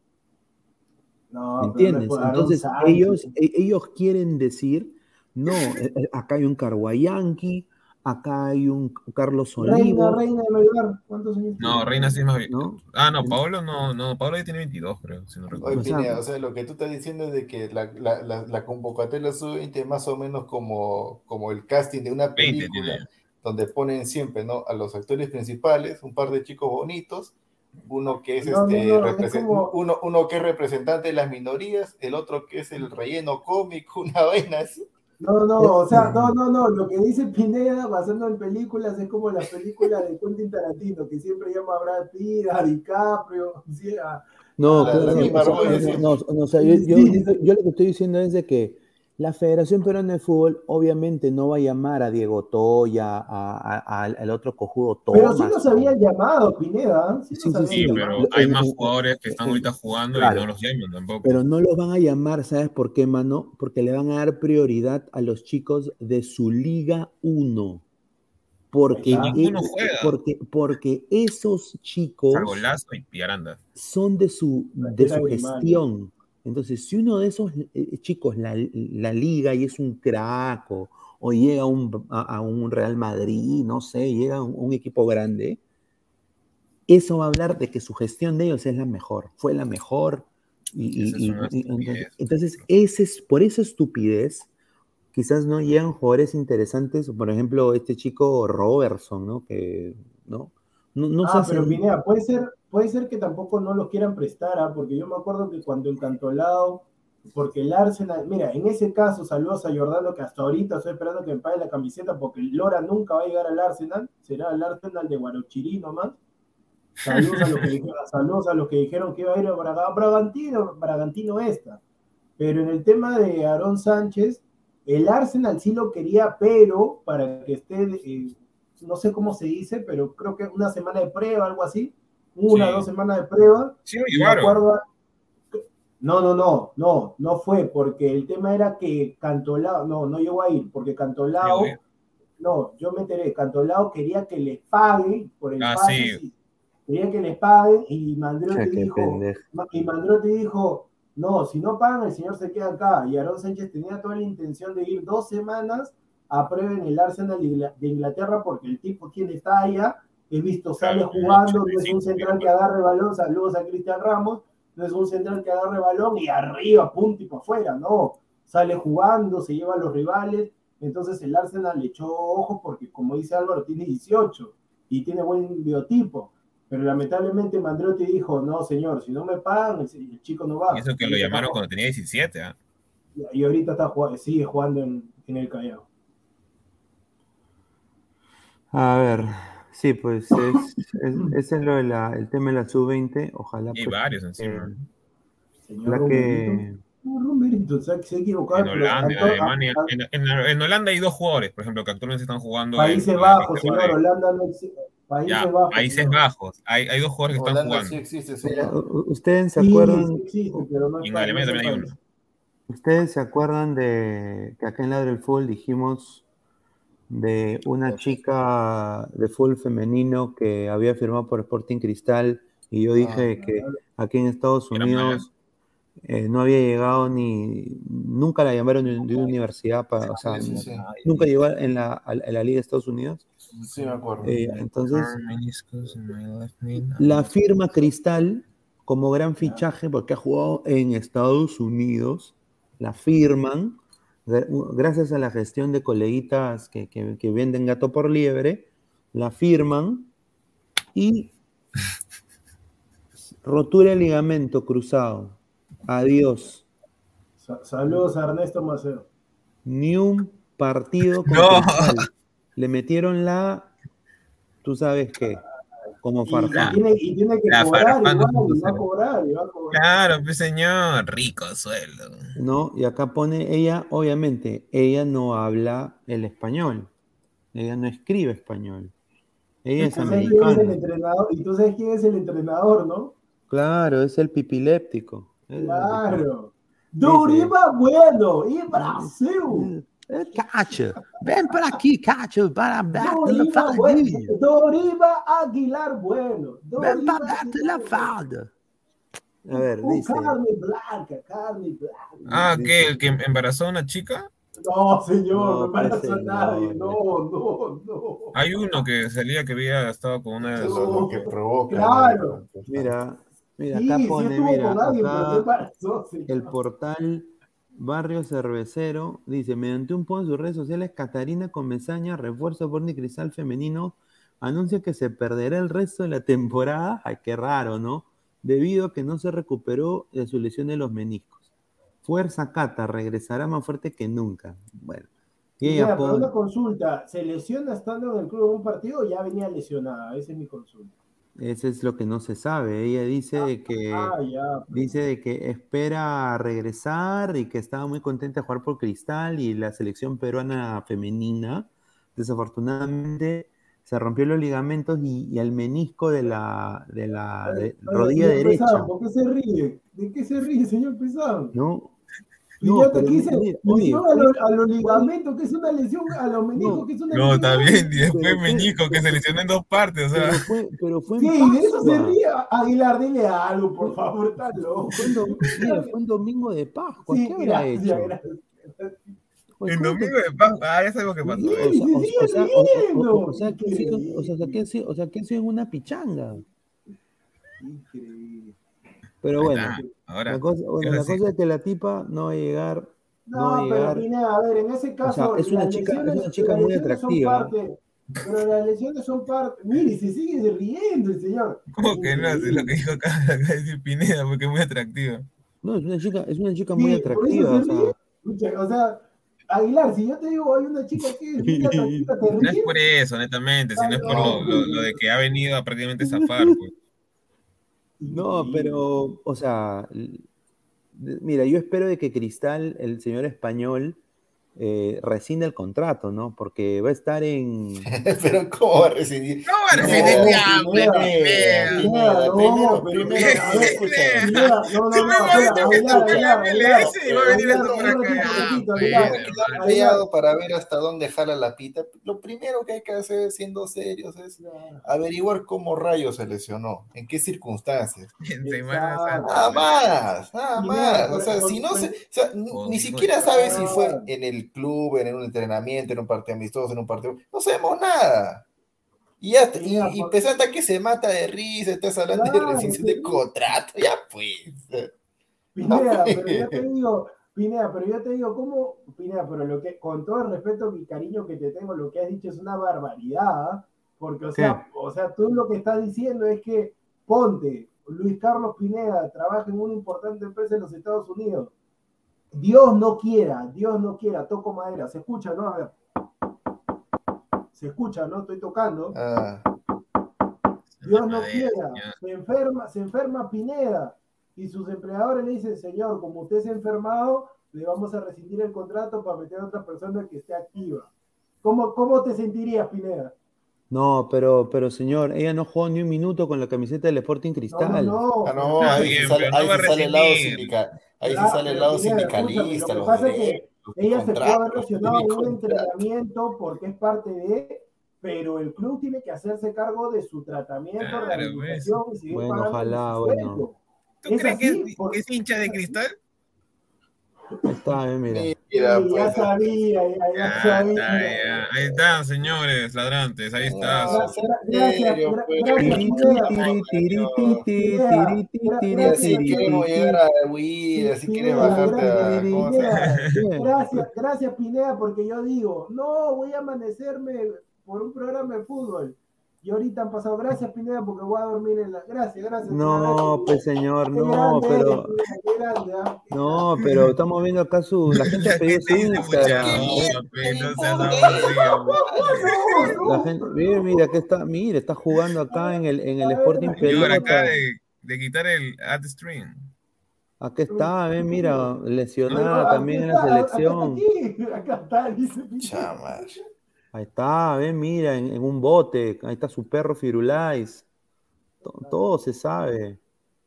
¿me No, pero no es entiendes? por Aarón Entonces, Sánchez. ellos, e- ellos quieren decir, no, eh, eh, acá hay un Carguayanqui, acá hay un Carlos Reina, Olivos, Reina de Melgar, ¿cuántos años tiene? No, Reina sí es más bien. ¿no? Ah, no, En- Paolo no, no, Paolo ya tiene veintidós, creo, si no Oye, O recuerdo. sea, Pineda, o sea, lo que tú estás diciendo es de que la, la, la, la convocatoria sub veinte es más o menos como, como el casting de una veinte tiene película, ya. donde ponen siempre, ¿no? A los actores principales, un par de chicos bonitos, uno que es No, no, este no, es represent- como, uno, uno que es representante de las minorías, el otro que es el relleno cómico, una vaina así. no, no, eh, o sea, no, no, no, lo que dice Pineda basando en películas es como las películas de Quentin Tarantino, que siempre llama a Brad Pitt, a DiCaprio, sí, a, no, a- La, la claro, siempre o misma sea, rola no, de pone- no, siempre. no, no, o sea, yo, sí, yo, sí, yo- yo lo que estoy diciendo es de que la Federación Peruana de Fútbol obviamente no va a llamar a Diego Toya, a, a- a- al otro cojudo pero sí Thomas. los habían llamado, Pineda, sí Sí, los sí, habían Sí, sí, pero llamado. lo- hay en- más en- jugadores que están en- ahorita jugando y no claro, los llaman tampoco. pero no los van a llamar, ¿sabes por qué, mano? Porque le van a dar prioridad a los chicos de su Liga uno. Ahí Porque, Y está. eh, ninguno juega, porque, porque esos salvo chicos Lazo y Aranda. son de su, de Era su Grimaldo. gestión. Entonces, si uno de esos eh, chicos la, la liga y es un crack o, o llega a un, a, a un Real Madrid, no sé, llega a un, un equipo grande, eso va a hablar de que su gestión de ellos es la mejor, fue la mejor. Y, Esa es y- una y- y entonces, estupidez. entonces ese es, por esa estupidez, quizás no llegan jugadores interesantes, por ejemplo, este chico Robertson, ¿no? Que, ¿no? No, no se Ah, pero hacen. Pineda, puede ser, puede ser que tampoco no los quieran prestar, ¿ah? Porque yo me acuerdo que cuando en Cantolao, porque el Arsenal, mira, en ese caso, saludos a Jordano, que hasta ahorita estoy esperando que me pague la camiseta, porque Lora nunca va a llegar al Arsenal, será el Arsenal de Guarochirí nomás. Saludos a los que dijeron, saludos a los que dijeron que iba a ir a Braga- Bragantino, Bragantino esta. Pero en el tema de Aarón Sánchez, el Arsenal sí lo quería, pero para que esté, eh, no sé cómo se dice, pero creo que una semana de prueba, algo así, una, Sí. dos semanas de prueba. Sí lo Y me llevaron. acuerdo, a- no, no, no, no, no fue, porque el tema era que Cantolao, no, no llegó a ir, porque Cantolao, Sí, güey. no, yo me enteré, Cantolao quería que les pague por el Ah, pase, sí. sí, quería que les paguen, y Mandrotti Cha, qué dijo, pendejo. y Mandrotti dijo, no, si no pagan, el señor se queda acá. Y Aarón Sánchez tenía toda la intención de ir dos semanas a prueba en el Arsenal de Ingl- de Inglaterra, porque el tipo tiene talla, he visto, sale Claro, jugando, no es ochenta y un cinco, central que mira. agarre balón, saludos a Cristian Ramos, no es un central que agarre balón y arriba, punto y para afuera, no, sale jugando, se lleva a los rivales, entonces el Arsenal le echó ojo porque, como dice Álvaro, tiene dieciocho y tiene buen biotipo. Pero lamentablemente Mandrotti dijo, no señor, si no me pagan, el, el chico no va. Y eso que lo Ahorita llamaron está cuando tenía diecisiete, ¿ah? jugando- y ahorita está jugando, sigue jugando en, en el Callao. A ver, sí, pues es, es, ese es lo de la, el tema de la sub veinte. Ojalá Y hay pues, varios eh, encima. Señor ojalá Rumberito. que. No, Rumberito, o sea, que se ha equivocado. En pero Holanda, en Anto- Alemania. a- a- En, en- en Holanda hay dos jugadores, por ejemplo, que actualmente están jugando Países en la Bajos, reserva señor, de- Holanda no existe. Países Ya, Bajos. Países señor. Bajos. Hay, hay dos jugadores que están Holanda sí jugando. existe, Mira, señor. u- u- ¿ustedes se Sí, acuerdan? sí existe, pero no Y en está, no Alemania es el también hay país. uno. ¿Ustedes se acuerdan de que acá en Ladre del Fútbol dijimos de una chica de fútbol femenino que había firmado por Sporting Cristal Y yo dije Ah, que aquí en Estados Era mala. Unidos eh, no había llegado ni, nunca la llamaron de, de una universidad, para, o sea, sí, sí, sí. nunca llegó en la, a la- en la Liga de Estados Unidos. Sí, me acuerdo. Eh, entonces, Torn meniscus in my left knee. No. la firma Cristal como gran fichaje, porque ha jugado en Estados Unidos, la firman, gra- gracias a la gestión de coleguitas que, que- que venden gato por liebre, la firman y rotura de ligamento cruzado. Adiós. Sa- saludos a Ernesto Maceo. Ni un partido con No. Cristal. Le metieron la, tú sabes qué, como Y, y Farfán. tiene, y tiene que La cobrar Farfán igual, dos punto y va a cero. cobrar, y va a cobrar. Claro, pues señor, rico sueldo. ¿No? Y acá pone ella, obviamente, ella no habla el español. Ella no escribe español. Ella ¿Y es tú sabes quién es el americana. entrenador? ¿Y tú sabes quién es el entrenador, no? Claro, es el pipiléptico. Es el Claro. Dice- Doriva Bueno, y Brasil. Eh, Cacho, ven para aquí, Cacho, para darte la Doriva Bueno. faldinha. Doriva Aguilar Bueno. Ven Doriva para darte Aguilar la Bueno. falda. A ver, Un dice. carne blanca, carne blanca. Ah, Dice- ¿qué? ¿El que embarazó a una chica? No, señor, No, no embaraza pues, a nadie. señor. No, no, no. Hay uno que salía que había estado con una de Lo, sus... lo que provoca. Claro. ¿no? Mira, mira, Sí, acá sí pone, estuvo mira, con alguien, pero no acá embarazó, señor. el portal Barrio Cervecero dice, mediante un post en sus redes sociales, Catarina Comesaña, refuerzo por Cristal femenino, anuncia que se perderá el resto de la temporada, ay, qué raro, ¿no? Debido a que no se recuperó de su lesión de los meniscos. Fuerza Cata, regresará más fuerte que nunca. Bueno, y ella Mira, pero pone, una consulta, ¿se lesiona estando en el club en un partido o ya venía lesionada? Esa es mi consulta. eso es lo que no se sabe. Ella dice de que Ah, ya. pues. dice de que espera regresar y que estaba muy contenta de jugar por Cristal y la selección peruana femenina. Desafortunadamente se rompió los ligamentos y, y el menisco de la, de la de- Oiga, rodilla señor derecha. Pesán, ¿por qué se ríe? ¿De qué se ríe, señor Pesán? ¿No? Y No, ya te pero quise, mira, oye, lesión a, fue- los, a los ligamentos, que es una lesión, a los meniscos, No, que es una No, lesión. está bien. Y pero después fue- Meñico, que se lesionó en dos partes. O sea, pero fue, pero fue ¿Qué? en ¿Y de eso se Pascua. ríe? Aguilar, dile algo, por favor, está loco. Fue en do- mira, fue un domingo de Pascua. Sí, ¿Qué habrá gracias, hecho? gracias. Oye, en ¿cómo te- domingo de Pascua. Ah, ya sabemos qué pasó. Sí, O sea, o- se o- sigue o sea, o- o- riendo. o- o sea, que ha sido- o sea, que ha sido- o sea, que ha sido en una pichanga. Increíble. Pero Ahí bueno, está. Ahora, la cosa, bueno, ahora la sí. cosa es que la tipa no va a llegar, no va a No, pero llegar. Pineda, a ver, en ese caso, sea, es una las chica- es lesiones, una chica las muy lesiones son atractiva. parte, pero las lesiones son parte. Mire, se sigue riendo el señor. ¿Cómo que no? Es lo que dijo acá, acá decir Pineda, porque es muy atractivo. No, es una chica, es una chica muy Sí, por eso atractiva. se O sea, ríe. Pucha, o sea, Aguilar, si yo te digo, hay una chica que es muy atractiva, te No es ríes. por eso, netamente, sino es por lo, lo, lo de que ha venido a prácticamente zafar. Pues. no, pero, o sea, l- de- mira, yo espero de que Cristal, el señor español, eh, rescinde el contrato, ¿no? Porque va a estar en. Pero ¿cómo va a recibir? No va a No, recibir el diablo, Pineda, Pineda. Pineda, no, primero, pero primero, Pineda, a ver, escúchame. Pineda, no, no, Tú no, mismo has espera, dicho que Aguilar, tú Aguilar, la Aguilar, M L S y va a venir Aguilar, esto por un acá. ratito, Ya, un ratito, pues, Aguilar. Tengo que estar Aguilar. callado para ver hasta dónde jala la pita. Lo primero que hay que hacer, siendo serios, es averiguar cómo rayos se lesionó, en qué circunstancias. En Semana Santa. Nada más, nada Y más. mira, O sea, con- si no con- se, o sea, ni- con- ni con- siquiera sabe si fue Ah. en el club, en un entrenamiento, en un partido amistoso, en un partido. No sabemos nada. Y ya, Y y, mira, y por- pensando que se mata de risa, estás hablando Claro, de rescisión sí. de contrato, ya pues. Pineda, Ah, pero yo te digo, Pineda, pero yo te digo, ¿cómo? Pineda, pero lo que, con todo el respeto y cariño que te tengo, lo que has dicho es una barbaridad, ¿ah? Porque, o sea, o sea, tú lo que estás diciendo es que, ponte, Luis Carlos Pineda trabaja en una importante empresa en los Estados Unidos. Dios no quiera, Dios no quiera, toco madera, se escucha, ¿no? A ver. Se escucha, ¿no? Estoy tocando. Ah, Dios no Madera, quiera, señor. se enferma, se enferma Pineda y sus empleadores le dicen, señor, como usted se ha enfermado, le vamos a rescindir el contrato para meter a otra persona que esté activa. ¿Cómo, cómo te sentirías, Pineda? No, pero, pero señor, ella no jugó ni un minuto con la camiseta del Sporting No, Cristal. no, ah, no, Está ahí sí bien, sale, pero no ahí va sí a sale el lado rescindir. sindical, ahí sí Ah, sale el pero lado Pineda, escúchame, sindicalista, lo que los pasa es que derechos, los ella se puede haber contratos, lesionado en un mi contrato. entrenamiento porque es parte de, pero el club tiene que hacerse cargo de su tratamiento, Claro, rehabilitación pues. y seguir Bueno, pagando ojalá, su bueno. sueldo. ¿Tú Es crees que así, es, por- que es hincha de cristal? Ahí está, eh, mira. Mira, Sí, pues. ya sabía, ya, ya Ya sabía. está, ya. Ahí están, señores ladrantes, ahí está. No, Gra- sea gra- gracias, serio, gra- pues. gracias, Tiri, Pineda. tiri, tiri, Señor. tiri, Pineda, tiri, tiri, gra- tiri, Y gracias, así tiri, queremos tiri, llegar a Wii, así quieres Pineda, bajarte a. tiri, ¿Cómo se llama? Pineda, Bien. gracias, gracias Pineda, porque yo digo, no, voy a amanecerme por un programa de fútbol. Y ahorita han pasado, gracias Pineda, porque voy a dormir en la. Gracias, gracias. No, pues señor, Qué no, grande pero. eres, Pineda, qué grande, ¿ah? Qué No, pero estamos viendo acá su. La gente ha Ya, pedido ¿qué te su dice, Instagram. muchacho? ¿Qué Papi, no importa? seas aburrido. grande. La gente, mira, mira, que está, mira, está jugando acá en el, en el A ver, Sporting Señor, acá Pelota. de, de quitar el ad stream. Acá está, ven, mira, Pero lesionada aquí también en la está, acá está selección. aquí, acá está, dice Pineda. Chamar. Ahí está, ven, mira, en, en un bote. Ahí está su perro Firulais. To- Todo se sabe.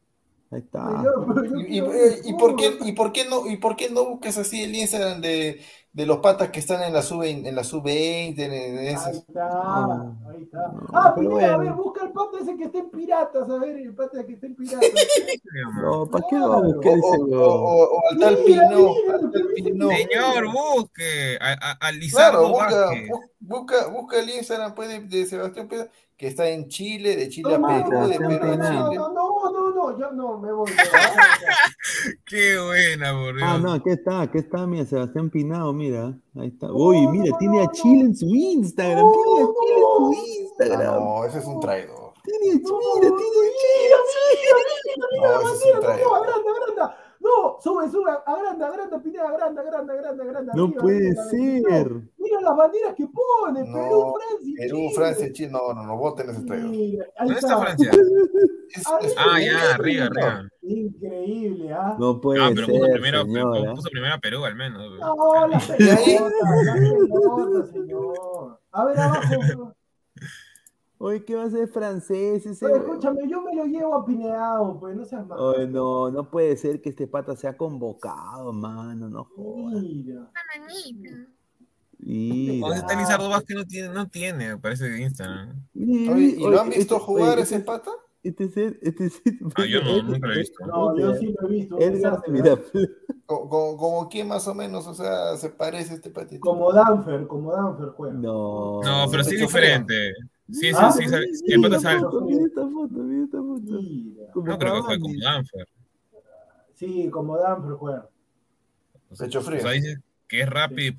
Ahí está. Señor, pero yo ¿Y, y, quiero ver el y por qué, fútbol. y, por qué no, ¿Y por qué no buscas así el Instagram de, de los patas que están en la sub en la sub veinte, en, en Ahí esas? está, No, ahí está. no, Ah, pero Pineda, a ver, bueno. busca el pata ese que está en piratas, a ver, el pata que está en piratas. No, ¿para qué lo va a Claro. buscar O, ese o, huevón? o, o al tal Mira, Pino, mira, al lo que tal dice Pino. Señor, busque a, a, a Claro, Lizardo busca, Vázquez. bu- busca, busca el Instagram pues, de, de Sebastián Pedro, que está en Chile, de Chile No, a no, Ah, no, Perú, no, de Sebastián no, Perú a no, Pineda. Chile. no, no, no, no, yo no, me voy, me voy. Ah, Qué buena, por Ah, Dios. no, aquí está, aquí está, mira, Sebastián Pinado, mira. Ahí está. no, Uy, no, mira, no, tiene a no, Chile en su Instagram. Tiene a no, Chile en su Ah, Instagram. no, ese es un traidor. Tiene, a- no, mira, tiene a Chile mira, en su mira, mira, mira la No, ese es un bandera, no, no, traidor. agranda, agranda. No, sube, sube, agranda, agranda, Pineda, agranda, agranda, agranda, agranda, No arriba, puede arriba, la ser. bendición. Mira las banderas que pone, Perú, No, Francia y Perú, Francia, Chile. Chile, no, no, no, voten ese traidor. Mira, ahí ¿Dónde está está. Francia? Es, Ahí, es, Ah, es ya, un arriba, traidor. arriba. increíble, ¿ah? No Ah, puede pero puso ser, primero, señora. puso primero a Perú al menos. No, las Y ahí, pelotas, las pelotas, señor. A ver, abajo. Oye, ¿qué va a hacer francés ese Oye, huevón? escúchame, yo me lo llevo a Pineado, pues, no seas malo. Oye, no, no puede ser que este pata sea convocado, mano, no jodas. Mira. ¿Dónde está Mira. Lizardo Vázquez? No tiene, no tiene, parece de Instagram. Mira, oye, ¿y lo oye, han visto este- jugar oye, ese este- pata? Este es, este es, Ah, yo no, nunca lo he visto. No, yo sí lo he visto, un Edgar desastre, de ¿eh? Miraflores. Como, como, como quién más o menos, o sea, se parece a este patito. Como Danfer, como Danfer juega. No. No, pero sí Pecho diferente. Sí, sí, ¿Ah? sí, sabe- Mira el pata esta sabe. foto, mira esta foto, mira esta foto. Mira. Como No creo que juegue como Cavani. Danfer. Sí, como Danfer juega. Pecho frío. O sea, dice que es rápido y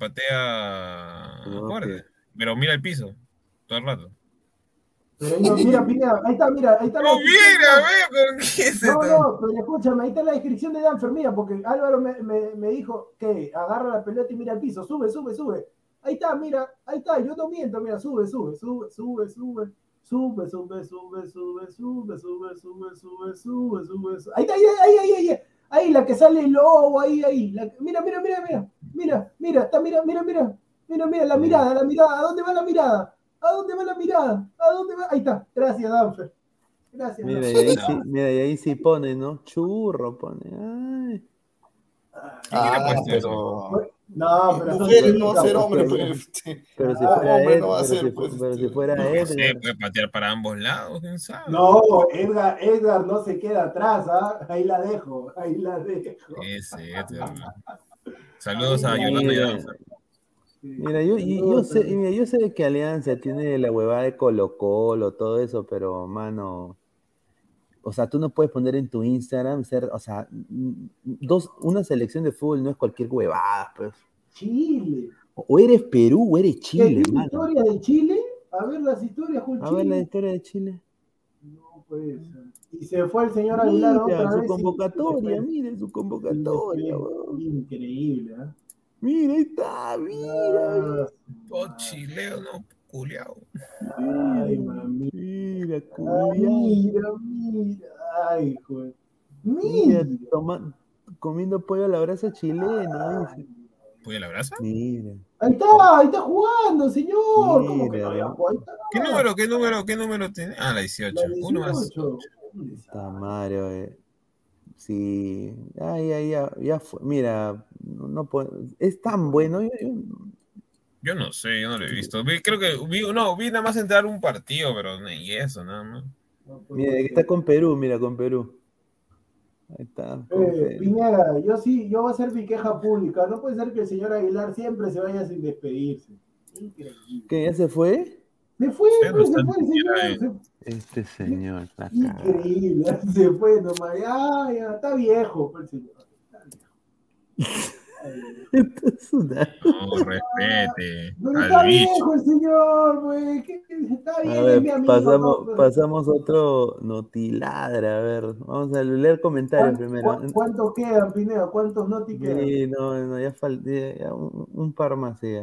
patea No, fuerte. Pero mira el piso todo el rato. Pero ahí no, mira, Pineda, ahí está, mira, ahí está la ¡No, descripción. mira! ¡Ve con qué es No, esto! no, pero escúchame, ahí está la descripción de Danfer, mira, porque Álvaro me, me, me dijo que agarra la pelota y mira el piso, sube, sube, sube. Ahí está, mira, ahí está, yo no miento, mira, sube, sube, sube, sube, sube, sube, sube, sube, sube, sube, sube, sube, sube, sube, sube, sube, sube. Ahí está, ahí, ahí, ahí, ahí, ahí, ahí, la que sale el lobo, ahí, ahí. La, mira, mira, mira, mira, mira, mira, está, mira, mira, mira, mira, mira, la mirada, la mirada, ¿a dónde va la mirada? ¿A dónde va la mirada? ¿A dónde va? Ahí está, gracias, Danfer. Gracias. Mira, y Danfer. ahí sí, mira, y ahí sí pone, ¿no? Churro pone. Ay. ¿Quién le ha Ah, puesto eso? pero. No, pero son Mujeres no va a chicas, ser pues, hombre, porque- pues. este, Pero si Ah, fuera hombre Ed, no va a pero, ser, si, pues, pero si este, fuera No Edgar. sé, puede patear para ambos lados, quién sabe. No, Edgar, Edgar no se queda atrás, ¿ah? Ahí la dejo, ahí la dejo. Ese, Edgar. Saludos a Mira, Yolanda y a Mira, Danfer. mira, yo, y- yo sé, y mira, yo sé que Alianza tiene la huevada de Colo Colo, todo eso, pero mano, o sea, tú no puedes poner en tu Instagram ser, o sea, mm, dos, una selección de fútbol no es cualquier huevada, pues. Chile. O eres Perú o eres ¿Qué Chile, dice mano. historia de Chile? A ver las historias con A ver la Chile. historia de Chile. No puede ser. Y se fue el señor Aguilar Mira, otra su vez. y- convocatoria, y le mire su fue- convocatoria, y le weón. fue increíble, ¿ah? Mira, ahí está, mira, Ah, Oh, chileo, no, culiao. Ay, mira, mami. mira, Ay, culiao. mira, mira. Ay, joder. Mira, Mira. toma- comiendo pollo a la brasa chilena, dice. ¿Puede la brasa? Mira, Ahí está, ahí está jugando, señor. ¿Cómo que no había Mira. jugado? Ahí está. ¿Qué número, qué número, qué número tiene? Ah, la dieciocho. La Uno más. dieciocho. está Mario, eh. Sí, ah, ya, ya, ya fue. Mira, no, no puedo- es tan bueno. yo- yo- Yo no sé, yo no lo he visto. Vi, creo que vi, no, vi nada más entrar un partido, pero ni eso, nada más. No puede Mira, aquí ser. está con Perú, mira, con Perú. Ahí está, con Eh, Perú. Pineda, yo sí, yo voy a hacer mi queja pública. No puede ser que el señor Aguilar siempre se vaya sin despedirse. Increíble. ¿Qué, ya se fue? Se fue, Sí, no pues, está se ni fue el siquiera señor. en- se- Este señor está acá. Increíble, se fue nomás. Ya, ya, está viejo, pues, el señor. Está viejo. Ay, Esto es una... No, respete pero al está bicho. viejo el señor, güey. ¿qué- qué- Está A bien, es ver, mi amigo, todo, pasamos, pero- pasamos otro notiladra. A ver, vamos a leer comentarios ¿Cuán- primero. cuán- ¿Cuántos quedan, Pineda? ¿Cuántos noti quedan? Sí, no, no, ya falta un, un par más ya.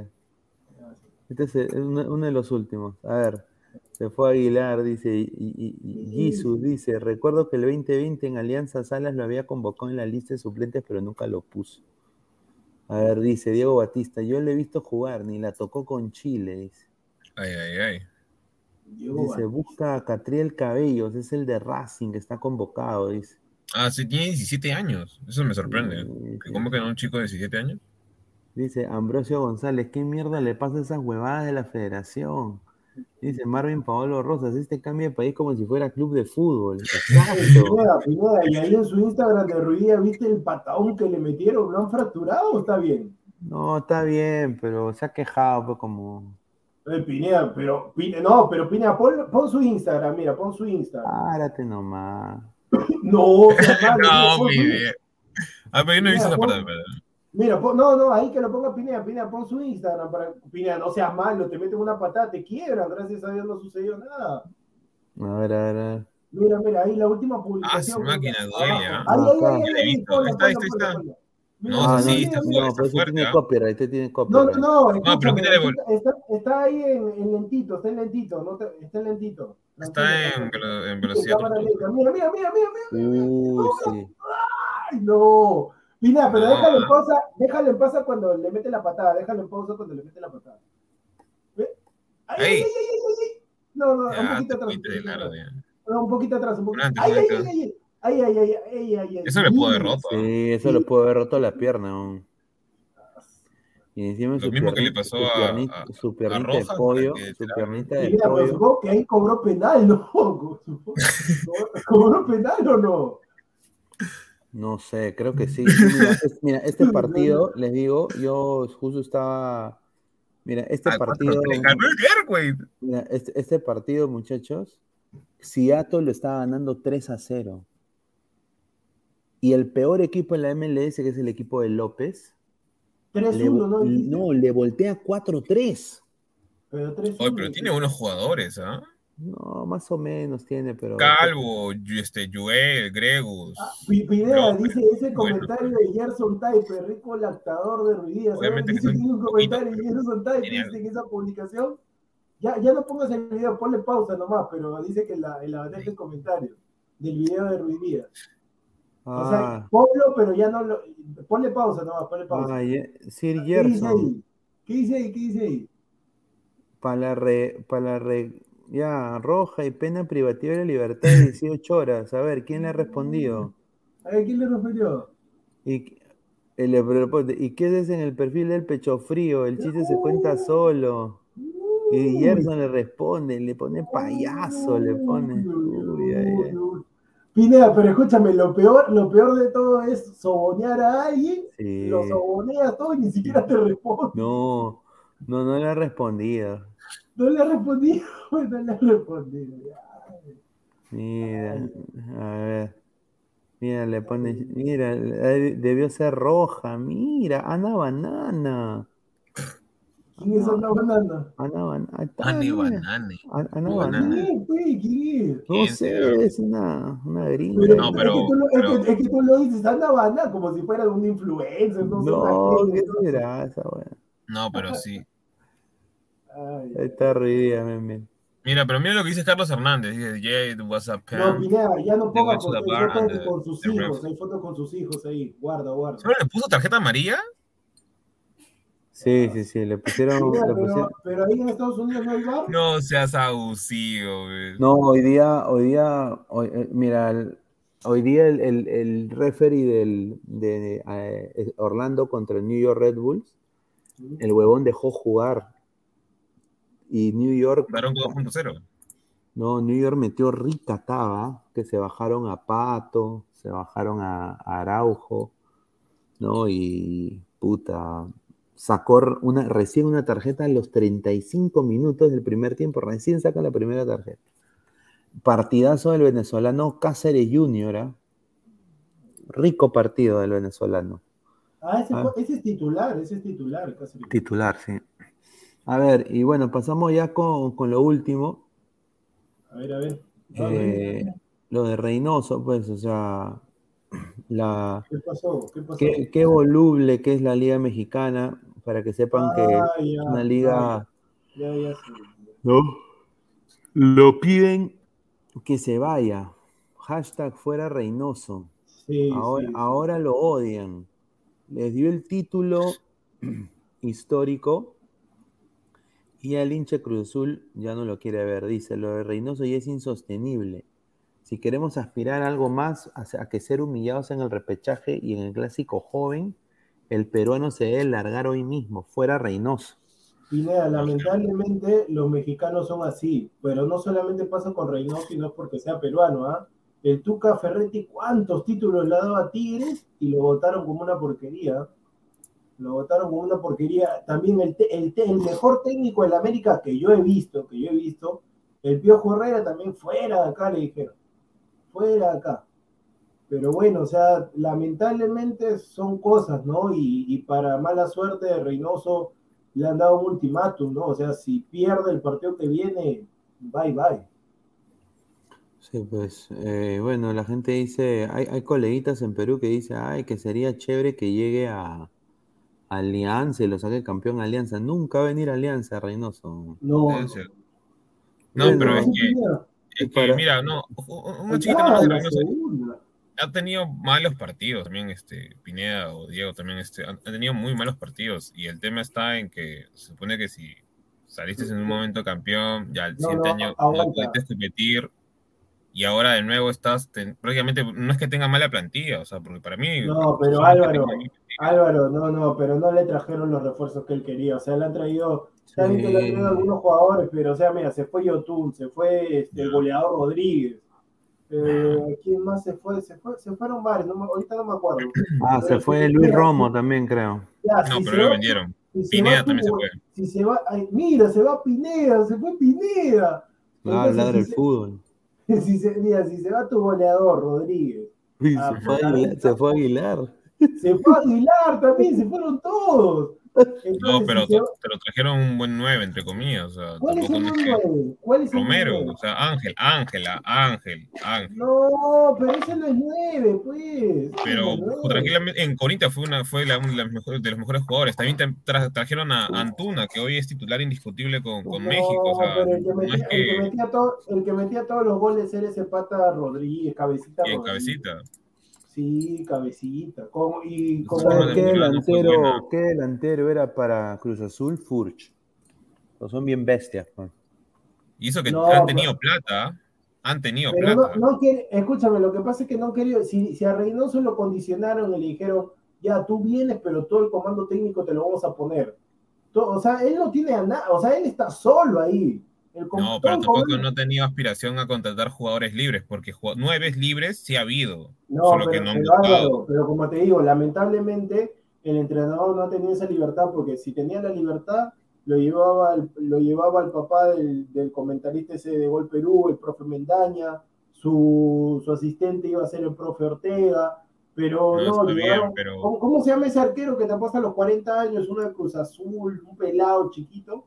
Este es el- uno, uno de los últimos. A ver, se fue Aguilar, dice, y, y, y- Jesus dice, recuerdo que el veinte veinte en Alianza Salas lo había convocado en la lista de suplentes, pero nunca lo puso. A ver, dice Diego Batista, yo le he visto jugar, ni la tocó con Chile, dice. Ay, ay, ay. Diego Dice, Batista. busca a Catriel Cabellos, es el de Racing que está convocado, dice. Ah, sí, tiene diecisiete años. Eso me sorprende. Sí, ¿Que sí. ¿Cómo que no un chico de diecisiete años? Dice Ambrosio González, ¿qué mierda le pasa a esas huevadas de la federación? Dice Marvin Paolo Rosas, este cambia de país como si fuera club de fútbol. Eh, Exacto. Pineda, Pineda, y ahí en su Instagram de Ruidía, ¿viste el patadón que le metieron? ¿Lo han fracturado o está bien? No, está bien, pero se ha quejado, pues como. Eh, Pineda, pero, Pineda, no, pero Pineda, pon, pon su Instagram, mira, pon su Instagram. Párate nomás. No, seas malo, mira, No, pon mi su idea. Ah, pero yo no he visto Pineda, esa parte. pon- Pero... Mira, pon- no, no, ahí que lo ponga Pineda, Pineda, pon su Instagram para Pineda, no seas malo, te meten una patada, te quiebran, gracias a Dios no sucedió nada. A ver, a ver, a ver. Mira, mira, ahí la última Ah, su publicación. máquina duele, ¿ah? Ahí, Ah, ahí, acá. ahí, Ya la he ahí, visto. ponlo, Ahí está, ahí ponlo, está, ahí ponlo, está. ponlo. Mira, No, Ah, sí, no, sí, está mira, fuerte, no, está pues este fuerte, tiene ¿ah? copyright, este tiene No, copyright. no, no, No, pero escúchame, quítale, está, está, está ahí en, en lentito, está en lentito, no te- está en lentito. Tranquilo, está en, tranquilo. velo- en Sí, en velocidad cámara tortuga. lenta. Mira, mira, mira, mira, mira, mira. Uy, sí. Ay, no. Mira, pero No, déjalo en ¿ah? pausa, déjalo en pausa cuando le mete la patada, déjalo en pausa cuando le mete la patada. ¿Ve? Ay, ay, ay, Ahí. ay, ay, ay. No, no, un Ya, poquito te atrás, un fuiste de poquito largo, atrás. ya. No, un poquito atrás, un poquito. Antes, Ay, ay, antes. ay, ay. Ay, ay, ay, ay, ay, ay. Eso le puede haber Mira. roto, ¿ah? Sí, eso lo puede haber roto la pierna. ¿No? Y encima Lo su, mismo que le pierni- pasó su, a, piernita, a, su a piernita de Rojas para pollo, que su te la... piernita de Mira, pero pollo. supongo que ahí cobró penal, ¿no? ¿Cobró, cobró penal o no? No sé, creo que sí. Mira, es- mira, este partido, les digo, yo justo estaba. Mira, este Ah, cuatro partido, tres, ganó el Gerway. mira, este, este partido, muchachos, Seattle lo estaba ganando tres a cero. Y el peor equipo en la M L S, que es el equipo de López, tres le, uno, ¿no? Dijiste. no, le voltea cuatro tres. Pero tres Oye, uno. pero tiene buenos jugadores, ¿ah? No, más o menos tiene, pero. Calvo, Yu- este, Joel, Gregus. Ah, Pi- Pineda López, dice ese bueno, comentario de Gerson Taipe, rico lactador de Ruidías. Obviamente que Dice que son tiene un poquitos, comentario de pero Gerson Taipe, genial. dice que esa publicación. Ya, ya no pongas el video, ponle pausa nomás, pero dice que la, la deja el comentario del video de Ruidías. O sea, Ah, ponlo, pero ya no lo. Ponle pausa nomás, ponle pausa. ah, Ye- Sir ¿Qué dice Gerson. ahí? ¿Qué dice ahí? ¿Qué dice ahí? Para la re, para la re, ya, roja y pena privativa de la libertad de dieciocho horas. A ver, ¿quién le ha respondido? A ver, ¿quién le respondió? Y, él le responde, ¿y qué haces en el perfil del pecho frío? El chiste se cuenta solo. Y Gerson le responde, le pone payaso, le pone. Uy, ay, ay. Pineda, pero escúchame, lo peor, lo peor de todo es sobonear a alguien, Sí. lo soboneas todo y ni siquiera te responde. No, no, no le ha respondido. No le ha respondido, no le ha respondido. Mira, a ver. Mira, le pone, mira, eh, debió ser roja. Mira, Ana Banana. ¿Quién es Ana Banana? Ana Banana. Ane Banane. Ana ¿Qué Banana. banana? ¿Quién es, güey? ¿Quién es? No ¿Quién sé, será? es una, una gringa. Pero, No, es, pero- que tú lo, es pero- que- es que tú lo dices, Ana Banana, como si fuera un influencer, no sé, una No, gente, ¿qué no sé. será esa weá? No, pero sí. Ay, Ahí está ruidía, men, men. Mira, pero mira lo que dice Carlos Hernández. Dice, Jade, what's up, no, Pam? Pineda, ya no They ponga went to the fotos, hay bar and fotos the- con sus the hijos, ref- hay fotos con sus hijos ahí, guarda, guarda. ¿Solo le puso tarjeta amarilla? Sí, sí, sí, le pusieron, Pineda, le pero, pusieron- pero ahí en Estados Unidos no hay bar. No seas abusivo, güey. No, hoy día, hoy día, hoy- eh, mira, el- hoy día el, el, el referee del, de eh, Orlando contra el New York Red Bulls el huevón dejó jugar. Y New York... Daron dos punto cero. No, New York metió rica taba, que se bajaron a Pato, se bajaron a, a Araujo, ¿no? Y puta, sacó una, recién una tarjeta a los treinta y cinco minutos del primer tiempo, recién saca la primera tarjeta. Partidazo del venezolano Cáceres junior, ¿eh? Rico partido del venezolano. Ah, ese, Ah. fue- ese es titular, ese es titular. Cáceres. Titular, sí. A ver, y bueno, pasamos ya con, con lo último. A ver, a ver. Eh, lo de Reynoso, pues, o sea, la, ¿Qué pasó? ¿Qué pasó? qué, qué voluble que es la Liga Mexicana, para que sepan que Ah, es ya, una ah, liga, ya, ya, ya sé. ¿no? Lo piden que se vaya. Hashtag fuera Reynoso. Sí, Ahora, sí, sí. ahora lo odian. Les dio el título histórico y al hincha Cruz Azul ya no lo quiere ver. Dice, lo de Reynoso ya es insostenible. Si queremos aspirar a algo más, a, a que ser humillados en el repechaje y en el clásico joven, el peruano se debe largar hoy mismo, fuera Reynoso. Pineda, lamentablemente los mexicanos son así, pero no solamente pasa con Reynoso y no es porque sea peruano, ¿ah? El Tuca Ferretti, ¿cuántos títulos le ha dado a Tigres? Y lo votaron como una porquería. Lo votaron como una porquería. También el, te- el, te- el mejor técnico de la América que yo he visto, que yo he visto, el Piojo Herrera también fuera de acá, le dijeron. Fuera de acá. Pero bueno, o sea, lamentablemente son cosas, ¿no? Y, y para mala suerte de Reynoso le han dado un ultimátum, ¿no? O sea, si pierde el partido que viene, bye bye. Sí, pues, eh, bueno, la gente dice, hay, hay coleguitas en Perú que dicen, ay, que sería chévere que llegue a, a Alianza y lo saque campeón Alianza. Nunca va a venir Alianza, Reynoso. No, Debe no. ser. No, Bueno, pero es Sí, que, Pineda. es que, para, mira, no, u- una chiquita Ya, nomás de la Reynoso. segunda. Ha tenido malos partidos también, este, Pineda o Diego también, este, han, han tenido muy malos partidos. Y el tema está en que se supone que si saliste en un momento campeón, ya al No, siguiente no, año no aguanta. pudiste competir, y ahora de nuevo estás, te- prácticamente, no es que tenga mala plantilla, o sea, porque para mí, No, Cruz pero Azul no es que tenga Álvaro, mala plantilla. Álvaro, no, no, pero no le trajeron los refuerzos que él quería. O sea, le han traído, está bien que le han traído sí, algunos jugadores, pero o sea, mira, se fue Yotun, se fue este, el Ya. goleador Rodríguez. Ah. Eh, ¿Quién más se fue? Se, fue, se fueron varios, no me- ahorita no me acuerdo. ah, se Pero si, fue Luis mira, Romo si, también, creo. ya, No, si pero se lo va, vendieron. si se Pineda va también se tu, fue. si se va, ay, mira, se va Pineda, se fue Pineda. Claro, Entonces, ladra si el se, fútbol. si se, mira, si se va tu goleador, Rodríguez, Y a se fue Aguilar, Pizarrita, se fue Aguilar. se fue Aguilar también, se fueron todos. No, Entonces, si pero se te, va, te lo trajeron un buen nueve, entre comillas, o sea, ¿cuál es tampoco el no es nuevo que nueve? ¿Cuál es el nuevo Romero, nueve? o sea, Ángel, Ángela, Ángel, Ángel. No, pero ese no es nueve, pues. Ese no Pero es jo, nueve. tranquilamente en Corinthians fue una fue la, una de, las mejores, de los mejores jugadores. También tra- tra- trajeron a Antuna, que hoy es titular indiscutible con, con México. O No, sea, pero el que no es metía, el que que metía, todo, el que metía todos los goles era ese pata Rodríguez, Cabecita y en Rodríguez. cabecita. Sí, Cabecita. Como, y Esa última como ¿Sabes qué temporada no fue buena. delantero, qué delantero era para Cruz Azul? Furch. Pues son bien bestias, pues. Y eso que han no, tenido plata, han tenido pero no, plata. no quiere, escúchame, lo que pasa es que no quería, si, si a Reynoso lo condicionaron y le dijeron, ya tú vienes, pero todo el comando técnico te lo vamos a poner. Todo, o sea, él no tiene a nada, o sea, él está solo ahí. El, com- No, todo pero el tampoco comando. no ha tenido aspiración a contratar jugadores libres, porque ju- nueves libres sí ha habido, No, solo que pero, no han pero buscado. Álvaro, pero como te digo, lamentablemente el entrenador no ha tenido esa libertad porque si tenía la libertad lo llevaba al, lo llevaba al papá del, del comentarista ese de Gol Perú, el profe Mendaña, su, su asistente iba a ser el profe Ortega, pero No, no, está bien, llevaron, pero ¿cómo, cómo se llama ese arquero que te apuesta a los cuarenta años, uno de Cruz Azul, un pelado chiquito?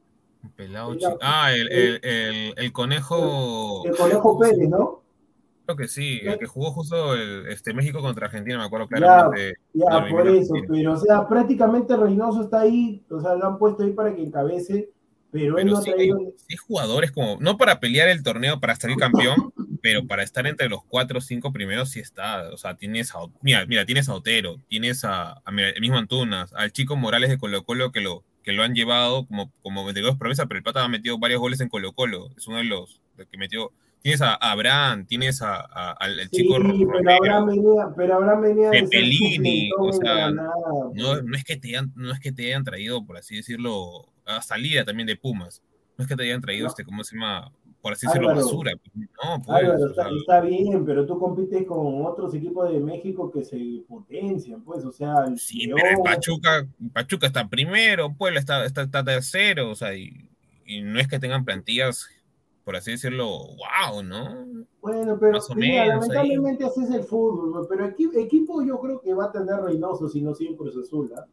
pelado El, chi- Ah, el, el, el, el, el el, conejo. el Ay, Conejo ¿cómo se Pérez, llama? ¿no? Creo que sí, el que jugó justo el, este, México contra Argentina, me acuerdo Ya, claramente cuando ya, por eliminó a eso, Argentina. pero o sea, prácticamente Reynoso está ahí, o sea, lo han puesto ahí para que encabece, pero él Pero no ha sí hay, traído, sí hay jugadores como, no para pelear el torneo, para salir campeón, pero para estar entre los cuatro o cinco primeros sí está. O sea, tienes a, mira, mira, tienes a Otero, tienes a, a mira, el mismo Antunas, al chico Morales de Colo Colo que lo, que lo han llevado como, como vendedores promesa, pero el Pata ha metido varios goles en Colo Colo. Es uno de los de que metió. Tienes a Abraham, tienes a, a- al el Sí, chico pero Abraham Romero, venía, pero Abraham venía de ser Cepelini, suplentón o en sea, Granada, no, pues. no es que te hayan, no es que te hayan traído, por así decirlo, a salida también de Pumas. No es que te hayan traído, No, este, ¿cómo se llama? Por así decirlo, Álvaro, basura. Pues, no, pues, Álvaro, o sea, está, está bien, pero tú compites con otros equipos de México que se potencian, pues, o sea, el sí, pero el León. Pachuca, Pachuca está primero, Puebla está, está, está tercero, o sea, y, y no es que tengan plantillas, por así decirlo, wow, ¿no? Bueno, Más pero o Pineda, menos ahí. lamentablemente así es el fútbol, pues, pero equi- equipo yo creo que va a tener Reynoso, si no siempre Cruz Azul, ¿ah?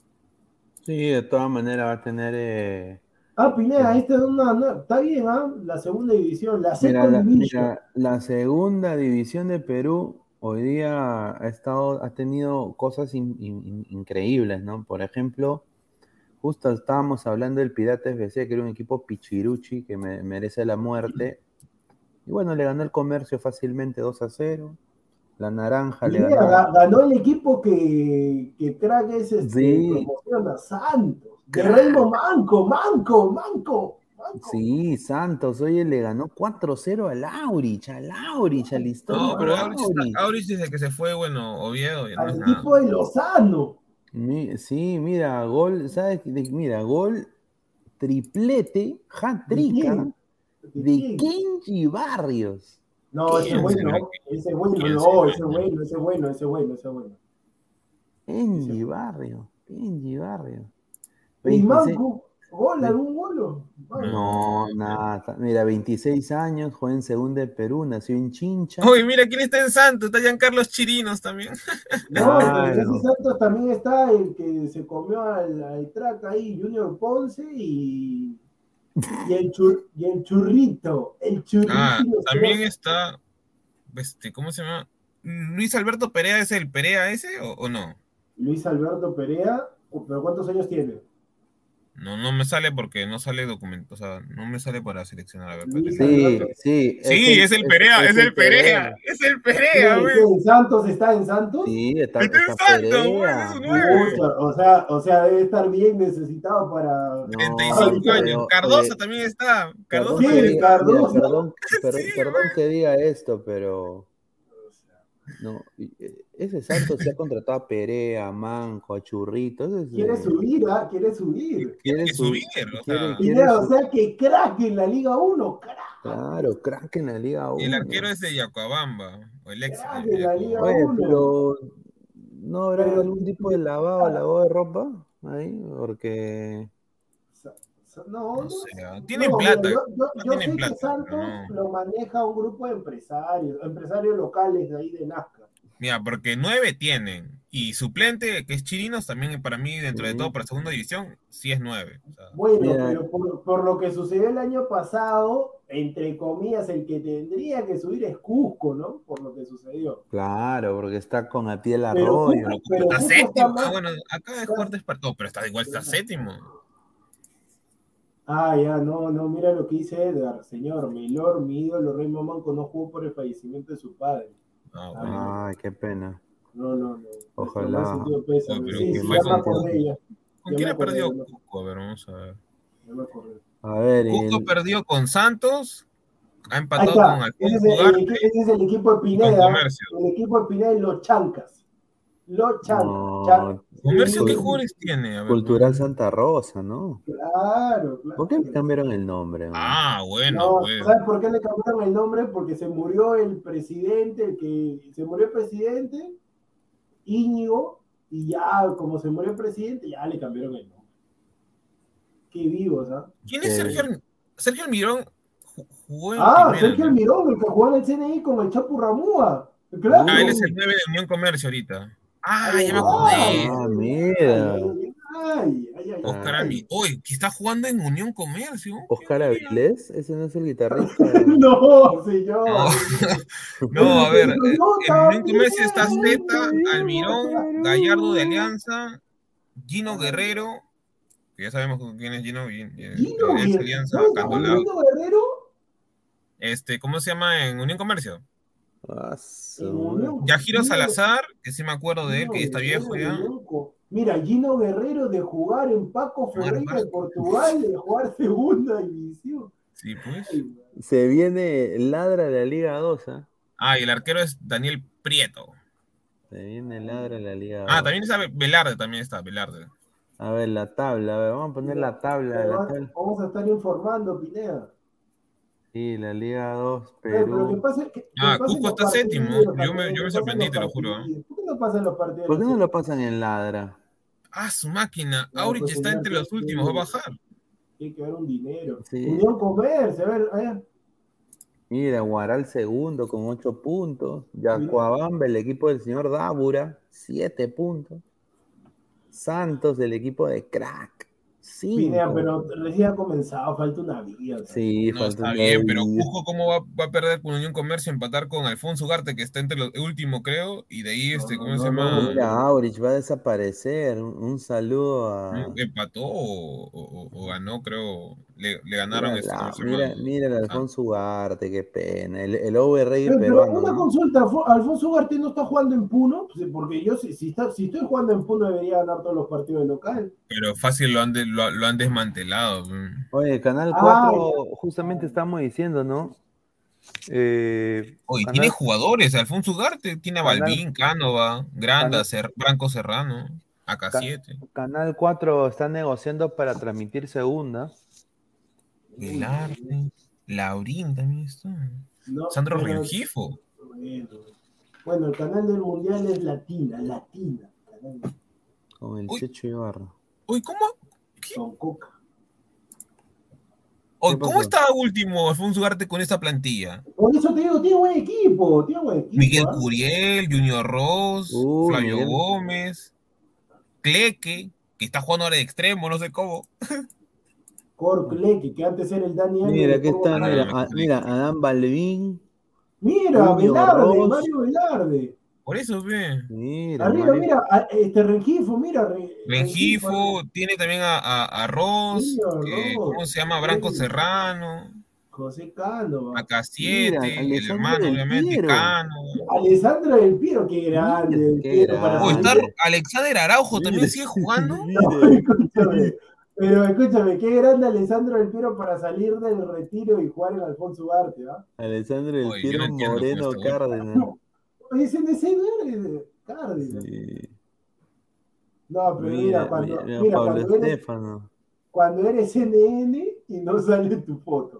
Sí, de todas maneras va a tener. eh, Ah, Pineda, eh, esta es una, no, está bien, ¿ah? La segunda división, la mira, second la, division. mira, la segunda división de Perú hoy día ha estado, ha tenido cosas in- in- in- increíbles, ¿no? Por ejemplo, justo estábamos hablando del Pirata F C, que era un equipo pichiruchi que me- merece la muerte. Y bueno, le ganó el Comercio fácilmente dos a cero. La Naranja le Pineda, ganó a. ga- ganó el equipo que, que crack es este, Sí, promociona, Santos, de Raymond crack. Manco, Manco, Manco, Manco. Sí, Santos, oye, le ganó cuatro cero al Aurich, al Aurich, al No, histórico pero Aurich, está, Aurich. Aurich desde que se fue, bueno, Oviedo, ya no es Al nada. equipo de Lozano. Mi- Sí, mira, gol, ¿sabes? De- Mira, gol, triplete, ¿De hat-trick, ¿ah? quién? ¿De De quién? Kenji Barrios. No, ese es ¿Quién será? bueno, ese es bueno, ¿Quién no, será? ese es bueno, ese es bueno, ese es bueno, ese es bueno. Ese es Kenji bueno. Barrios, Kenji Barrios. ¿Y veintiséis, Manco? ¿Gol? ve- ¿Algún golo? Manco. no, No. nada, mira, veintiséis años, juega en segunda de Perú, nació en Chincha. Uy, mira quién está en Santos, está Giancarlos Chirinos también. No, pero en ese Claro, Santos también está el que se comió al, al track ahí, Junior Ponce y, y, el chur, y el churrito, el churrito Ah, y los también dos. está, este, ¿cómo se llama? ¿Luis Alberto Perea es el Perea ese o, o no? Luis Alberto Perea, ¿pero cuántos años tiene? No, no me sale porque no sale documento, o sea, no me sale para seleccionar. A ver, espérate, Luis mira. sí, Alberto. sí, es Sí, el, es el es, Perea, es es el el Perea, Perea. es el ¿Qué, Perea, qué, güey. en Santos está en Santos? Sí, está, Está está en Santos, güey, es Perea. un nueve. Pucha, o sea, o sea, debe estar bien necesitado para. No, para- treinta y cinco años. pero, Cardosa oye, también está. Cardosa perdón que también ¿Qué? diga, está. mira, ¿Cardosa? perdón, Sí, per- perdón güey. que diga esto, pero no, y- eh, ese Santos se ha contratado a Perea, a Manco, a Churrito, ese es, Quiere eh, subir, ¿ah? Quiere subir. Tiene quiere que su, subir, o quiere, sea. quiere Pineda, o su, sea que crack en la Liga uno, crack, claro, crack en la Liga Y el arquero uno. es de Yacobamba, o el ex crack de en la Liga Yacobamba. Oye, uno. pero ¿no habrá Pero, algún tipo de lavado, lavado de ropa ahí? Porque no, No no, sé, ah, tienen no, mira, plata, yo, yo, no yo tienen sé que plata, pero Santos no. lo maneja un grupo de empresarios, empresarios locales de ahí de Nazca. Mira, porque nueve tienen. Y suplente, que es Chirinos, también para mí, dentro de todo, sí, para segunda división, sí es nueve. O sea, Bueno, mira, pero por, por lo que sucedió el año pasado, entre comillas, el que tendría que subir es Cusco, ¿no? Por lo que sucedió. claro, porque está con Atiel Pero Arroyo. pero Cusco, como pero está Cusco está séptimo, ah, más. bueno, acá es cuarto espartado, pero está igual, está séptimo. Ah, ya, no, no, mira lo que dice Edgar, señor, Milor, mi ídolo, Rey Manco no jugó por el fallecimiento de su padre. Ah, Ah, bueno. no, Ay, qué pena. no, no, no. Nuestro más Ojalá. sentido Oye, pésame. pero Sí, que sí, ¿qué ya más me con, entiendo. acordé, ya. con Ya quién me ha acordé, perdido ya me, Cusco? A ver, vamos a ver. ya me acordé. A ver, y Cusco el, perdió con Santos, ha Ahí empatado con está, ese es Alfonso el, el Ugarte equi- ese es el equipo de y con Pineda, Comercio. el equipo de Pineda y los Chancas. Los Chancas. Cha- no, ¿Comercio qué mi- mi- jugadores tiene? A ver, Cultural vamos. Santa Rosa, ¿no? claro, ¿Por qué le claro. cambiaron el nombre, man? Ah, bueno, No, pues. ¿sabes por qué le cambiaron el nombre? Porque se murió el presidente, el que se murió el presidente, Íñigo, y ya, como se murió el presidente, ya le cambiaron el nombre. Qué vivos, ¿ah? ¿Quién Que- es Sergio, Alm- Sergio Almirón? Ju- Jugó en Ah, primera, Sergio ¿no? Almirón, el que jugó en el C N I con el Chapu Ramúa. Ah, Claro. él es el nueve de Unión Comercio ahorita. Ah, Ay, ya me ay, acordé. Ah, ay, mira. ay, ay, ay, ay, Oscar ay. Almirón. Uy, que está jugando en Unión Comercio. Oscar ¿Quién diría? Avilés, ese no es el guitarrista. No, señor. No, no, a ver. eh, Yo En Unión también. Comercio está Z, Almirón, Gallardo de Alianza, Gino Guerrero, que ya sabemos quién es Gino, Gin- eh, Gino de ex Guerrero. Alianza, ¿Dónde está jugando Cantolao. Gino Guerrero? Este, ¿cómo se llama en Unión Comercio? Ah, su En madre. Unión. Yajiro Gino- Salazar, que sí me acuerdo de él, Gino que ya está Guerrero viejo de ya. Unión Co- Mira, Gino Guerrero de jugar en Paco Omar Ferreira de Vázquez. Portugal, de jugar segunda división. Sí, pues. Se viene ladra la Liga dos, ¿ah? Ah, y el arquero es Daniel Prieto. Se viene ladra la Liga Ah, dos. también está Velarde, también está Velarde. A ver, la tabla, a ver, vamos a poner la tabla, la tabla. Vamos a estar informando, Pineda. Sí, la Liga dos, Pero, pero que Perú. pase, que, que Ah, pasen Cusco los está séptimo. partidos Yo me, también, yo que me pasen sorprendí, los te lo juro. ¿Eh? partidos. ¿Por qué no pasan los partidos? ¿Por qué no lo pasan en ladra? Ah, su máquina. No, Aurich pues, está señor, entre que- los últimos, va a que- bajar. Tiene que haber un dinero. Sí. Unión Comercio, a ver, a ver. Mira, Guaral segundo con ocho puntos. Yacuabamba, el equipo del señor Dábura, siete puntos. Santos, el equipo de Crack, Pineda, cinco. pero recién ha comenzado, falta una vida. Sí, No, falta está una bien, pero vida. Cusco, ¿cómo va, va a perder con Unión Comercio? Empatar con Alfonso Ugarte, que está entre los últimos, creo. Y de ahí, este, No, ¿cómo no, se no, llama? Mira, Aurich va a desaparecer. Un, un saludo a. Empató o, o- o ganó, creo. Le, le ganaron, Mira, este, ¿cómo la- se llama? mira, mira el Ah, Alfonso Ugarte, qué pena. El, el overrey Pero, pero peruano, una ¿no? consulta, Alfo- Alfonso Ugarte no está jugando en Puno, Pues, porque yo si, si, está, si estoy jugando en Puno debería ganar todos los partidos de local. pero fácil lo han, de- lo, lo han desmantelado. mm. Oye, Canal Ah, cuatro, justamente estamos diciendo, ¿no? Eh, Oye, tiene Canal, jugadores, Alfonso Ugarte, tiene a Canal, Balbín, Cánova, Granda, Canal, Cer- Branco Serrano, Ca- A K siete, Canal cuatro está negociando para transmitir segunda. Velarde, Laurín también está. no, Sandro pero- Rengifo. bueno, bueno, el canal del Mundial es Latina, Latina. Canal Con el Uy. Checho Ibarra. Oye, ¿cómo? con Coca. Oye, ¿Qué ¿cómo pasó? está último Alfonso Ugarte con esta plantilla? Por eso te digo, tiene buen equipo, tiene buen equipo. Miguel ¿ah? Curiel, Junior Ross, Uh, Flavio Miguel. Gómez, Cleque, que está jugando ahora de extremo, no sé cómo. Corcleque, que antes era el Dani Alves Mira, de aquí está, Porvo. mira, Ah, a- mira, Adán Balvin. Mira, Junior Velarde, Ross. Mario Velarde. Por eso, ve. Mira, Arriba, Mario- mira, a- este Rengifo, mira. Re- Rengifo, tiene también a, a, a Ross, Junior eh, Ross, ¿cómo se llama? Branco sí. Serrano, José Cánova. A K siete, Mira, el Alessandro hermano, Del obviamente, Piero. Cano. Alessandro del Piero, qué grande. Mira, Del qué Piero para O grande. está salir. Alexander Araujo, también Mira, sigue jugando. mira. No, escúchame. Pero escúchame, qué grande Alessandro del Piero para salir del retiro y jugar en Alfonso Ugarte, ¿ah? Alessandro Del Oye, yo Piero no entiendo Moreno cómo está Cárdenas. No, es en ese lugar, Cárdenas. Sí. No, pero mira, Mira, cuando, mira, mira, Pablo cuando eres, Estefano. cuando eres N N y no sale tu foto.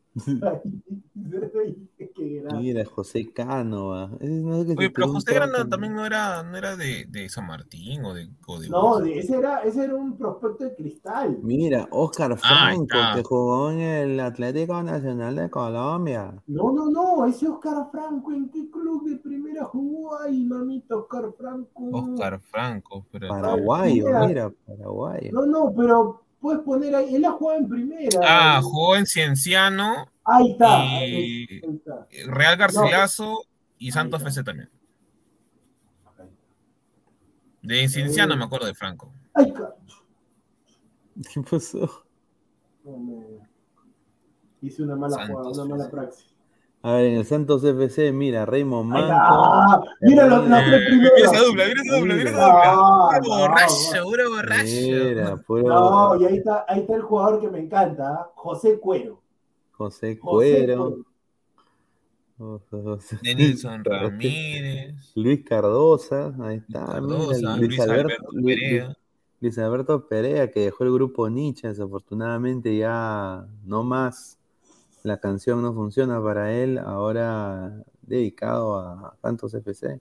Qué grande. Mira, José Cánova. Ese no es que Oye, se pero tiró un José Granda corte, ¿no? también no era, no era de, de San Martín o de, o de No, Bolsa. de- ese era, ese era un prospecto de cristal. Mira, Oscar Ah, ahí Franco, está. que jugó en el Atlético Nacional de Colombia. No, no, no, ese Oscar Franco, ¿en qué club de primera jugó? Ay, mamita, Oscar Franco. Oscar Franco, espérate. Paraguayo, Mira. mira, paraguayo. No, no, pero puedes poner ahí, él ha jugado en primera. Ah, jugó en Cienciano, Ahí está. y- ahí está. Real Garcilaso y Santos está. F C también. De Cienciano me acuerdo de Franco. Ay, ca- ¿Qué pasó? no, me- hice una mala Santos, jugada, una mala praxis. A ver, en el Santos F C, mira, Raymond Ahí Manco. está. Mira los, los tres Eh, primeros. mira esa dupla, mira esa dupla, mira esa No, dupla. no, Puro borracho, no. puro borracho. Mira, puro No, y ahí está, ahí está el jugador que me encanta, ¿ah? José Cuero. José José Cuero. Cuero. José- Denilson Ramírez, Luis Cardosa, ahí está. Cardosa, mira, Luis Alberto Luis- Perea. Luis Alberto Perea, que dejó el grupo Nietzsche, desafortunadamente ya no más. La canción no funciona para él, ahora dedicado a Santos F C.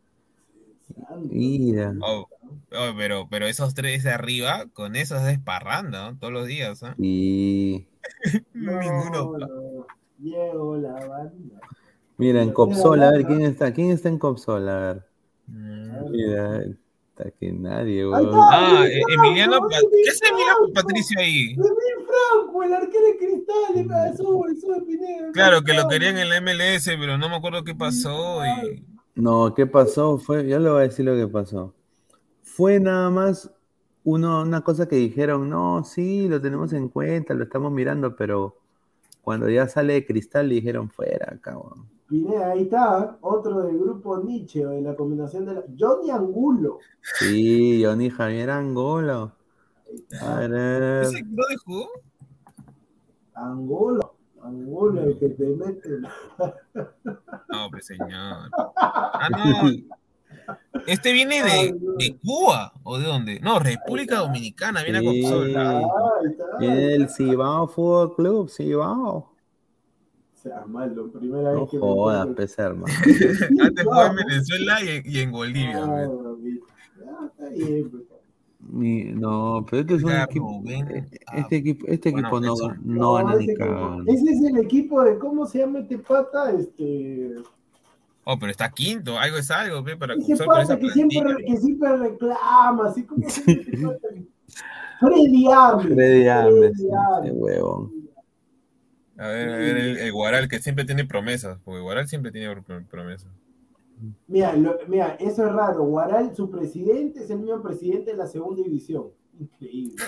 Mira, Oh, oh, pero, pero esos tres de arriba, con esos es parranda, ¿no? Todos los días, ¿ah? y Ninguno. No, no. Llegó la banda. mira, en Pero Copsol, queda a ver, blanca. ¿quién está? ¿Quién está en Copsol? A ver. Mm. Mira, está que nadie, Ahí weón. está. Ah, Emil eh, Franco, Emiliano, Pa- Emil ¿qué hace Emiliano Franco. Patricio ahí? Emil Franco, el arquero de cristal, el azul, el de Pineda. Claro, que lo querían en la M L S, pero no me acuerdo qué pasó. Y... No, ¿qué pasó? Fue, yo le voy a decir lo que pasó. Fue nada más uno, una cosa que dijeron, no, sí, lo tenemos en cuenta, lo estamos mirando, pero cuando ya sale de cristal le dijeron fuera, cabrón. Pineda, ahí está, otro del grupo Nietzsche, de la combinación de la... Johnny Angulo. Sí, Johnny Javier Angola. A ver, a ver. ¿Ese dónde jugó? Angulo. Angulo, el que te mete. No, pues señor. Ah, no. Este viene de, de Cuba, ¿o de dónde? No, República Dominicana, viene a Copsol. Sí, Ahí está, ahí viene está. el Cibao Fútbol Club, Cibao. O sea, malo, primera No vez que me jodas, entero. pues, hermano. Antes jugó en Vamos. Venezuela y, y en Bolivia. Ah, pues. ah, está bien, pues. Mi- no, pero este es un Edgar equipo. Rubén, eh, ah, Este equipo, este bueno, equipo no, Nelson. ga- no No, gana ni ese equipo, cagando. ese es el equipo de, ¿cómo se llama este pata? Este, Oh, pero está quinto, algo es algo, pe, para ese Copsol con esa pata que siempre, plantilla. que siempre reclama, así como se llama ese pata. Freddy Ames. Freddy Ames, Freddy ese Ames. huevón. A ver, a ver, el, el Guaral, que siempre tiene promesas, porque Guaral siempre tiene pr- promesas. Mira, lo- mira, eso es raro. Guaral, su presidente, es el mismo presidente de la segunda división. Increíble.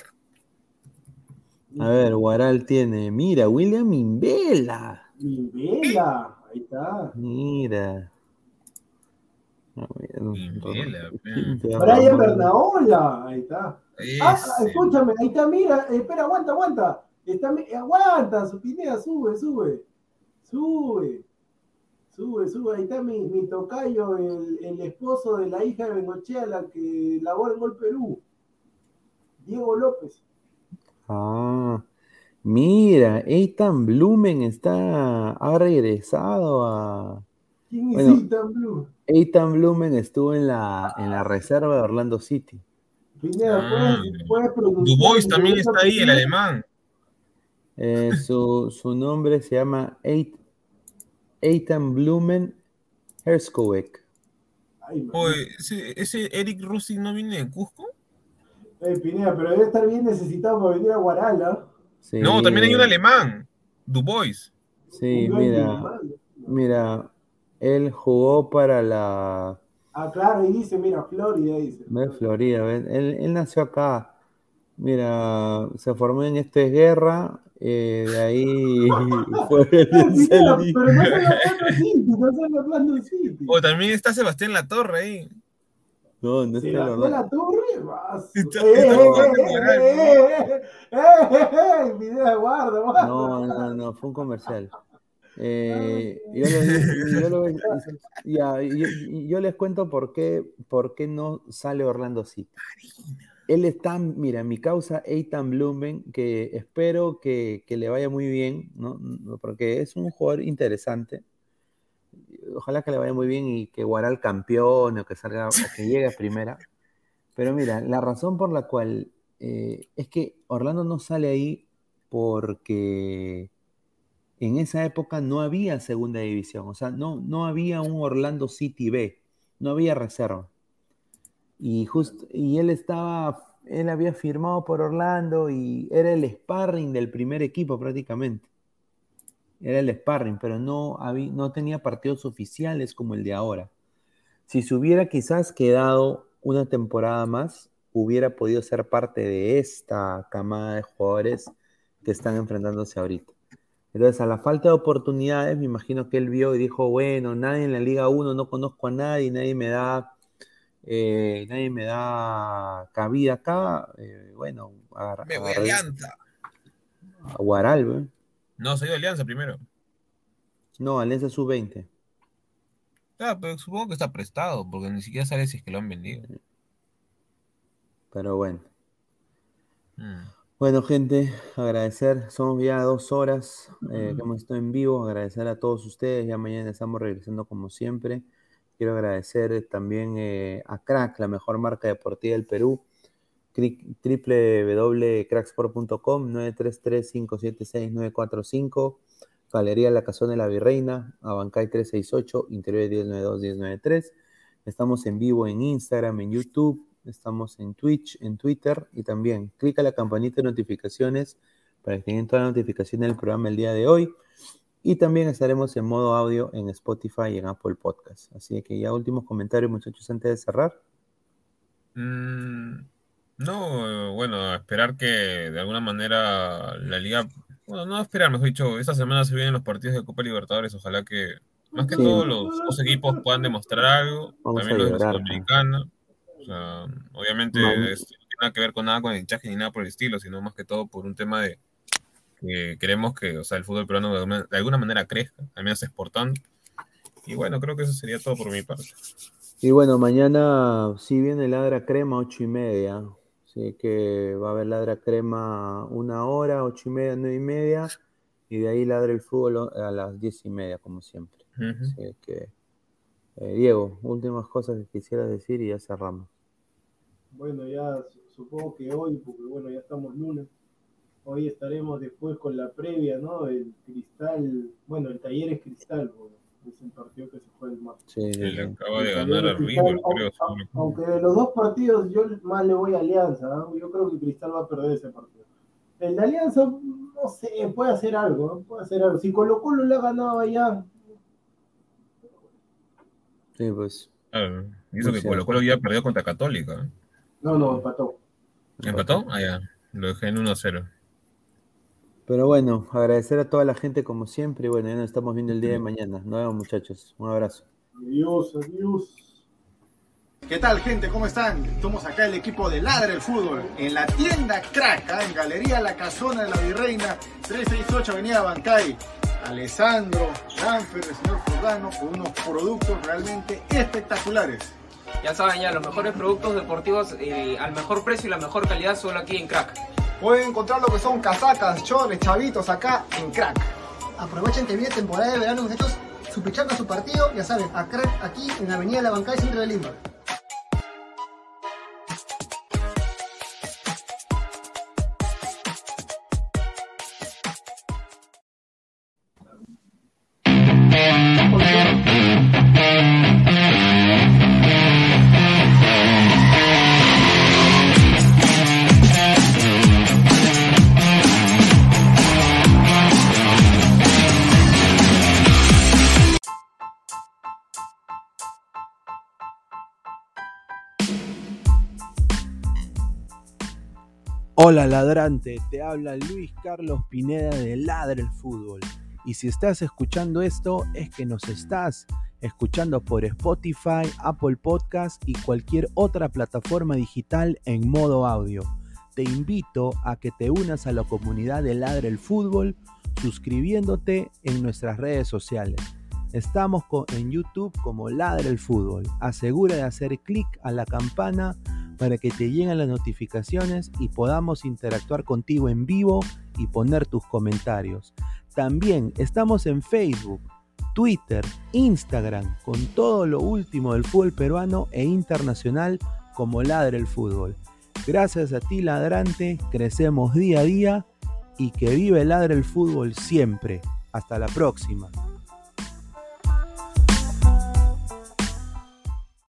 A ver, Guaral tiene. Mira, William Imbela. Mi vela, ahí está. Mira. A ver, Imbela, pe. Cintia Brian Ramón. Bernaola, ahí está. Ah, Ese. escúchame, ahí está, mira, eh, espera, aguanta, aguanta. Está, mi- aguanta, su Pineda, sube, sube. Sube. Sube, sube, ahí está mi, mi tocayo, el, el esposo de la hija de Bengochea, la que labora en Gol Perú. Diego López. Ah, mira, Ethan Blumen está, ha regresado a. ¿Quién es Bueno, Ethan Blue? Ethan Blumen estuvo en la, en la reserva de Orlando City. Pineda, Ah, ¿puedes, puedes pronunciar Dubois mi también segundo está ahí, el apellido? alemán. Eh, su, su nombre se llama Eit- Ethan Blumen Herskowek. Ay, man. Oye, ese, ese Eric Rossi no viene de Cusco. Ey, Pineda, pero debe estar bien necesitado para venir a Guaral, ¿ah? Sí, No, también hay un alemán, Dubois. sí, Un mira, alemán. mira, él jugó para la Ah, claro, ahí dice, mira, Florida, dice. de Florida, ¿ves? Él, él nació acá. Mira, se formó en Este Guerra, eh, de ahí fue Ey, Alianza Pineda, Lima. pero no son Orlando City, no son Orlando City. O también está Sebastián Latorre ahí. No, no está el Sebastián Orlando. La Torre, vas. Está- ¡Eh, está eh, jugando en eh, Guaral, eh, eh, eh, eh, eh, eh! Pineda, guarda, guarda. No, no, no, fue un comercial. Eh, yo, les, yo, lo- ya, yo- yo les cuento por qué, por qué no sale Orlando City. Él está, mira, mi causa, Ethan Blumen, que espero que, que le vaya muy bien, ¿no? Porque es un jugador interesante. Ojalá que le vaya muy bien y que Guaral campeón o que salga o que llegue a primera. Pero mira, la razón por la cual eh, es que Orlando no sale ahí porque en esa época no había segunda división, o sea, no, no había un Orlando City B, no había reserva. Y, just, y él estaba, él había firmado por Orlando y era el sparring del primer equipo prácticamente. Era el sparring, pero no, había, no tenía partidos oficiales como el de ahora. Si se hubiera quizás quedado una temporada más, hubiera podido ser parte de esta camada de jugadores que están enfrentándose ahorita. Entonces, a la falta de oportunidades, me imagino que él vio y dijo, bueno, nadie en la Liga uno, no conozco a nadie, nadie me da, eh, nadie me da cabida acá. Eh, bueno, agar, Me voy a agarré Alianza. a Guaral, ¿ve? No, soy de Alianza primero. No, Alianza sub veinte. Ah, pero supongo que está prestado, porque ni siquiera sabe si es que lo han vendido. Pero bueno. Mm. Bueno, gente, agradecer, somos ya dos horas eh, que hemos estado en vivo, agradecer a todos ustedes, ya mañana estamos regresando como siempre. Quiero agradecer también eh, a Crack, la mejor marca deportiva del Perú, doble u doble u doble u punto cracksport punto com, nueve tres tres, cinco siete seis, nueve cuatro cinco, Galería La Cazón de la Virreina, Abancay trescientos sesenta y ocho, Interior diez noventa y dos, diez noventa y tres. Estamos en vivo en Instagram, en YouTube, estamos en Twitch, en Twitter y también clica la campanita de notificaciones para que tengan toda la notificación del programa el día de hoy. Y también estaremos en modo audio en Spotify y en Apple Podcast. Así que ya últimos comentarios, muchachos, antes de cerrar. Mm, no, bueno, esperar que de alguna manera la liga, bueno, no esperar, mejor dicho, esta semana se vienen los partidos de Copa Libertadores, ojalá que más que Sí. todo los dos equipos puedan demostrar algo, Vamos también a los de la llorar, Sudamericana. O sea, obviamente Man. esto no tiene nada que ver con nada con el hinchaje ni nada por el estilo, sino más que todo por un tema de que queremos que, o sea, el fútbol peruano de alguna, de alguna manera crezca, al menos exportando. Y bueno, creo que eso sería todo por mi parte. Y bueno, mañana sí viene Ladra Crema, ocho y media. Así que va a haber Ladra Crema una hora, ocho y media, nueve y media. Y de ahí Ladra el Fútbol a las diez y media, como siempre. Uh-huh. Así que, eh, Diego, últimas cosas que quisieras decir y ya cerramos. Bueno, ya supongo que hoy, porque bueno, ya estamos lunes, hoy estaremos después con la previa, ¿no? El Cristal, bueno, el Talleres Cristal, bueno, es el partido que se fue el martes. Sí, él acaba de ganar a River, creo. Aunque, aunque de los dos partidos yo más le voy a Alianza, ¿no? Yo creo que Cristal va a perder ese partido. El de Alianza, no sé, puede hacer algo, ¿no? Puede hacer algo. Si Colo Colo le ha ganado allá. Sí, pues. Claro, hizo que Colo Colo ya perdió contra Católica. No, no, empató. ¿Empató? Ah, ya. Lo dejé en uno a cero. Pero bueno, agradecer a toda la gente como siempre. Y bueno, ya nos estamos viendo el día de mañana. Nos vemos, muchachos. Un abrazo. Adiós, adiós. ¿Qué tal, gente? ¿Cómo están? Estamos acá el equipo de Ladra el Fútbol en la tienda Crack, ¿eh? En Galería La Casona de la Virreina, trescientos sesenta y ocho Avenida Bancay. Alessandro, Danfer, el señor Fordano, con unos productos realmente espectaculares. Ya saben, ya los mejores productos deportivos eh, al mejor precio y la mejor calidad solo aquí en Crack. Pueden encontrar lo que son casacas, chores, chavitos acá en Crack. Aprovechen que viene temporada de verano, muchachos. Su pichanga, su partido, ya saben, a Crack aquí en la Avenida La Bancay, centro de Lima. Hola ladrante, te habla Luis Carlos Pineda de Ladra el Fútbol. Y si estás escuchando esto, es que nos estás escuchando por Spotify, Apple Podcast y cualquier otra plataforma digital en modo audio. Te invito a que te unas a la comunidad de Ladra el Fútbol suscribiéndote en nuestras redes sociales. Estamos en YouTube como Ladra el Fútbol. Asegura de hacer clic a la campana para que te lleguen las notificaciones y podamos interactuar contigo en vivo y poner tus comentarios. También estamos en Facebook, Twitter, Instagram, con todo lo último del fútbol peruano e internacional como Ladra el Fútbol. Gracias a ti, ladrante, crecemos día a día y que vive Ladra el Fútbol siempre. Hasta la próxima.